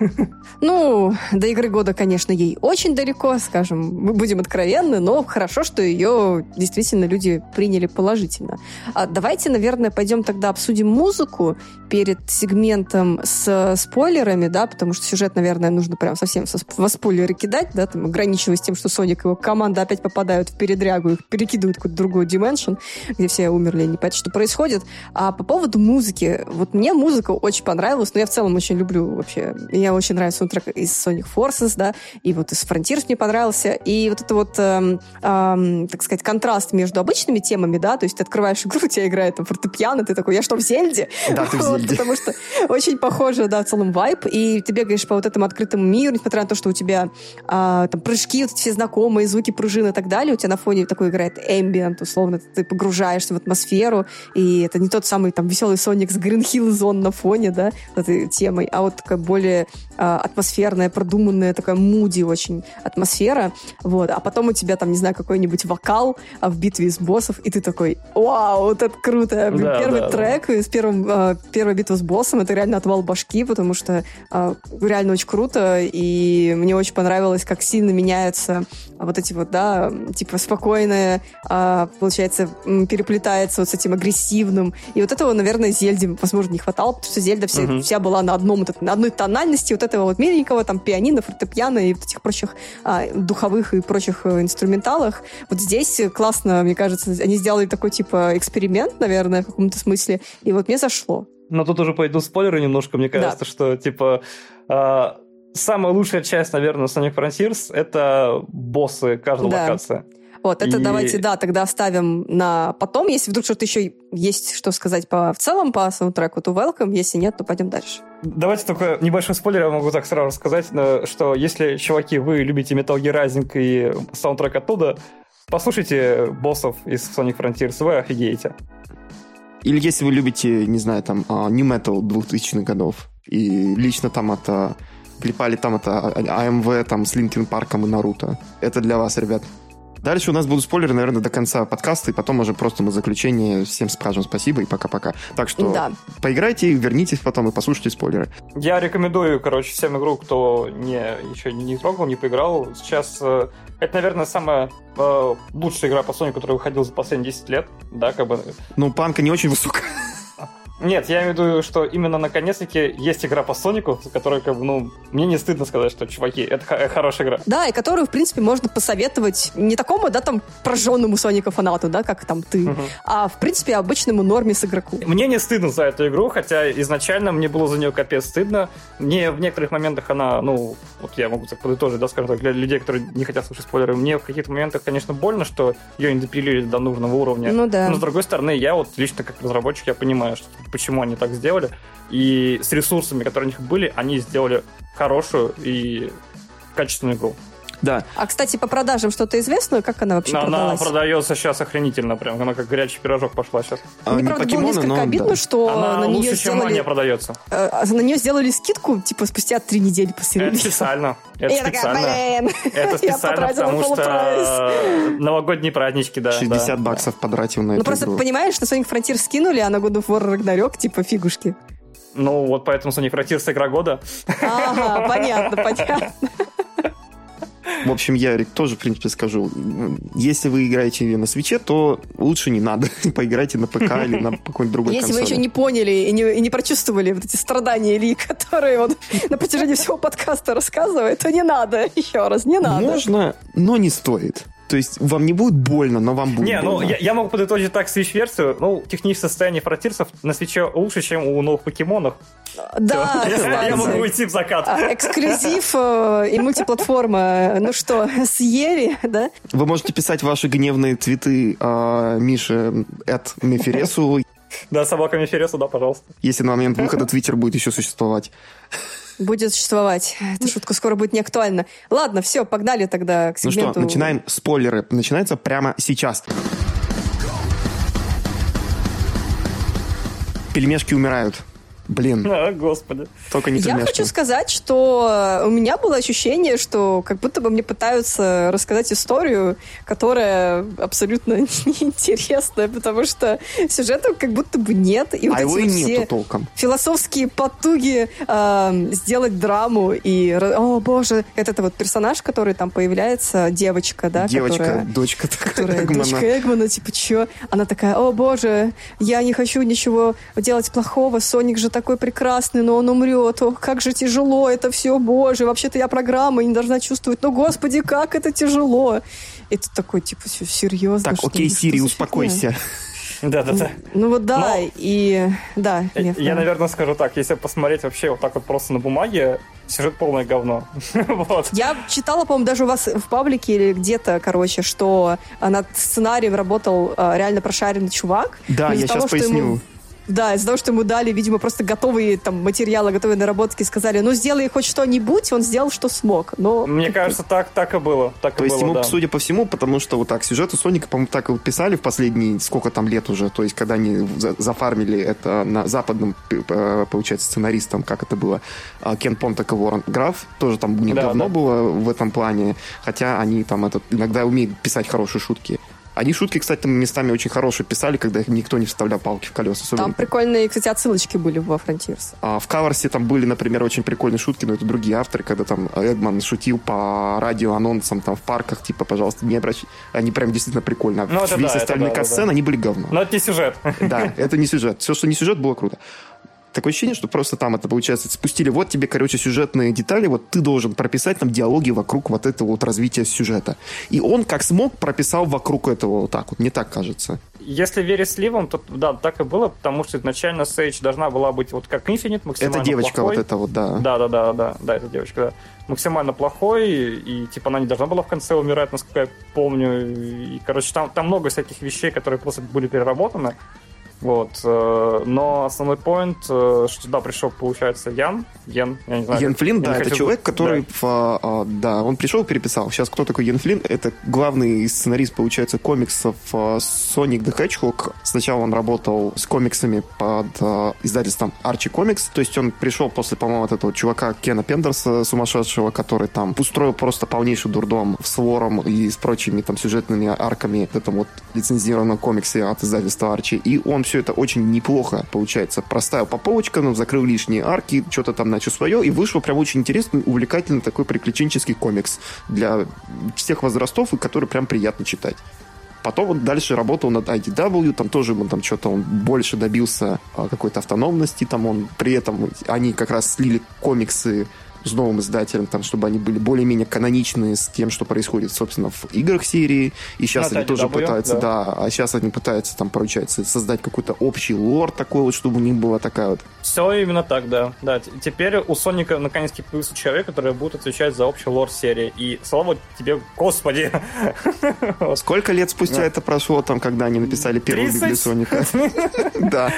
Ну, до игры года, конечно, ей очень далеко, скажем, мы будем откровенны, но хорошо, что ее действительно люди приняли положительно. А давайте, наверное, пойдем тогда обсудим музыку перед сегментом с спойлерами, да, потому что сюжет, наверное, нужно прям совсем во спойлеры кидать, да, там, ограничиваясь тем, что Соник и его команда опять попадают в передрягу, их перекидывают в какой-то другой дименшн, где все умерли, не понятно, что происходит. А по поводу музыки, вот мне музыка очень понравилась, но я в целом очень люблю вообще, мне очень нравится саундтрек из Sonic Forces, да, и вот из Frontiers мне понравился, и вот это вот, эм, эм, так сказать, контраст между обычными темами, да, то есть ты открываешь игру, у тебя играет там фортепиано, ты такой, я что, в Зельде? Да, ты в Зельде. Потому что очень похоже, да, в целом вайб, и ты бегаешь по вот этому открытому миру, несмотря на то, что у тебя а, там прыжки, вот все знакомые, звуки пружин и так далее, у тебя на фоне такой играет ambient, условно, ты погружаешься в атмосферу, и это не тот самый там веселый Соник с Green Hill Zone на фоне, да, этой темой, а вот такая более а, атмосферная, продуманная, такая муди очень атмосфера, вот, а потом у тебя там, не знаю, какой-нибудь вокал а в битве с боссов, и ты такой, вау, вот это круто. Да, первый да, трек да. с первым, а, первая битва с боссом, это реально отвал башки, потому что а, реально очень круто, и мне очень понравилось, как сильно меняются вот эти вот, да, типа спокойное, а, получается, переплетается вот с этим агрессивным, и вот этого, наверное, Зельде, возможно, не хватало, потому что Зельда вся, uh-huh. вся была на одном, на одной тональности вот этого вот миленького, там, пианино, фортепиано и вот этих прочих а, духовых и прочих инструменталах. Вот здесь классно, мне кажется, они сделали такой, типа, эксперимент, наверное, в каком-то смысле, и вот мне зашло. Но тут уже пойду спойлеры немножко, мне кажется, да. что, типа, э, самая лучшая часть, наверное, Sonic Frontiers — это боссы каждой да. локации. Вот, это И... давайте, да, тогда оставим на потом. Если вдруг что-то еще есть, что сказать по, в целом по саундтреку, то welcome. Если нет, то пойдем дальше. Давайте только небольшой спойлер, я могу так сразу сказать, что если, чуваки, вы любите Metal Gear Rising и саундтрек оттуда, послушайте боссов из Sonic Frontiers, вы офигеете. Или если вы любите, не знаю, там, New Metal двухтысячных годов, и лично там это... клепали там это эй эм ви там, с Линкин Парком и Наруто. Это для вас, ребят. Дальше у нас будут спойлеры, наверное, до конца подкаста, и потом уже просто мы в заключение всем скажем спасибо и пока-пока. Так что да. поиграйте, вернитесь потом и послушайте спойлеры. Я рекомендую, короче, всем игру, кто не, еще не трогал, не поиграл. Сейчас э, это, наверное, самая э, лучшая игра по Sonic, которая выходила за последние десять лет. Да, как бы... Ну, планка не очень высокая. Нет, я имею в виду, что именно наконец-таки есть игра по Сонику, которая, как бы, ну, мне не стыдно сказать, что, чуваки, это х- хорошая игра. Да, и которую, в принципе, можно посоветовать не такому, да, там, прожженному Соника-фанату, да, как там ты, uh-huh. а, в принципе, обычному нормис игроку. Мне не стыдно за эту игру, хотя изначально мне было за нее капец стыдно. Мне в некоторых моментах она, ну, вот я могу так подытожить, да, скажем так, для людей, которые не хотят слушать спойлеры, мне в каких-то моментах, конечно, больно, что ее не допилили до нужного уровня. Ну да. Но, с другой стороны, я вот лично как разработчик, я понимаю, что почему они так сделали. И с ресурсами, которые у них были, они сделали хорошую и качественную игру. Да. А, кстати, по продажам что-то известно? Как она вообще она продалась? Она продается сейчас охренительно прям. Она как горячий пирожок пошла сейчас. А, Мне, не правда, покемоны, было несколько но, обидно, да. что она на лучше, нее чем сделали... Мания продается. Э, на нее сделали скидку, типа, спустя три недели после Это релиза. специально. Это я специально. Такая, блин, это специально, потому что новогодние празднички, да. шестьдесят да, баксов да. потратил на ну, эту просто игру. понимаешь, что Sonic Frontiers скинули, а на God of War Ragnarok, типа, фигушки. Ну, вот поэтому Sonic Frontiers игра года. Ага, понятно, понятно. В общем, я, Рик, тоже, в принципе, скажу. Если вы играете на Свитче, то лучше не надо. Поиграйте на ПК или на какой-нибудь другой Если консоли. вы еще не поняли и не, и не прочувствовали вот эти страдания Ильи, которые он на протяжении всего подкаста рассказывает, то не надо. Еще раз, не надо. Можно, но не стоит. То есть вам не будет больно, но вам будет Не, больно. ну я, я могу подытожить так Switch-версию. Ну, техническое состояние фронтирсов на Свитче лучше, чем у новых покемонов. Да, Всё. кстати. Я могу уйти в закат. А, эксклюзив э, и мультиплатформа. Ну что, съели, да? Вы можете писать ваши гневные твиты э, Мише at Мефересу, Да, собака Мефересу, да, пожалуйста. если на момент выхода Твиттер будет еще существовать. Будет существовать. Эта шутка скоро будет не актуальна. Ладно, все, погнали тогда к Ну сегменту. что, начинаем спойлеры. Начинается прямо сейчас. Пельмешки умирают. Блин, А, господи. только не Я пельмешки. хочу сказать, что у меня было ощущение, что как будто бы мне пытаются рассказать историю, которая абсолютно неинтересная, потому что сюжета как будто бы нет. И вот А эти его и вот нету все толком. философские потуги э, сделать драму и... О, боже, это, это вот персонаж, который там появляется, девочка, да? Девочка, которая... дочка которая Эгмана. дочка Эгмана, типа, чё? Она такая, о боже, я не хочу ничего делать плохого, Соник же такой прекрасный, но он умрет, ох, как же тяжело это все, боже, вообще-то я программа и не должна чувствовать, ну, господи, как это тяжело. И ты такой, типа, все серьезно? Так, что окей, ли? Сири, Что за успокойся. Да-да-да. фигня? Ну вот да, Но- и... Да, Лев, Я, да. наверное, скажу так, если посмотреть вообще вот так вот просто на бумаге, сюжет полное говно. Вот. Я читала, по-моему, даже у вас в паблике или где-то, короче, что над сценарием работал а, реально прошаренный чувак. Да, Но из-за я того, сейчас что поясню. ему- Да, из-за того, что ему дали, видимо, просто готовые там материалы, готовые наработки, и сказали, ну, сделай хоть что-нибудь, он сделал, что смог. Но Мне кажется, так, так и было. Так То и есть было, ему, да. судя по всему, потому что вот так, сюжеты Соника, по-моему, так и писали в последние, сколько там лет уже, то есть когда они за- зафармили это на западном, п- п- получается, сценаристом, как это было, а, Кен Понтак и Уоррен Граф, тоже там у них Да, давно да. было в этом плане, хотя они там этот, иногда умеют писать хорошие шутки. Они шутки, кстати, местами очень хорошие писали, когда их никто не вставлял палки в колеса. Особенно. там прикольные, кстати, отсылочки были во Frontiers. А в Каверсе там были, например, очень прикольные шутки, но это другие авторы, когда там Эгман шутил по радиоанонсам там в парках, типа, пожалуйста, не обращайтесь. Они прям действительно прикольно. Ну, это Весь да, это остальные да, да, катсцены, да. они были говно. Но это не сюжет. Да, это не сюжет. Все, что не сюжет, было круто. такое ощущение, что просто там это, получается, спустили, вот тебе, короче, сюжетные детали, вот ты должен прописать там диалоги вокруг вот этого вот развития сюжета. И он, как смог, прописал вокруг этого вот так вот, мне так кажется. Если верить сливам, то да, так и было, потому что изначально Сейдж должна была быть вот как Infinite, максимально Это девочка плохой. вот эта вот, да. Да, да, да, да, да, это девочка, да. Максимально плохой, и, типа, она не должна была в конце умирать, насколько я помню. И, короче, там, там много всяких вещей, которые просто были переработаны. Вот. Но основной поинт, что туда пришел, получается, Ян. Ян, я не знаю. Ян Флинн, да, это хочу... человек, который... Да. В, а, да, он пришел, переписал. Сейчас кто такой Ян Флинн? Это главный сценарист, получается, комиксов Sonic the Hedgehog. Сначала он работал с комиксами под а, издательством Archie Comics. То есть он пришел после, по-моему, от этого чувака Кена Пендерса сумасшедшего, который там устроил просто полнейший дурдом с лором и с прочими там сюжетными арками в этом вот лицензированном комиксе от издательства Archie. И он все это очень неплохо, получается, проставил по полочкам, закрыл лишние арки, что-то там начал свое, и вышел прям очень интересный, увлекательный такой приключенческий комикс для всех возрастов, и который прям приятно читать. Потом он дальше работал над ай ди дабл ю, там тоже он там что-то он больше добился а, какой-то автономности, там он при этом они как раз слили комиксы с новым издателем, там, чтобы они были более-менее каноничные с тем, что происходит, собственно, в играх серии. И сейчас ну, они тоже дабл ю, пытаются, да. да, а сейчас они пытаются, там, получается, создать какой-то общий лор такой вот, чтобы у них была такая вот... Все именно так, да. Да, теперь у Соника наконец-таки появился человек, который будет отвечать за общий лор серии. И слава тебе, господи! Сколько лет спустя это прошло, там, когда они написали первую Библию Соника? Да.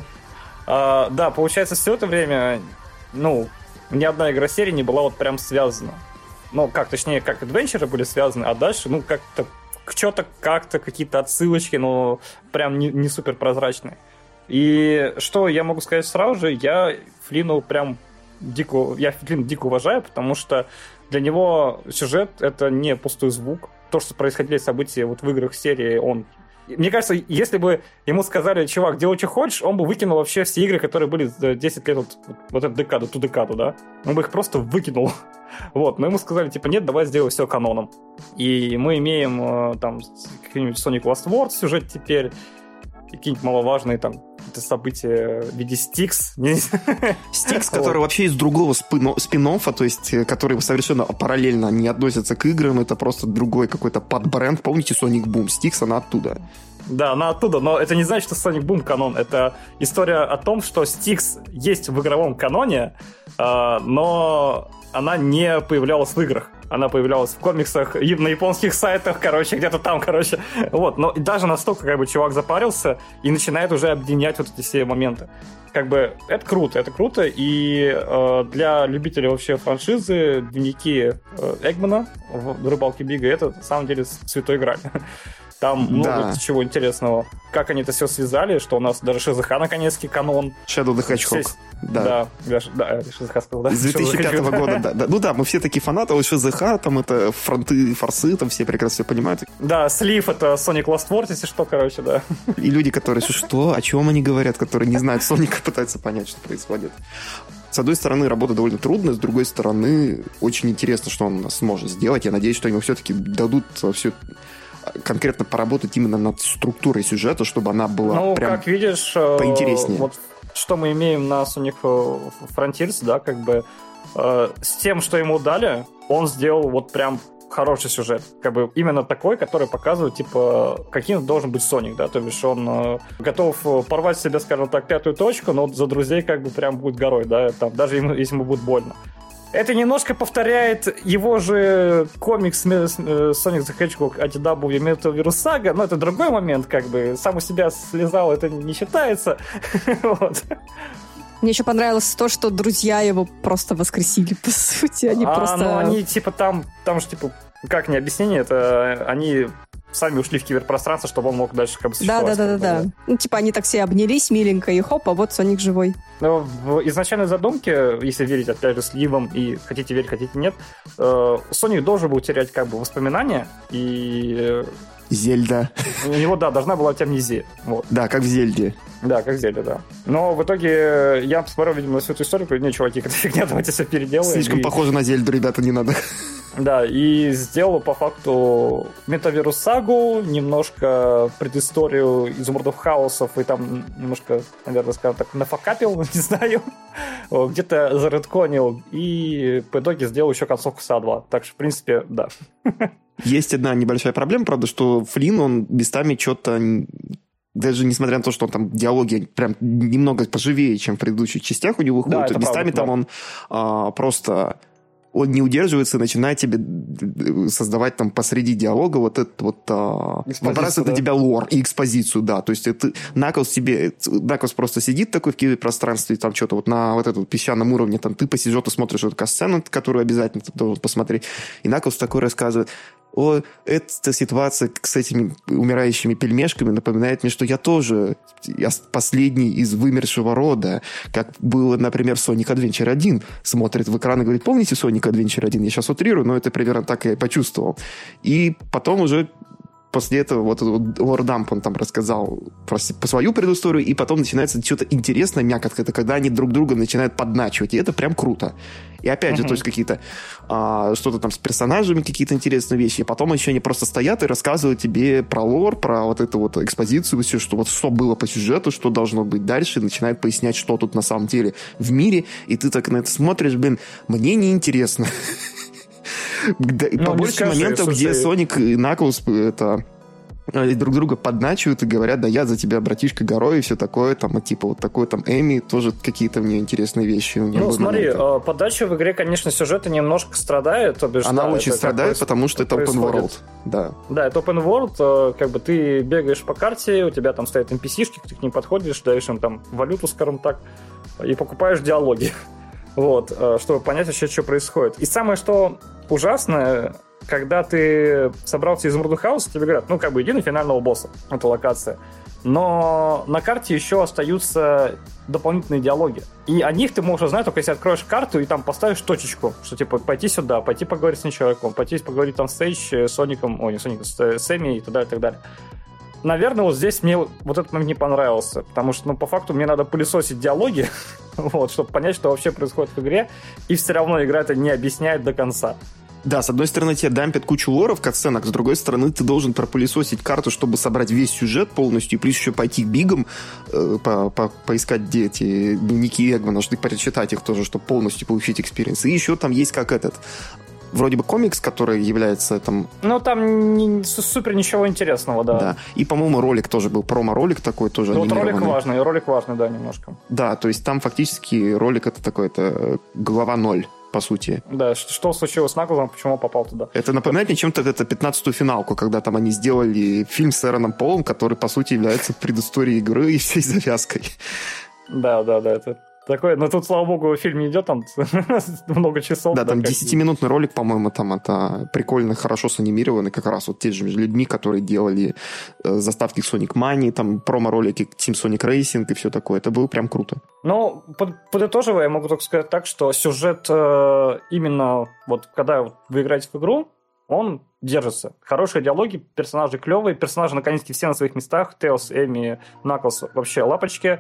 Да, получается, все это время, ну, ни одна игра серии не была вот прям связана. Ну, как, точнее, как адвенчеры были связаны, а дальше, ну, как-то, что-то как-то, какие-то отсылочки, но прям не, не супер прозрачные. И что я могу сказать сразу же, я Флину прям дико, я Флина дико уважаю, потому что для него сюжет — это не пустой звук. То, что происходили события вот в играх серии, он... Мне кажется, если бы ему сказали, чувак, делай, что хочешь, он бы выкинул вообще все игры, которые были десять лет, вот, вот эту декаду, ту декаду, да? Он бы их просто выкинул. Вот, но ему сказали, типа, нет, давай сделай все каноном. И мы имеем там какой-нибудь Sonic Lost World сюжет теперь, какие-нибудь маловажные там события в виде Стикс. Стикс, который вообще из другого спин-оффа, то есть, который совершенно параллельно не относится к играм, это просто другой какой-то подбренд. Помните Sonic Boom? Стикс, она оттуда. Да, она оттуда, но это не значит, что Sonic Boom канон. Это история о том, что Стикс есть в игровом каноне, но она не появлялась в играх. Она появлялась в комиксах, на японских сайтах, короче, где-то там, короче. Вот, но даже настолько, как бы, чувак запарился и начинает уже объединять вот эти все моменты. Как бы, это круто, это круто, и э, для любителей вообще франшизы дневники э, Эгмана в «Рыбалке Бига» это, на самом деле, святой граль. Там много да. чего интересного. Как они это все связали, что у нас даже ШЗХ наконец-таки канон. Shadow the Hedgehog. Все... Да, да, да, ШЗХ сказал, да. С две тысячи пятого года, да, да. Ну да, мы все такие фанаты, вот ШЗХ, там это фронты, форсы, там все прекрасно все понимают. Да, слив — это Sonic Lost World, если что, короче, да. И люди, которые, что, о чем они говорят, которые не знают Соника, пытаются понять, что происходит. С одной стороны, работа довольно трудная, с другой стороны, очень интересно, что он сможет сделать. Я надеюсь, что ему все-таки дадут все... конкретно поработать именно над структурой сюжета, чтобы она была ну, прям как видишь, поинтереснее. Вот что мы имеем на Sonic Frontiers, да, как бы э, с тем, что ему дали, он сделал вот прям хороший сюжет. Как бы именно такой, который показывает, типа, каким должен быть Соник, да, то бишь он э, готов порвать себе, скажем так, пятую точку, но за друзей как бы прям будет горой, да, там, даже ему, если ему будет больно. Это немножко повторяет его же комикс Sonic the Hedgehog ай ди дабл ю Metal Virus Saga, но это другой момент, как бы, сам у себя слезал, это не считается. Вот. Мне еще понравилось то, что друзья его просто воскресили, по сути. Они а, просто... ну, они, типа, там, там же, типа, как не объяснение, это они сами ушли в киберпространство, чтобы он мог дальше как бы существовать. Да-да-да. да. Ну, типа, они так все обнялись миленько, и хоп, а вот Соник живой. Но в изначальной задумке, если верить, опять же, сливам, и хотите верить, хотите нет, Соник должен был терять как бы воспоминания, и Зельда. У него, да, должна была быть амнезия. Вот. Да, как в Зельде. Да, как в Зельде, да. Но в итоге я посмотрел, видимо, на всю эту историю, говорю, не, чуваки, это фигня, давайте все переделаем. Слишком и... похоже на Зельду, ребята, не надо. Да, и сделал по факту метавирус-сагу, немножко предысторию изумрудов хаосов, и там немножко, наверное, скажем так, нафакапил, не знаю, где-то заредконил, и по итоге сделал еще концовку эс эй два. Так что, в принципе, да. Есть одна небольшая проблема, правда, что Флинн, он местами что-то... Даже несмотря на то, что он там диалоги прям немного поживее, чем в предыдущих частях у него выходят, да, местами правда, там да. он а, просто... он не удерживается и начинает тебе создавать там посреди диалога вот это вот... Набрасывает да. на тебя лор и экспозицию, да. То есть это Наклз тебе... Наклз просто сидит такой в киберпространстве, там что-то вот на вот этом песчаном уровне, там ты посидишь, ты смотришь эту касцену, которую обязательно ты должен посмотреть, и Наклз такой рассказывает: о, эта ситуация с этими умирающими пельмешками напоминает мне, что я тоже я последний из вымершего рода. Как было, например, Sonic Adventure один. Смотрит в экран и говорит: помните Sonic Adventure один? Я сейчас утрирую, но это примерно так я и почувствовал. И потом уже после этого вот Лордамп, он там рассказал про, про свою предысторию, и потом начинается что-то интересное, мякотка. Это когда они друг друга начинают подначивать, и это прям круто. И опять uh-huh. же, то есть какие-то а, что-то там с персонажами, какие-то интересные вещи, и потом еще они просто стоят и рассказывают тебе про лор, про вот эту вот экспозицию, все, что вот что было по сюжету, что должно быть дальше, и начинают пояснять, что тут на самом деле в мире, и ты так на это смотришь, блин, мне неинтересно. Побольше моментов, где Соник и Наклз это... друг друга подначивают и говорят: да я за тебя, братишка, горой, и все такое, там, и типа вот такой там Эми, тоже какие-то мне интересные вещи. Ну, смотри, моменты. Подача в игре, конечно, сюжета немножко страдает. То бишь, Она да, очень страдает, потому что это open world. Да. Да, это open world, как бы ты бегаешь по карте, у тебя там стоят эн пи си-шки, ты к ним подходишь, даешь им там валюту, скажем так, и покупаешь диалоги. Вот, чтобы понять вообще, что происходит. И самое, что ужасное, когда ты собрался из изумрудных хаоса, тебе говорят: ну, как бы, иди на финального босса, это локация. Но на карте еще остаются дополнительные диалоги. И о них ты можешь узнать, только если откроешь карту и там поставишь точечку, что, типа, пойти сюда, пойти поговорить с ним человеком, пойти поговорить там с Эйдж, с Соником, ой, не Соником, с Эми и так далее, и так далее. Наверное, вот здесь мне вот этот момент не понравился, потому что, ну, по факту мне надо пылесосить диалоги, вот, чтобы понять, что вообще происходит в игре, и все равно игра это не объясняет до конца. Да, с одной стороны, тебе дампят кучу лоров, катсценок, с другой стороны, ты должен пропылесосить карту, чтобы собрать весь сюжет полностью, и плюс еще пойти к бигам, э, по, по, поискать, где эти дневники Эгмана, чтобы перечитать их тоже, чтобы полностью получить экспириенс. И еще там есть как этот... вроде бы комикс, который является там... Ну, там не, супер ничего интересного, да. Да. И, по-моему, ролик тоже был, промо-ролик такой тоже ну, анимированный. Вот ролик важный, ролик важный, да, немножко. Да, то есть там фактически ролик это такой, это глава ноль, по сути. Да, что, что случилось с Наклзом, почему он попал туда. Это напоминает мне чем-то это пятнадцатую финалку, когда там они сделали фильм с Эроном Полом, который, по сути, является предысторией игры и всей завязкой. Да, да, да, это... Такое, но тут, слава богу, фильм не идет, там много часов. Да, там десятиминутный ролик, по-моему, там это прикольно, хорошо санимированный, как раз вот те же людьми, которые делали э, заставки к Sonic Mania, там промо-ролики к Team Sonic Racing и все такое. Это было прям круто. Ну, под, подытоживая, я могу только сказать так, что сюжет э, именно вот когда вы играете в игру, он держится. Хорошие диалоги, персонажи клевые, персонажи наконец-таки все на своих местах, Тейлз, Эми, Наклз, вообще лапочки.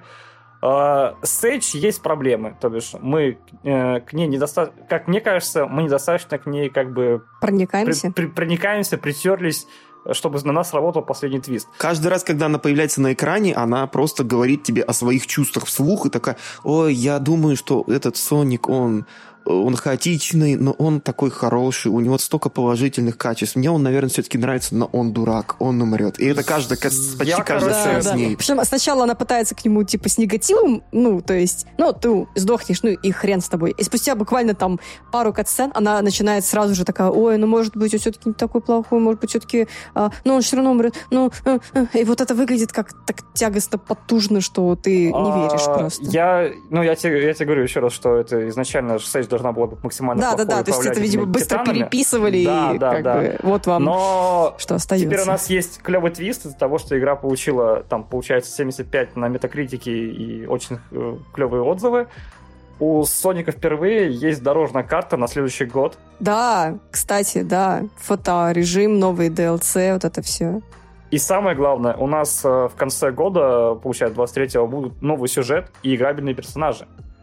С Эйдж есть проблемы, то бишь мы э, к ней недостаточно, как мне кажется, мы недостаточно к ней как бы проникаемся, при, при, проникаемся, притерлись, чтобы на нас работал последний твист. Каждый раз, когда она появляется на экране, она просто говорит тебе о своих чувствах вслух и такая: ой, я думаю, что этот Соник, он... он хаотичный, но он такой хороший, у него столько положительных качеств. Мне он, наверное, все-таки нравится, но он дурак, он умрет. И это каждая, почти я каждая сцена с ней. Причем сначала она пытается к нему, типа, с негативом, ну, то есть, ну, ты сдохнешь, ну, и хрен с тобой. И спустя буквально там пару катсцен она начинает сразу же такая: ой, ну, может быть, он все-таки не такой плохой, может быть, все-таки, а, ну, он все равно умрет, ну, а, а. И вот это выглядит как так тягостно, потужно, что ты не веришь просто. Я, ну, я тебе, я тебе говорю еще раз, что это изначально Сейдж должна была быть максимально да, плохой. Да, да, да, то есть это, видимо, быстро титанами. переписывали, да, и да, как да. бы вот вам Но что остается. Теперь у нас есть клевый твист из-за того, что игра получила, там, получается, семьдесят пять на метакритике и очень э, клевые отзывы. у Соника впервые есть дорожная карта на следующий год. Да, кстати, да. Фоторежим, новые ди эл си, вот это все. И самое главное, у нас в конце года, получается, двадцать третьего, будут новый сюжет и играбельные персонажи.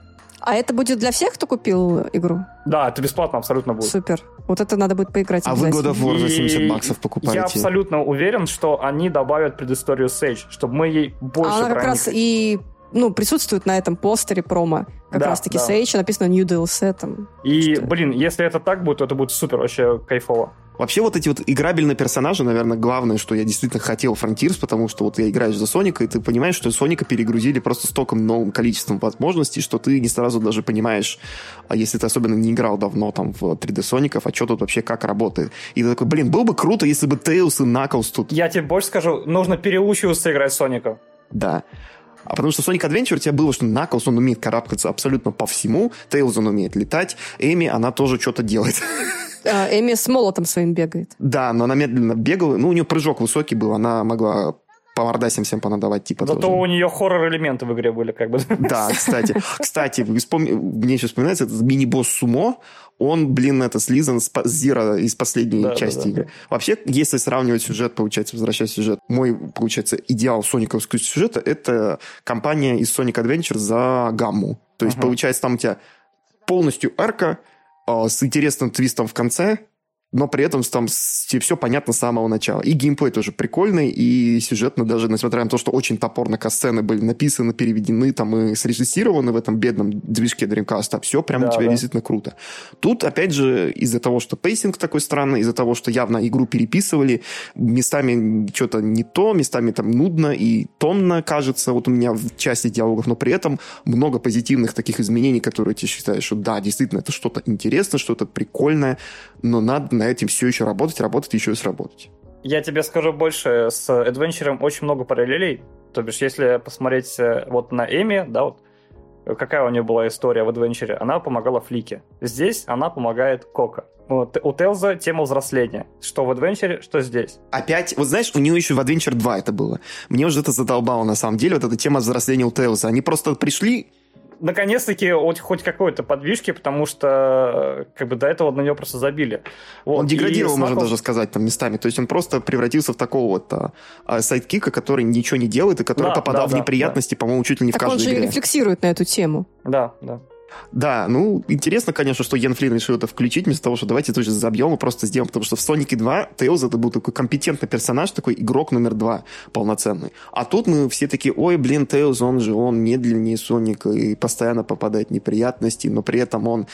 А это будет для всех, кто купил игру? Да, это бесплатно абсолютно будет. Супер. Вот это надо будет поиграть. А вы God of War за семьдесят баксов покупаете? Я абсолютно уверен, что они добавят предысторию Сейдж, чтобы мы ей больше а она как раз и ну, присутствует на этом постере промо. Как да, раз-таки да. Сейдж, написано New ди эл си там. И, что... блин, если это так будет, то это будет супер, вообще кайфово. Вообще вот эти вот играбельные персонажи, наверное, главное, что я действительно хотел Frontiers, потому что вот я играешь за Соника, и ты понимаешь, что Соника перегрузили просто столько новым количеством возможностей, что ты не сразу даже понимаешь, а если ты особенно не играл давно там в три дэ Соников, а что тут вообще как работает. И ты такой, блин, было бы круто, если бы Тейлс и Наклз тут... Я тебе больше скажу, нужно переучиваться играть Соника. Да. А потому что Sonic Adventure у тебя было, что Наклз, он умеет карабкаться абсолютно по всему, Тейлз, он умеет летать, Эми, она тоже что-то делает. А, Эми с молотом своим бегает. Да, но она медленно бегала, ну, у нее прыжок высокий был, она могла по мордасям всем понадавать, типа. Зато тоже. у нее хоррор-элементы в игре были, как бы. Да, кстати. Кстати, вспом... мне сейчас вспоминается, этот мини-босс Сумо, он, блин, это слизан с Зира из последней да, части да, да, игры. да. Вообще, если сравнивать сюжет, получается, возвращаясь в сюжет, мой, получается, идеал сониковского сюжета – это компания из Sonic Adventure за гамму. То есть, uh-huh. получается, там у тебя полностью арка э, с интересным твистом в конце, но при этом там все понятно с самого начала. И геймплей тоже прикольный, и сюжетно даже, несмотря на то, что очень топорно касцены были написаны, переведены там и срежиссированы в этом бедном движке Dreamcast, все прям да, у тебя да. действительно круто. Тут, опять же, из-за того, что пейсинг такой странный, из-за того, что явно игру переписывали, местами что-то не то, местами там нудно и томно кажется, вот у меня в части диалогов, но при этом много позитивных таких изменений, которые ты считаешь, что да, действительно, это что-то интересное, что-то прикольное, но надо на этим все еще работать, работать и еще и сработать. Я тебе скажу больше, с Adventure очень много параллелей. То бишь, если посмотреть вот на Эми, да, вот какая у нее была история в Adventure, она помогала Флике. Здесь она помогает Коко. Вот, у Тейлза тема взросления. Что в Adventure, что здесь. Опять, вот знаешь, у нее еще в Adventure два это было. Мне уже это задолбало на самом деле, вот эта тема взросления у Тейлза. Они просто пришли... Наконец-таки хоть, хоть какой-то подвижки, потому что как бы до этого на него просто забили. Вот. Он деградировал, можно Snackles... даже сказать, там местами. То есть он просто превратился в такого вот а, сайдкика, который ничего не делает и который да, попадал да, в неприятности, да. по-моему, чуть ли не так в каждой игре. Так он же игре. рефлексирует на эту тему. Да, да. Да, ну, интересно, конечно, что Йен Флинн решил это включить, вместо того, что давайте тоже забьем и просто сделаем, потому что в Сонике два Тейлз это был такой компетентный персонаж, такой игрок номер два полноценный. А тут мы все такие, ой, блин, Тейлз, он же, он медленнее Соника и постоянно попадает в неприятности, но при этом он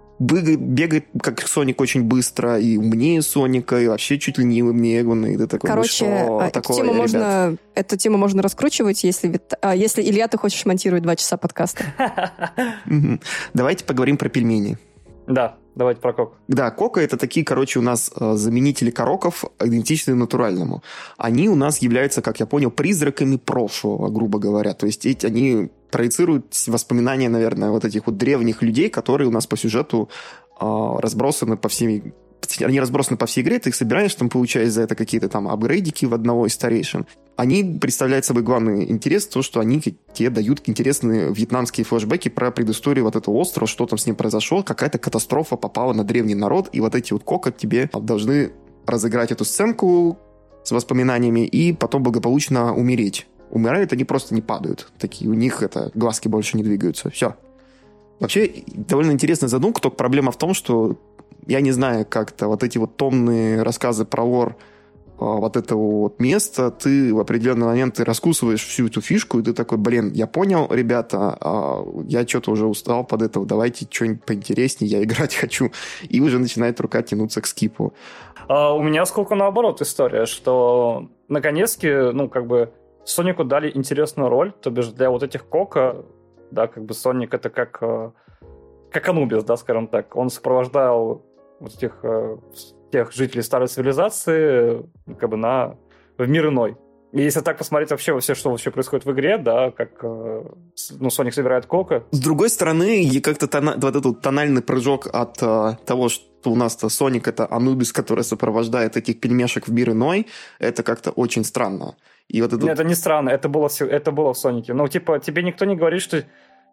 бегает, как Соник, очень быстро, и умнее Соника, и вообще чуть ли не умнее Эгона. И ты такой, короче, ну, эту, такое, тему ребят? можно, эту тему можно раскручивать, если, если, Илья, ты хочешь монтировать два часа подкаста. Давайте поговорим про пельмени. Да, давайте про Коко. Да, Коко это такие, короче, у нас заменители короков, идентичные натуральному. Они у нас являются, как я понял, призраками прошлого, грубо говоря. То есть эти, они проецируют воспоминания, наверное, вот этих вот древних людей, которые у нас по сюжету э, разбросаны по всей... Они разбросаны по всей игре, ты их собираешь, там получаешь за это какие-то там апгрейдики в одного из старейшин. Они представляют собой главный интерес, то, что они тебе дают интересные вьетнамские флешбеки про предысторию вот этого острова, что там с ним произошло, какая-то катастрофа попала на древний народ, и вот эти вот Коко тебе должны разыграть эту сценку с воспоминаниями и потом благополучно умереть. Умирают, они просто не падают. Такие, у них это глазки больше не двигаются. Все. Вообще, довольно интересная задумка, только проблема в том, что я не знаю, как-то вот эти вот томные рассказы про лор вот этого вот места, ты в определенный момент ты раскусываешь всю эту фишку, и ты такой, блин, я понял, ребята, я что-то уже устал под этого, давайте что-нибудь поинтереснее, я играть хочу. И уже начинает рука тянуться к скипу. А у меня сколько наоборот история, что наконец-таки, ну, как бы Сонику дали интересную роль, то бишь для вот этих Коко, да, как бы Соник это как, как Анубис, да, скажем так. Он сопровождал вот этих, тех жителей старой цивилизации как бы на, в мир иной. И если так посмотреть вообще во все, что вообще происходит в игре, да, как ну, Соник собирает Коко. С другой стороны, как-то тона, вот этот тональный прыжок от uh, того, что у нас-то Соник это Анубис, который сопровождает этих пельмешек в мир иной, это как-то очень странно. И вот это... Нет, это не странно, это было, это было в Сонике. Ну, типа, тебе никто не говорит, что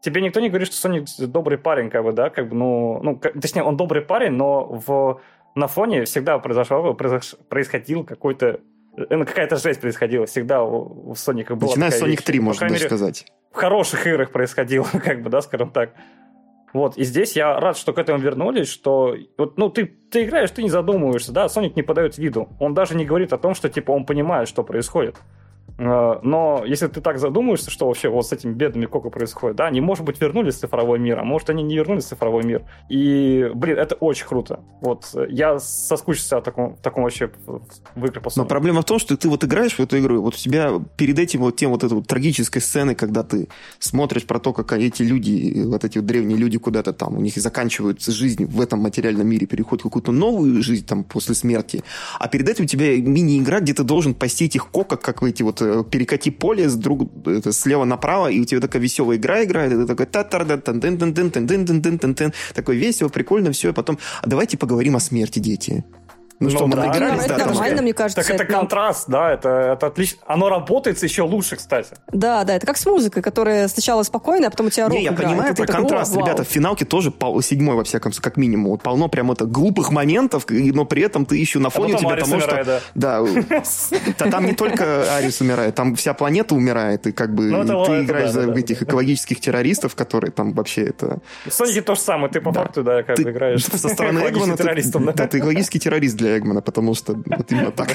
тебе никто не говорит, что Соник добрый парень, как бы, да, как бы, ну, ну, точнее, он добрый парень, но в, на фоне всегда произошел, произош, происходил какой-то, ну, какая-то жесть происходила, всегда у, у Соника была. Начиная с Соник три, вещь, можно даже мере, сказать. В хороших играх происходило, как бы, да, скажем так. Вот, и здесь я рад, что к этому вернулись, что, вот, ну, ты, ты играешь, ты не задумываешься, да, Соник не подает виду, он даже не говорит о том, что, типа, он понимает, что происходит. Но если ты так задумаешься, что вообще вот с этими бедными Коко происходит, да, они, может быть, вернулись в цифровой мир, а может, они не вернулись в цифровой мир. И, блин, это очень круто. Вот я соскучился о таком, таком вообще в игре по Sonic. Но проблема в том, что ты вот играешь в эту игру, вот у тебя перед этим вот тем вот этой вот трагической сцены, когда ты смотришь про то, как эти люди, вот эти вот древние люди куда-то там, у них заканчивается жизнь в этом материальном мире, переходят в какую-то новую жизнь там после смерти, а перед этим у тебя мини-игра, где ты должен пасти этих Коко, как в эти вот перекати поле с друг, это, слева направо, и у тебя такая веселая игра играет, и ты такой та та та тан тан тан тан тан тан тан тан тан такой весело, прикольно, все, и потом, а давайте поговорим о смерти, дети. Ну, ну что, мы да, наигрались, ну, да? Это нормально, там... мне кажется. Так это, это контраст, да, это, это отлично. Оно работает еще лучше, кстати. Да, да, это как с музыкой, которая сначала спокойная, а потом у тебя рок Не, я играет, понимаю про контраст, такой, ребята, в финалке тоже пол, седьмой, во всяком случае, как минимум. Вот полно прям это глупых моментов, но при этом ты еще на фоне а у тебя, Арис потому умирает, что... Да, да, там не только Арис умирает, там вся планета умирает, и как бы ну, это, ты это, играешь да, за да, этих да. экологических террористов, которые там вообще это... В Сонике то же самое, ты по да. факту, да, как ты играешь со стороны Эгмана, террористом, да? Да, ты экологический террорист для Эгмана, потому что вот именно так.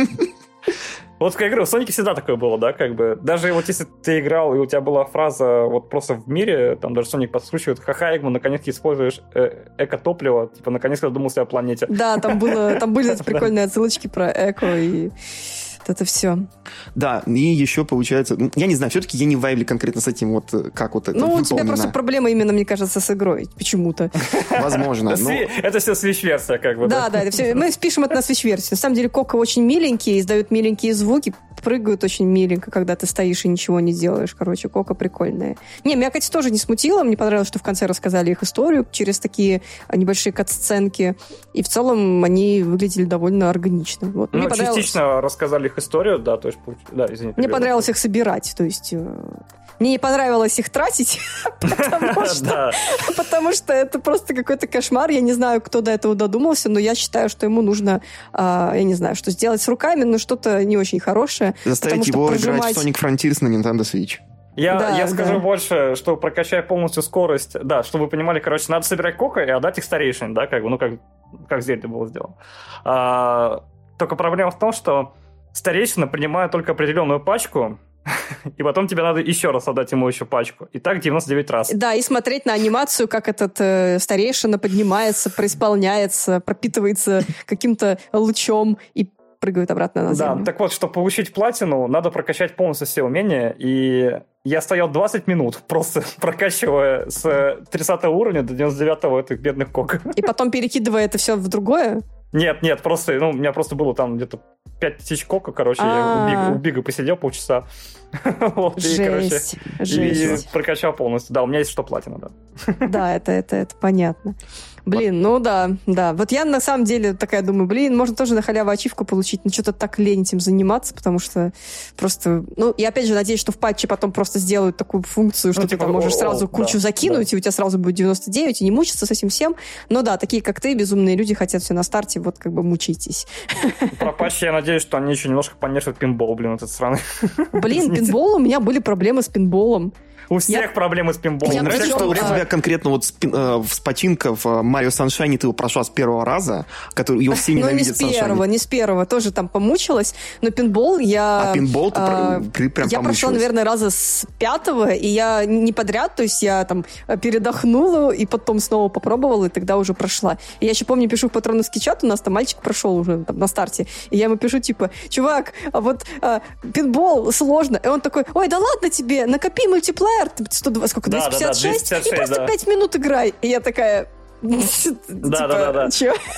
Вот как я говорю, в Сонике всегда такое было, да, как бы. Даже вот если ты играл, и у тебя была фраза вот просто в мире, там даже Соник подскручивает, ха-ха, Эгман, наконец-то используешь э- эко-топливо, типа, наконец-то задумался о планете. Да, там, было, там были прикольные отсылочки про эко и... это все. Да, и еще получается... Я не знаю, все-таки я не вайбли конкретно с этим, вот как вот это Ну, выполнено. у тебя просто проблема именно, мне кажется, с игрой. Почему-то. Возможно. Это все Switch-версия, как бы. Да, да, мы спишем это на Switch-версию. На самом деле, Коко очень миленькие, издают миленькие звуки, прыгают очень миленько, когда ты стоишь и ничего не делаешь. Короче, Коко прикольная. Не, меня, кстати, тоже не смутило. Мне понравилось, что в конце рассказали их историю через такие небольшие кат-сценки. И в целом они выглядели довольно органично. Вот. Ну, мне частично рассказали их историю, да, то есть, да, извините. Мне понравилось их собирать, то есть... Мне не понравилось их тратить, потому что, потому что это просто какой-то кошмар. Я не знаю, кто до этого додумался, но я считаю, что ему нужно, я не знаю, что сделать с руками, но что-то не очень хорошее. Заставить его прожимать... играть в Sonic Frontiers на Nintendo Switch. Я, да, я скажу да. больше, что прокачай полностью скорость, да, чтобы вы понимали, короче, надо собирать Коко и отдать их старейшин, да, как бы, ну, как, как здесь это было сделано. А, только проблема в том, что старейшина принимает только определенную пачку, и потом тебе надо еще раз отдать ему еще пачку. И так девяносто девять раз. Да, и смотреть на анимацию, как этот э, старейшина поднимается, преисполняется, пропитывается каким-то лучом и прыгает обратно на землю. Да, так вот, чтобы получить платину, надо прокачать полностью все умения, и я стоял двадцать минут, просто прокачивая с тридцатого уровня до девяносто девятого этих бедных Коко. И потом перекидывая это все в другое? Нет, нет, просто, ну, у меня просто было там где-то пять тысяч Коко, короче, я у Бига, у Бига посидел полчаса. Вот, жесть, и, короче, жесть. И прокачал полностью. Да, у меня есть что платина, да. Да, это, это, это понятно. Блин, ну да, да. Вот я на самом деле такая думаю, блин, можно тоже на халяву ачивку получить, но что-то так лень этим заниматься, потому что просто... Ну, я опять же надеюсь, что в патче потом просто сделают такую функцию, что ну, ты типа, там можешь о, сразу о, кучу да, закинуть, да. И у тебя сразу будет девяносто девять, и не мучиться с этим всем. Но да, такие, как ты, безумные люди хотят все на старте, вот как бы мучитесь. Про патч я надеюсь, что они еще немножко понежат пинбол, блин, этот сраный. Блин, пинбол, у меня были проблемы с пинболом. У всех я... проблемы с пинболом. Мне нравится, что у тебя конкретно вот э, с починка в Mario Sunshine ты его прошла с первого раза, который его все ненавидят. Ну, не с первого, не с первого. Тоже там помучилась. Но пинбол я... А пинбол ты, а, ты прям Я прошла, наверное, раза с пятого, и я не подряд, то есть я там передохнула, и потом снова попробовала, и тогда уже прошла. И я еще помню, пишу в патроновский чат, у нас там мальчик прошел уже там на старте, и я ему пишу, типа, чувак, а вот а, пинбол сложно. И он такой, ой, да ладно тебе, накопи мультиплеер, сто двадцать, сколько, двести пятьдесят шесть, да, да, да, двести пятьдесят шесть, и просто да. пять минут играй. И я такая... Да-да-да.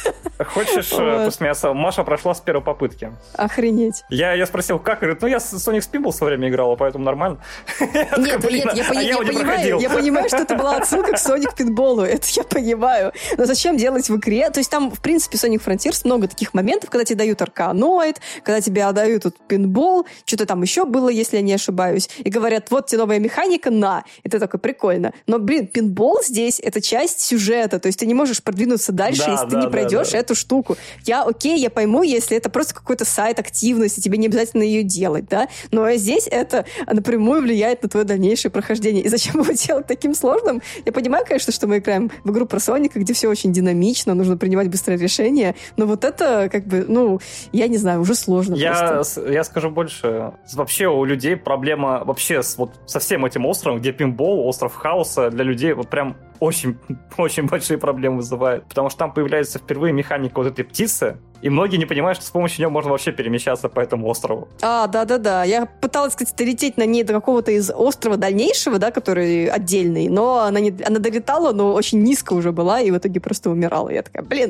Хочешь посмеяться? Маша прошла с первой попытки. Охренеть. Я ее спросил, как? Говорит, ну я с Sonic Spinball все время играла, поэтому нормально. Нет, нет, я понимаю, я понимаю, что это была отсылка к Sonic Pinball, это я понимаю. Но зачем делать в игре? То есть там, в принципе, Sonic Frontiers много таких моментов, когда тебе дают арканоид, когда тебе отдают тут пинбол, что-то там еще было, если я не ошибаюсь, и говорят, вот тебе новая механика, на. И ты такой, прикольно. Но, блин, пинбол здесь — это часть сюжета, то есть ты не можешь продвинуться дальше, да, если да, ты не пройдешь да, да. эту штуку. Я, окей, я пойму, если это просто какой-то сайт активности, тебе не обязательно ее делать, да, но здесь это напрямую влияет на твое дальнейшее прохождение. И зачем его делать таким сложным? Я понимаю, конечно, что мы играем в игру про Соника, где все очень динамично, нужно принимать быстрое решение, но вот это, как бы, ну, я не знаю, уже сложно я, просто. Я скажу больше. Вообще у людей проблема вообще с, вот, со всем этим островом, где пинбол, остров хаоса, для людей вот прям очень, очень большие проблемы вызывает. Потому что там появляется впервые механика вот этой птицы, и многие не понимают, что с помощью нее можно вообще перемещаться по этому острову. А, да-да-да. Я пыталась, кстати, долететь на ней до какого-то из острова дальнейшего, да, который отдельный, но она, не, она долетала, но очень низко уже была, и в итоге просто умирала. Я такая, блин,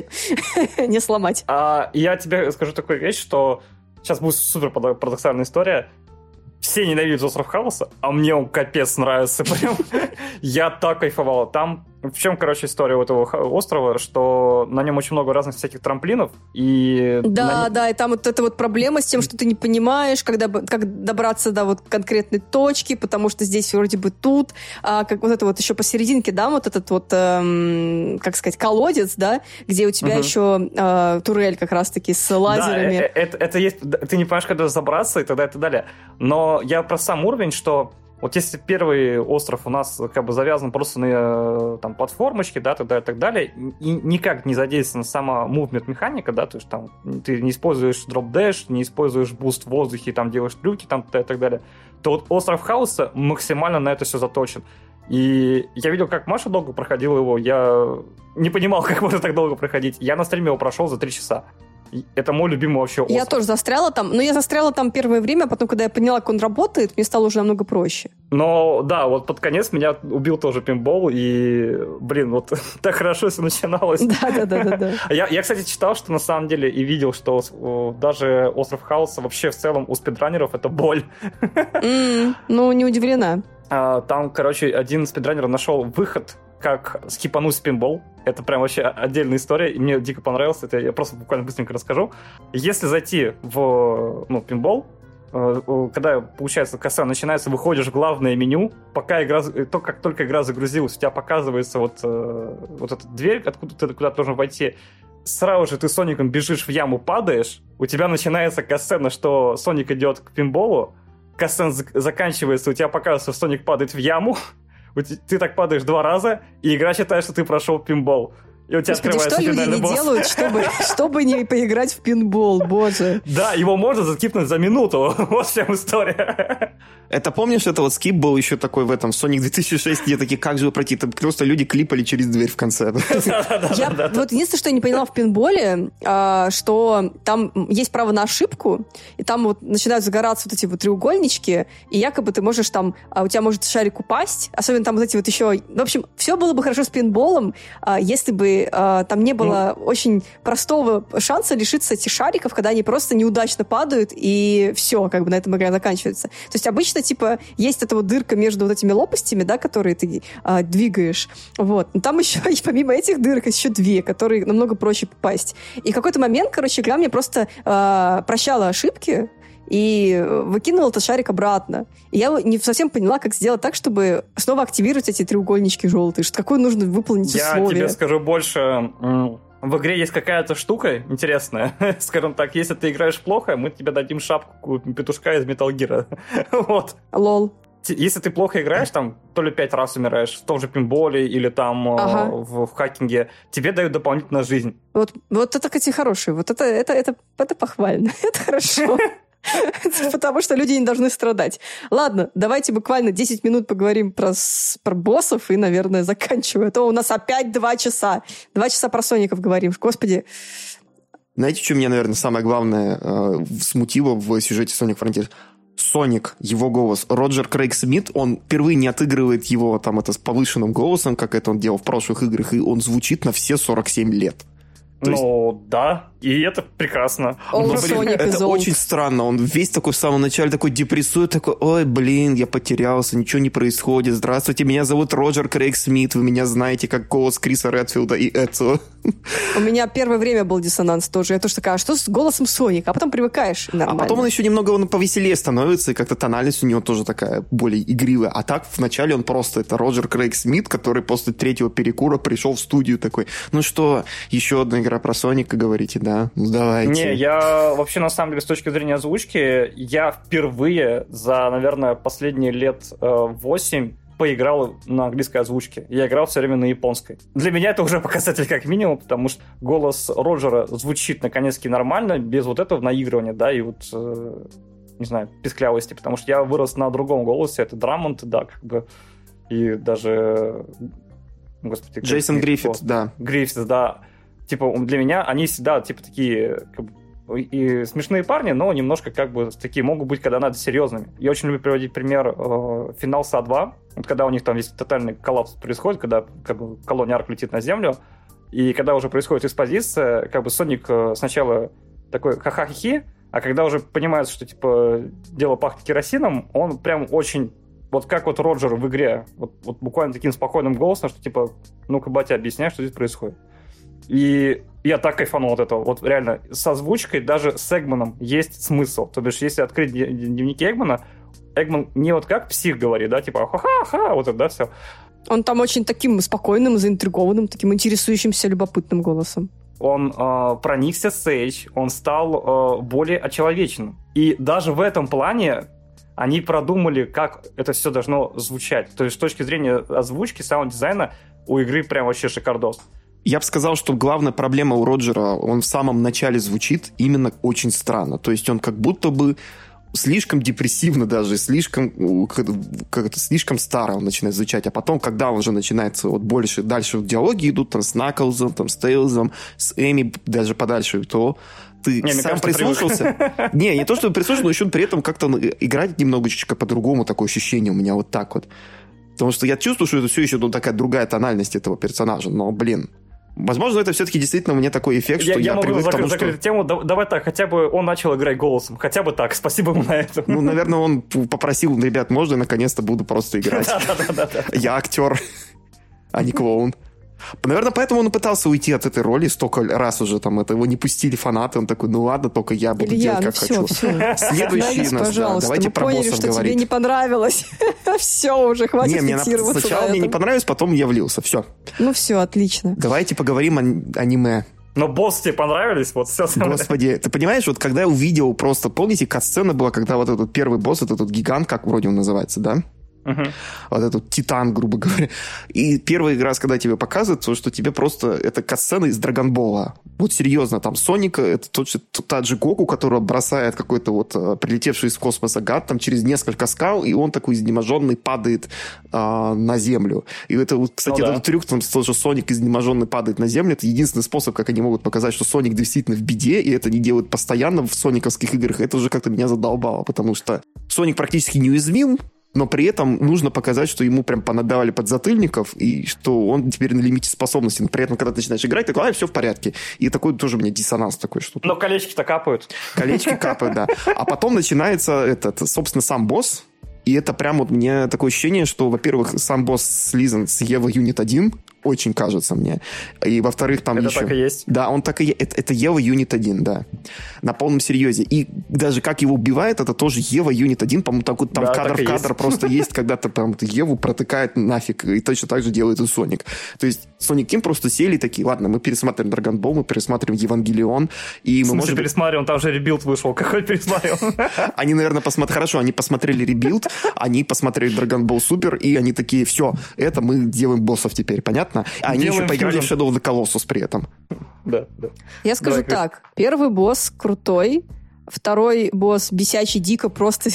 не сломать. А, я тебе скажу такую вещь, что сейчас будет супер парадоксальная история. Все ненавидят остров хаоса, а мне он капец нравится. Прям я так кайфовал. Там, в чем, короче, история у этого острова, что на нем очень много разных всяких трамплинов. И да, на... да, и там вот эта вот проблема с тем, что ты не понимаешь, когда, как добраться до вот конкретной точки, потому что здесь вроде бы тут, а как вот это вот еще посерединке, да, вот этот вот, эм, как сказать, колодец, да, где у тебя угу. еще э, турель как раз-таки с лазерами. Да, это, это есть, ты не понимаешь, когда забраться и так далее, и так далее. Но я про сам уровень, что вот если первый остров у нас как бы завязан просто на там, платформочке, да, так далее, так далее, и никак не задействована сама мувмент-механика, да, то есть там ты не используешь дроп-дэш, не используешь буст в воздухе, там делаешь трюки, там, и так далее, то вот остров хаоса максимально на это все заточен. И я видел, как Маша долго проходила его, я не понимал, как можно так долго проходить. Я на стриме его прошел за три часа. Это мой любимый вообще остров. Я тоже застряла там, но я застряла там первое время, а потом, когда я поняла, как он работает, мне стало уже намного проще. Но, да, вот под конец меня убил тоже пинбол, и, блин, вот так хорошо все начиналось. Да-да-да. Я, я, кстати, читал, что на самом деле, и видел, что даже остров хаоса вообще в целом у спидранеров это боль. Mm, ну, не удивлена. Там, короче, один спидранер нашел выход, как скипануть пинбол. Это прям вообще отдельная история, и мне дико понравилось. Это я просто буквально быстренько расскажу. Если зайти в ну, пинбол, когда, получается, коса начинается, выходишь в главное меню, пока игра, то, как только игра загрузилась, у тебя показывается вот, вот эта дверь, откуда ты куда должен войти. Сразу же ты с Соником бежишь в яму, падаешь, у тебя начинается касцена, что Соник идет к пинболу, касцена заканчивается, у тебя показывается, что Соник падает в яму, ты так падаешь два раза, и игра считает, что ты прошел пинбол. И у тебя Господи, открывается что люди не босс. делают, чтобы, чтобы не поиграть в пинбол, боже. Да, его можно закипнуть за минуту. Вот в чем история. Это помнишь, это вот скип был еще такой в этом Sonic две тысячи шесть, где такие, как же пройти? Там просто люди клипали через дверь в конце. Я вот единственное, что я не поняла в пинболе, что там есть право на ошибку, и там вот начинают загораться вот эти вот треугольнички, и якобы ты можешь там, у тебя может шарик упасть, особенно там вот эти вот еще... В общем, все было бы хорошо с пинболом, если бы там не было ну, очень простого шанса лишиться этих шариков, когда они просто неудачно падают, и все, как бы на этом игра заканчивается. То есть обычно, типа, есть эта вот дырка между вот этими лопастями, да, которые ты а, двигаешь, вот. Но там еще, помимо этих дырок, есть еще две, которые намного проще попасть. И в какой-то момент, короче, игра мне просто а, прощала ошибки, и выкинула этот шарик обратно. И я не совсем поняла, как сделать так, чтобы снова активировать эти треугольнички желтые. Что какое нужно выполнить я условие. Я тебе скажу больше. В игре есть какая-то штука интересная. Скажем так, если ты играешь плохо, мы тебе дадим шапку петушка из Metal Gear. Вот. Лол. Если ты плохо играешь, там, то ли пять раз умираешь, в том же пинболе или там ага. в, в хакинге, тебе дают дополнительную жизнь. Вот, вот это, кстати, хорошее. Вот это, это, это, это похвально. Это хорошо. Потому что люди не должны страдать. Ладно, давайте буквально десять минут поговорим про, про боссов и, наверное, заканчиваю. А то у нас опять два часа. Два часа про соников говорим. Господи. Знаете, что меня, наверное, самое главное э, смутило в сюжете Sonic Frontiers? Соник, его голос. Роджер Крейг Смит, он впервые не отыгрывает его там это с повышенным голосом, как это он делал в прошлых играх, и он звучит на все сорок семь лет. То ну, есть... да, и это прекрасно. Он, Но, блин, это очень странно. Он весь такой в самом начале такой депрессует, такой, ой, блин, я потерялся, ничего не происходит. Здравствуйте, меня зовут Роджер Крейг Смит, вы меня знаете как голос Криса Редфилда и этого. У меня первое время был диссонанс тоже. Я тоже такая, а что с голосом Соника? А потом привыкаешь, нормально. А потом он еще немного он повеселее становится, и как-то тональность у него тоже такая более игривая. А так вначале он просто, это Роджер Крейг Смит, который после третьего перекура пришел в студию такой, ну что, еще одна игра про Соника, говорите, да? Ну давайте. Не, я вообще на самом деле с точки зрения озвучки, я впервые за, наверное, последние лет восемь поиграл на английской озвучке. Я играл все время на японской. Для меня это уже показатель как минимум, потому что голос Роджера звучит наконец-таки нормально, без вот этого наигрывания, да, и вот, э, не знаю, писклявости, потому что я вырос на другом голосе, это Драмонт, да, как бы, и даже... Господи, Джейсон Гриффит, да. Гриффит, да. Типа, для меня они всегда, типа, такие... Как бы, и смешные парни, но немножко как бы такие могут быть, когда надо, серьезными. Я очень люблю приводить пример э, Финал Са два, вот когда у них там весь тотальный коллапс происходит, когда как бы колония Арк летит на землю, и когда уже происходит экспозиция, как бы Соник э, сначала такой ха-ха-хи-хи, а когда уже понимается, что типа дело пахнет керосином, он прям очень... Вот как вот Роджер в игре, вот, вот буквально таким спокойным голосом, что типа, ну-ка, батя, объясняй, что здесь происходит. И я так кайфанул от этого. Вот реально, с озвучкой даже с Эгманом есть смысл. То бишь, если открыть дневники Эгмана, Эгман не вот как псих говорит, да, типа ха-ха-ха, вот это, да, все. Он там очень таким спокойным, заинтригованным, таким интересующимся, любопытным голосом. Он э, проникся Сейдж, он стал э, более очеловеченным. И даже в этом плане они продумали, как это все должно звучать. То есть, с точки зрения озвучки, саунд-дизайна, у игры прям вообще шикардос. Я бы сказал, что главная проблема у Роджера, он в самом начале звучит именно очень странно. То есть он как будто бы слишком депрессивно даже, слишком, как-то слишком старо он начинает звучать. А потом, когда он уже начинается вот больше, дальше диалоги идут там с Наклзом, там, с Тейлзом, с Эми, даже подальше, то ты не, сам прислушался. Не, не то, что прислушался, но еще при этом как-то играть немножечко по-другому, такое ощущение у меня вот так вот. Потому что я чувствую, что это все еще ну, такая другая тональность этого персонажа. Но, блин, возможно, это все-таки действительно у меня такой эффект, что я, я, я привык к тому, что... Я могу закрыть тему. Давай так, хотя бы он начал играть голосом. Хотя бы так. Спасибо ему на это. Ну, наверное, он попросил, ребят, можно я наконец-то буду просто играть? Я актер, а не клоун. Наверное, поэтому он и пытался уйти от этой роли столько раз уже, там, это его не пустили фанаты, он такой, ну ладно, только я буду Илья, делать, как ну хочу. Все, все. Следующий нас, да, давайте мы про поняли, боссов что говорить. Тебе не понравилось. Все, уже хватит не, мне фиксироваться. Сначала мне не понравилось, потом я влился, все. Ну все, отлично. Давайте поговорим о аниме. Но боссы тебе понравились? Вот все. Господи, ты понимаешь, вот когда я увидел просто, помните, кат-сцена была, когда вот этот первый босс, этот, этот гигант, как вроде он называется, да? Uh-huh. Вот этот титан, грубо говоря. И первый раз, когда тебе показывают, то, что тебе просто... Это катсцена из Драгонбола. Вот серьезно, там Соника, это тот же, та же Гоку, которого бросает какой-то вот прилетевший из космоса гад там через несколько скал, и он такой изнеможенный падает а, на землю. И это, вот, кстати, ну, да. этот трюк, там тоже Соник изнеможенный падает на землю, это единственный способ, как они могут показать, что Соник действительно в беде, и это не делают постоянно в сониковских играх. Это уже как-то меня задолбало, потому что Соник практически неуязвим, но при этом нужно показать, что ему прям понадавали подзатыльников, и что он теперь на лимите способностей. Но при этом, когда ты начинаешь играть, ты такой, а, все в порядке. И такой тоже у меня диссонанс такой. Что но колечки-то капают. Колечки капают, да. А потом начинается, этот, собственно, сам босс. И это прям вот мне такое ощущение, что, во-первых, сам босс слизан с Ева Юнит один, очень кажется мне. И, во-вторых, там это еще... так и есть. Да, он так и есть. Это, это Ева Юнит один, да. На полном серьезе. И даже как его убивает, это тоже Ева Юнит один. По-моему, так, там да, кадр в кадр просто есть, когда ты прям Еву протыкает нафиг. И точно так же делает и Соник. То есть Соник Тим просто сели такие, ладно, мы пересматриваем Dragon Ball, мы пересматриваем Евангелион. И мы в смысле можем... пересматриваем? Там же ребилд вышел. Какой пересматриваем? Они, наверное, посмотрели... Хорошо, они посмотрели ребилд, они посмотрели Dragon Ball Super, и они такие, все, это мы делаем боссов теперь, понятно? А они еще поиграли в Shadow of the Colossus при этом. Да, да. Я скажу Давай, так. Первый босс крутой, второй босс бесячий дико, просто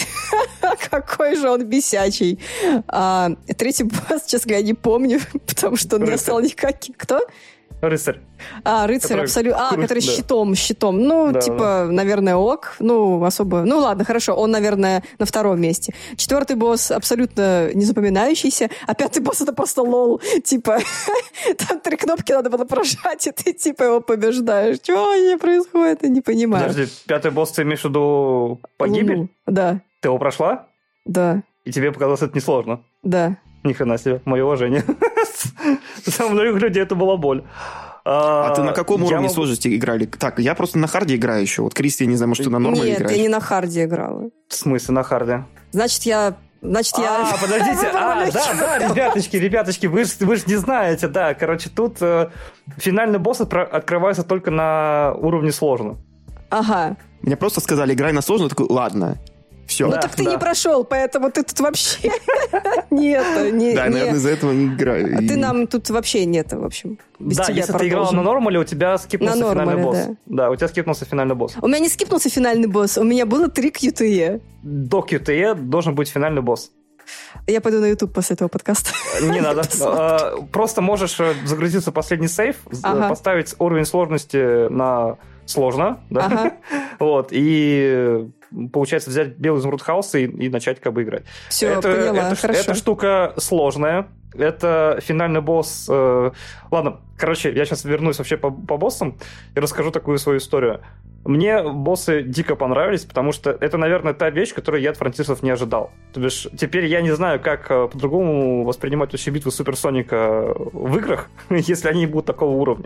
какой же он бесячий. А, третий босс, честно говоря, не помню, потому что он не стал никаким. Кто? Рыцарь. А, рыцарь, который абсолютно. А, крут, который да. щитом, щитом. Ну, Да, типа, да. наверное, ок. Ну, особо... Ну, ладно, хорошо. Он, наверное, на втором месте. Четвертый босс абсолютно незапоминающийся. А пятый босс — это просто лол. Типа, там три кнопки надо было прожать, и ты, типа, его побеждаешь. Чего вообще происходит? Я не понимаю. Подожди, пятый босс, ты имеешь в виду погибель? Луну. Да, Ты его прошла? да, И тебе показалось это несложно? да. Ни хрена себе, мое уважение. Для многих людей это была боль. А ты на каком Я уровне могу- сложности играли? Так, я просто на харде играю еще. Вот, Кристи, я не знаю, может, ты на нормале Нет, играешь? я не на харде играла. В смысле, на харде? Значит, я... Значит, я... А, подождите, а, да, да, ребяточки, ребяточки, вы же вы ж не знаете, да, короче, тут э, финальный босс отпра- открывается только на уровне сложно. Ага. Мне просто сказали, играй на сложно, я такой, ладно, все. Ну Да, так ты да. не прошел, поэтому ты тут вообще... Нет, не... Да, не- наверное, из-за этого не играю. А И- ты нам тут вообще нет, в общем. Без Да, тебя если ты играла продолжим. на нормале, у тебя скипнулся На финальный нормале, босс. да. Да, у тебя скипнулся финальный босс. У меня не скипнулся финальный босс, у меня было три кью ти и. До кью ти и должен быть финальный босс. Я пойду на YouTube после этого подкаста. Не надо. А, Просто можешь э, загрузиться в последний сейф, з- Ага. поставить уровень сложности на сложно, да? Ага. Вот, и э, получается взять белый изумруд хаоса и, и начать как бы играть. Все, это, поняла, это, хорошо. эта штука сложная. Это финальный босс. э, Ладно, короче, я сейчас вернусь вообще по, по боссам и расскажу такую свою историю. Мне боссы дико понравились, потому что это, наверное, та вещь, которую я от французов не ожидал. То бишь, теперь я не знаю, как э, по-другому воспринимать вообще битвы Суперсоника в играх, если они будут такого уровня.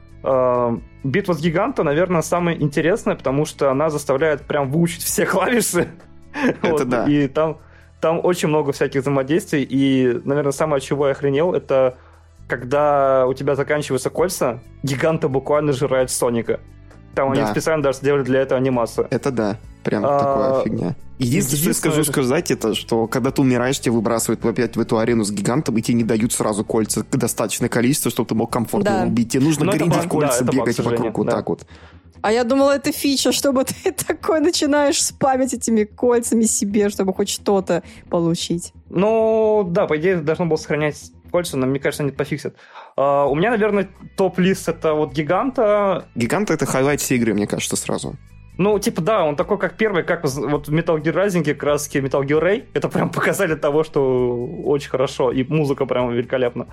Э, Битва с гигантом, наверное, самая интересная, потому что она заставляет прям выучить все клавиши. Это Вот, да. И там, там очень много всяких взаимодействий. И, наверное, самое, от чего я охренел, это когда у тебя заканчиваются кольца, гиганта буквально жирает Соника. Там Да. они специально даже сделали для этого анимацию. Это да, прям А, такая фигня. Единственное, что я скажу единственное, сказать, это что когда ты умираешь, тебя выбрасывают опять в эту арену с гигантом, и тебе не дают сразу кольца достаточное количество, чтобы ты мог комфортно Да. его убить. Тебе нужно Ну, это гриндить баг, кольца, да, это баг, бегать к сожалению, вокруг вот да. так вот. А я думала, это фича, чтобы ты такой начинаешь спамить этими кольцами себе, чтобы хоть что-то получить. Ну, да, по идее, должно было сохранять кольца, но мне кажется, они это пофиксят. А, у меня, наверное, топ-лист это вот гиганта. Гигант — это хайлайт всей игры, мне кажется, сразу. Ну, типа, да, он такой, как первый, как вот в Metal Gear Rising, как раз Metal Gear Ray. Это прям показали того, что очень хорошо, и музыка прям великолепна.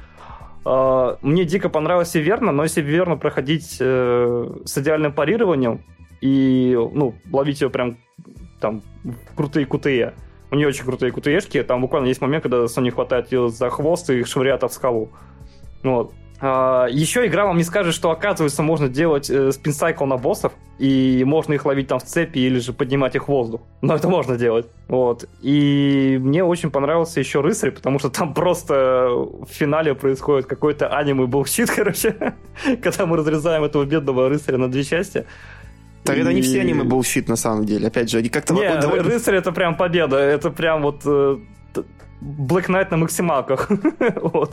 А, мне дико понравилось и верно, но если верно проходить э, с идеальным парированием и, ну, ловить ее прям там крутые кутые. У нее очень крутые кутеешки. Там буквально есть момент, когда Sony хватает ее за хвост и швыряет в скалу. Вот. А, еще игра вам не скажет, что, оказывается, можно делать э, спин-сайкл на боссов, и можно их ловить там в цепи или же поднимать их в воздух. Но это можно делать. Вот. И мне очень понравился еще рыцарь, потому что там просто в финале происходит какой-то аниме-булщит, короче, когда мы разрезаем этого бедного рыцаря на две части. Так это не И- все аниме булщит, на самом деле. Опять же, они как-то... Не, вот довольно- рыцарь это прям победа. Это прям вот э, т- Black Knight на максималках. Вот.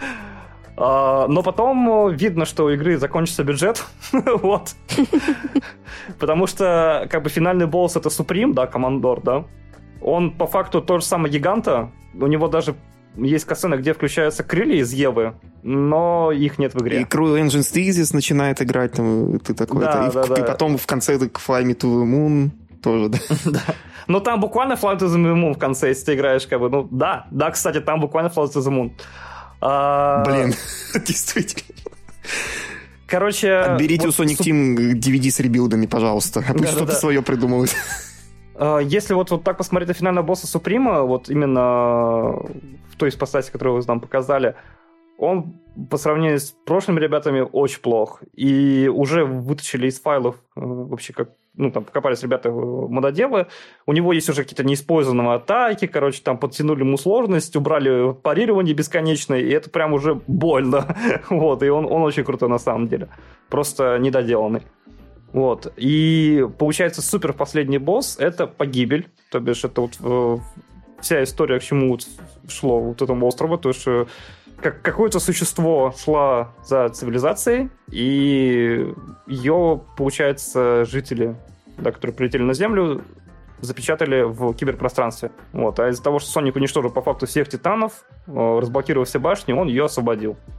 А, но потом э, видно, что у игры закончится бюджет. Вот. Потому что как бы финальный босс это Суприм, да, Командор, да. Он по факту тот же самый гиганта. У него даже есть касцена, где включаются крылья из Евы, но их нет в игре. И Cruel Engine Thesis начинает играть, там, и ты такой... Да, это, и, да, в- и да. потом в конце это Fly Me to the Moon тоже, да. Но там буквально Fly to the Moon в конце, если ты играешь, как бы, ну, да, да, кстати, там буквально Fly to the Moon. А, Блин, действительно. Короче... Отберите вот у Sonic суп- Team ди ви ди с ребилдами, пожалуйста. А пусть Да-да-да. что-то свое придумывают. а, Если вот, вот так посмотреть на финального босса Суприма, вот именно в той ипостаси, которую вы нам показали, он по сравнению с прошлыми ребятами очень плох. И уже вытащили из файлов э, вообще как... Ну, там покопались ребята, э, мододелы. У него есть уже какие-то неиспользованные атаки, короче, там подтянули ему сложность, убрали парирование бесконечное, и это прям уже больно. Вот, и он, он очень крутой на самом деле. Просто недоделанный. Вот. И получается супер последний босс — это погибель. То бишь это вот э, вся история, к чему вот шло вот этому острову. То есть э, как, какое-то существо шло за цивилизацией, и ее, получается, жители, да, которые прилетели на Землю, запечатали в киберпространстве. Вот. А из-за того, что Соник уничтожил по факту всех титанов, э, разблокировал все башни, он ее освободил.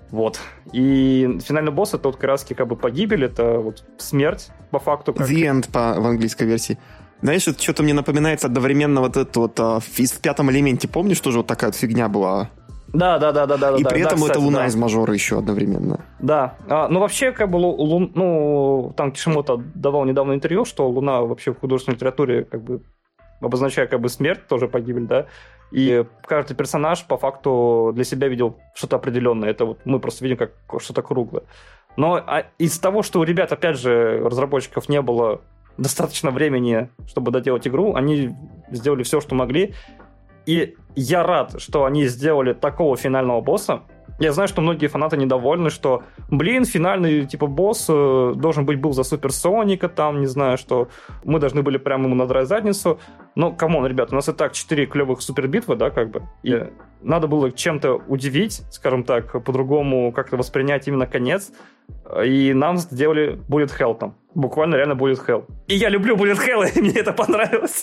Вот. И финальный босс — это вот как раз как бы погибель, это вот смерть, по факту. Как... The End по, в английской версии. Знаешь, это что-то мне напоминает одновременно вот это вот а, в, в «Пятом элементе», помнишь, тоже вот такая вот фигня была? Да, да, да, да, да. И да, при да, этом кстати, это Луна да. из Мажора еще одновременно. Да. А, ну, вообще, как бы, лун, ну, там Кишимото давал недавно интервью, что Луна вообще в художественной литературе, как бы, обозначает, как бы, смерть, тоже погибель, да. И каждый персонаж по факту для себя видел что-то определенное. Это вот мы просто видим как что-то круглое. Но а из того, что у ребят, опять же, разработчиков не было достаточно времени, чтобы доделать игру, они сделали все, что могли. И я рад, что они сделали такого финального босса. Я знаю, что многие фанаты недовольны, что, блин, финальный типа босс э, должен быть был за Супер Соника, там, не знаю, что мы должны были прямо ему надрать задницу. Но, камон, ребят, у нас и так четыре клевых супербитвы, да, как бы. И надо было чем-то удивить, скажем так, по-другому как-то воспринять именно конец. И нам сделали Bullet Hell там. Буквально реально Bullet Hell. И я люблю Bullet Hell, и мне это понравилось.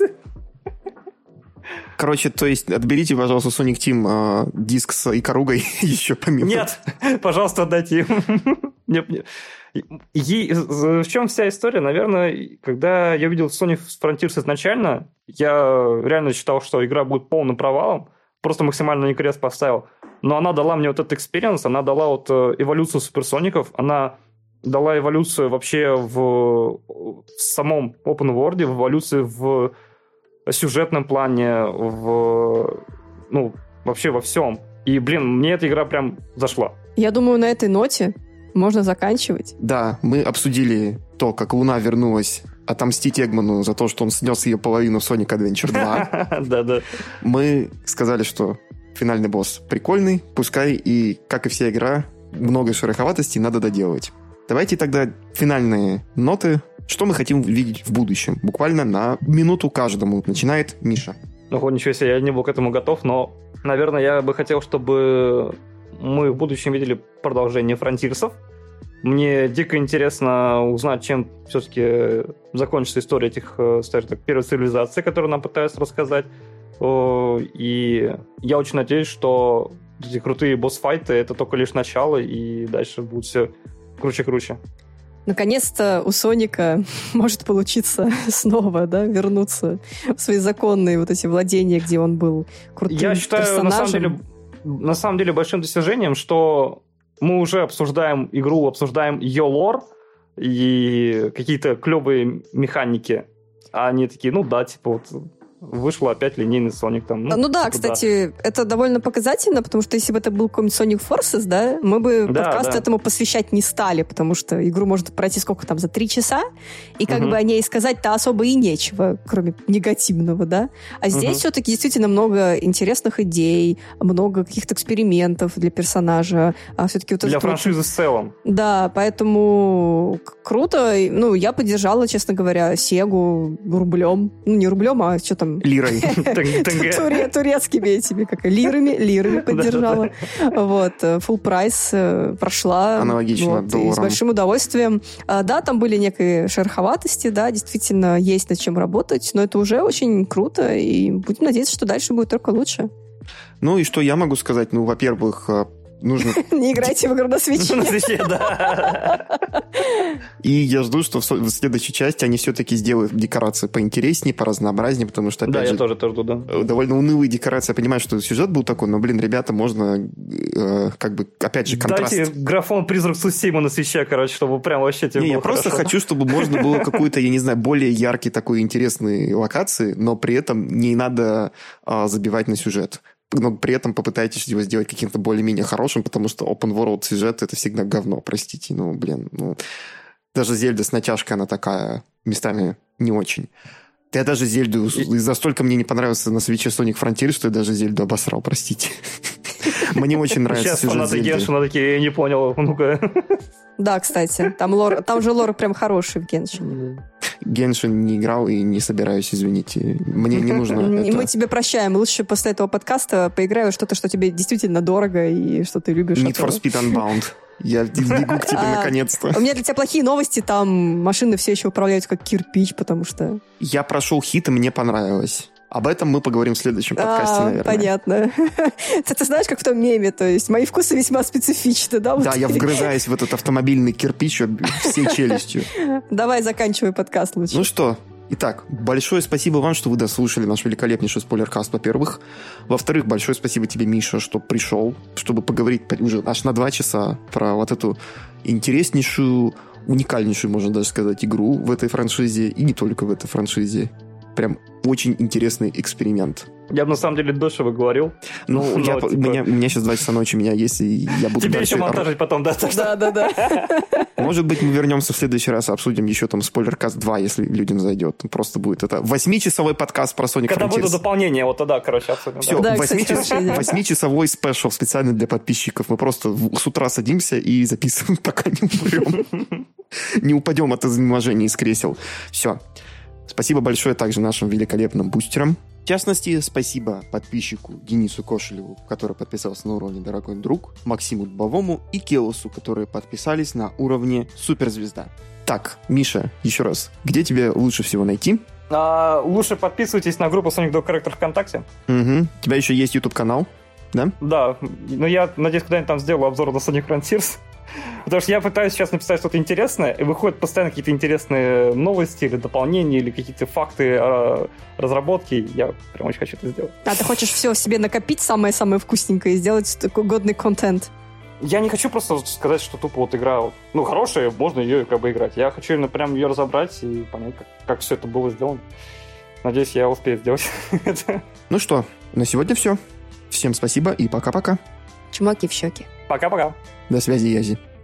Короче, то есть отберите, пожалуйста, Sonic Team э, диск с Икаругой еще помимо. Нет, пожалуйста, отдайте им. И в чем вся история? Наверное, когда я видел Sonic Frontiers изначально, я реально считал, что игра будет полным провалом. Просто максимально не крест поставил. Но она дала мне вот этот экспириенс, она дала вот эволюцию суперсоников, она дала эволюцию вообще в, в самом open world, в эволюции в сюжетном плане, в, ну, вообще во всем. И, блин, мне эта игра прям зашла. Я думаю, на этой ноте можно заканчивать. Да, мы обсудили то, как Луна вернулась отомстить Эгману за то, что он снес ее половину в Sonic Adventure два. Да-да. Мы сказали, что финальный босс прикольный, пускай и, как и вся игра, много шероховатостей надо доделывать. Давайте тогда финальные ноты. Что мы хотим видеть в будущем? Буквально на минуту каждому. Начинает Миша. Ну, ничего себе, я не был к этому готов, но, наверное, я бы хотел, чтобы мы в будущем видели продолжение фронтирсов. Мне дико интересно узнать, чем все-таки закончится история этих, скажем так, первой цивилизации, которую нам пытаются рассказать. И я очень надеюсь, что эти крутые босс-файты — это только лишь начало, и дальше будет все круче-круче. Наконец-то у Соника может получиться снова, да, вернуться в свои законные вот эти владения, где он был крутым персонажем. Я считаю, персонажем. на самом деле, на самом деле большим достижением, что мы уже обсуждаем игру, обсуждаем ее лор и какие-то клевые механики, а они такие, ну да, типа вот вышел опять линейный Соник там. Ну, ну да, типа, кстати, да. Это довольно показательно, потому что если бы это был какой-нибудь Sonic Forces, да, мы бы да, подкаст да. этому посвящать не стали, потому что игру может пройти сколько там, за три часа, и как угу. бы о ней сказать-то особо и нечего, кроме негативного, да. А здесь угу. все-таки действительно много интересных идей, много каких-то экспериментов для персонажа. А все-таки вот для франшизы в целом. Да, поэтому круто. Ну, я поддержала, честно говоря, Сегу рублем. Ну, не рублем, а что там? Лирой. Турецкими этими, как лирами, лирами поддержала. Вот, full прайс прошла. Аналогично долларам. С большим удовольствием. Да, там были некие шероховатости, да, действительно есть над чем работать, но это уже очень круто, и будем надеяться, что дальше будет только лучше. Ну и что я могу сказать? Ну, во-первых, нужно... Не играйте в игру на свече. На свече, да. И я жду, что в следующей части они все-таки сделают декорации поинтереснее, поразнообразнее, потому что, опять да, же... я тоже, тоже жду, да. Довольно унылые декорации. Я понимаю, что сюжет был такой, но, блин, ребята, можно э, как бы, опять же, контраст... Дайте графон «Призрак Сусимы» на свече, короче, чтобы прям вообще тебе не, было я хорошо. просто хочу, чтобы можно было какую-то, я не знаю, более яркий такой интересный локации, но при этом не надо э, забивать на сюжет. Но при этом попытайтесь его сделать каким-то более-менее хорошим, потому что open world сюжет — это всегда говно, простите. Ну, блин, ну... Даже Зельда с натяжкой, она такая, местами не очень. Я даже Зельду... И... За столько мне не понравился на свече Sonic Frontiers, что я даже Зельду обосрал, простите. Мне очень нравится сюжет Зельды. Сейчас фанаты Геншина такие, я не понял, ну-ка. Да, кстати, там, лор, там же лор прям хороший в Геншине. Геншин не играл и не собираюсь, извините. Мне не нужно это. Мы тебе прощаем. Лучше после этого подкаста поиграй во что-то, что тебе действительно дорого и что ты любишь. Need for Speed Unbound. Я бегу к тебе а, наконец-то. У меня для тебя плохие новости. Там машины все еще управляются как кирпич, потому что... Я прошел хит, и мне понравилось. Об этом мы поговорим в следующем подкасте, а, наверное. Понятно. Ты, ты знаешь, как в том меме, то есть мои вкусы весьма специфичны, да? Да, я вгрызаюсь в этот автомобильный кирпич всей челюстью. Давай заканчивай подкаст лучше. Ну что, итак, большое спасибо вам, что вы дослушали наш великолепнейший спойлеркаст, во-первых. Во-вторых, большое спасибо тебе, Миша, что пришел, чтобы поговорить уже аж на два часа про вот эту интереснейшую, уникальнейшую, можно даже сказать, игру в этой франшизе, и не только в этой франшизе. Прям очень интересный эксперимент. Я бы на самом деле дешево говорил. Ну, Но, я, типа... у, меня, у меня сейчас два часа ночи, у меня есть, и я буду Тебе дальше... еще монтажить потом, да? Да, да, да. Может быть, мы вернемся в следующий раз и обсудим еще там спойлеркаст два, если людям зайдет. Просто будет это восьмичасовой подкаст про Sonic Когда Frontiers. будут дополнения, вот тогда, короче, обсудим. Все, да. восьмичасовой спешл специально для подписчиков. Мы просто с утра садимся и записываем, пока не умрем. Не упадем от изнеможения из кресел. Все. Спасибо большое также нашим великолепным бустерам. В частности, спасибо подписчику Денису Кошелеву, который подписался на уровне «Дорогой друг», Максиму Дубовому и Келосу, которые подписались на уровне «Суперзвезда». Так, Миша, еще раз, где тебя лучше всего найти? А, лучше подписывайтесь на группу Sonic Dog Character ВКонтакте. Угу. У тебя еще есть YouTube-канал, да? Да, но я надеюсь, когда-нибудь там сделаю обзор на Sonic Frontiers. Потому что я пытаюсь сейчас написать что-то интересное, и выходят постоянно какие-то интересные новости или дополнения, или какие-то факты о разработке. Я прям очень хочу это сделать. А ты хочешь все себе накопить самое-самое вкусненькое и сделать такой годный контент? Я не хочу просто сказать, что тупо вот игра, ну, хорошая, можно ее как бы играть. Я хочу именно прям ее разобрать и понять, как, как все это было сделано. Надеюсь, я успею сделать это. Ну что, на сегодня все. Всем спасибо и пока-пока. Чумаки в щеки. Пока-пока. До связи, Язи.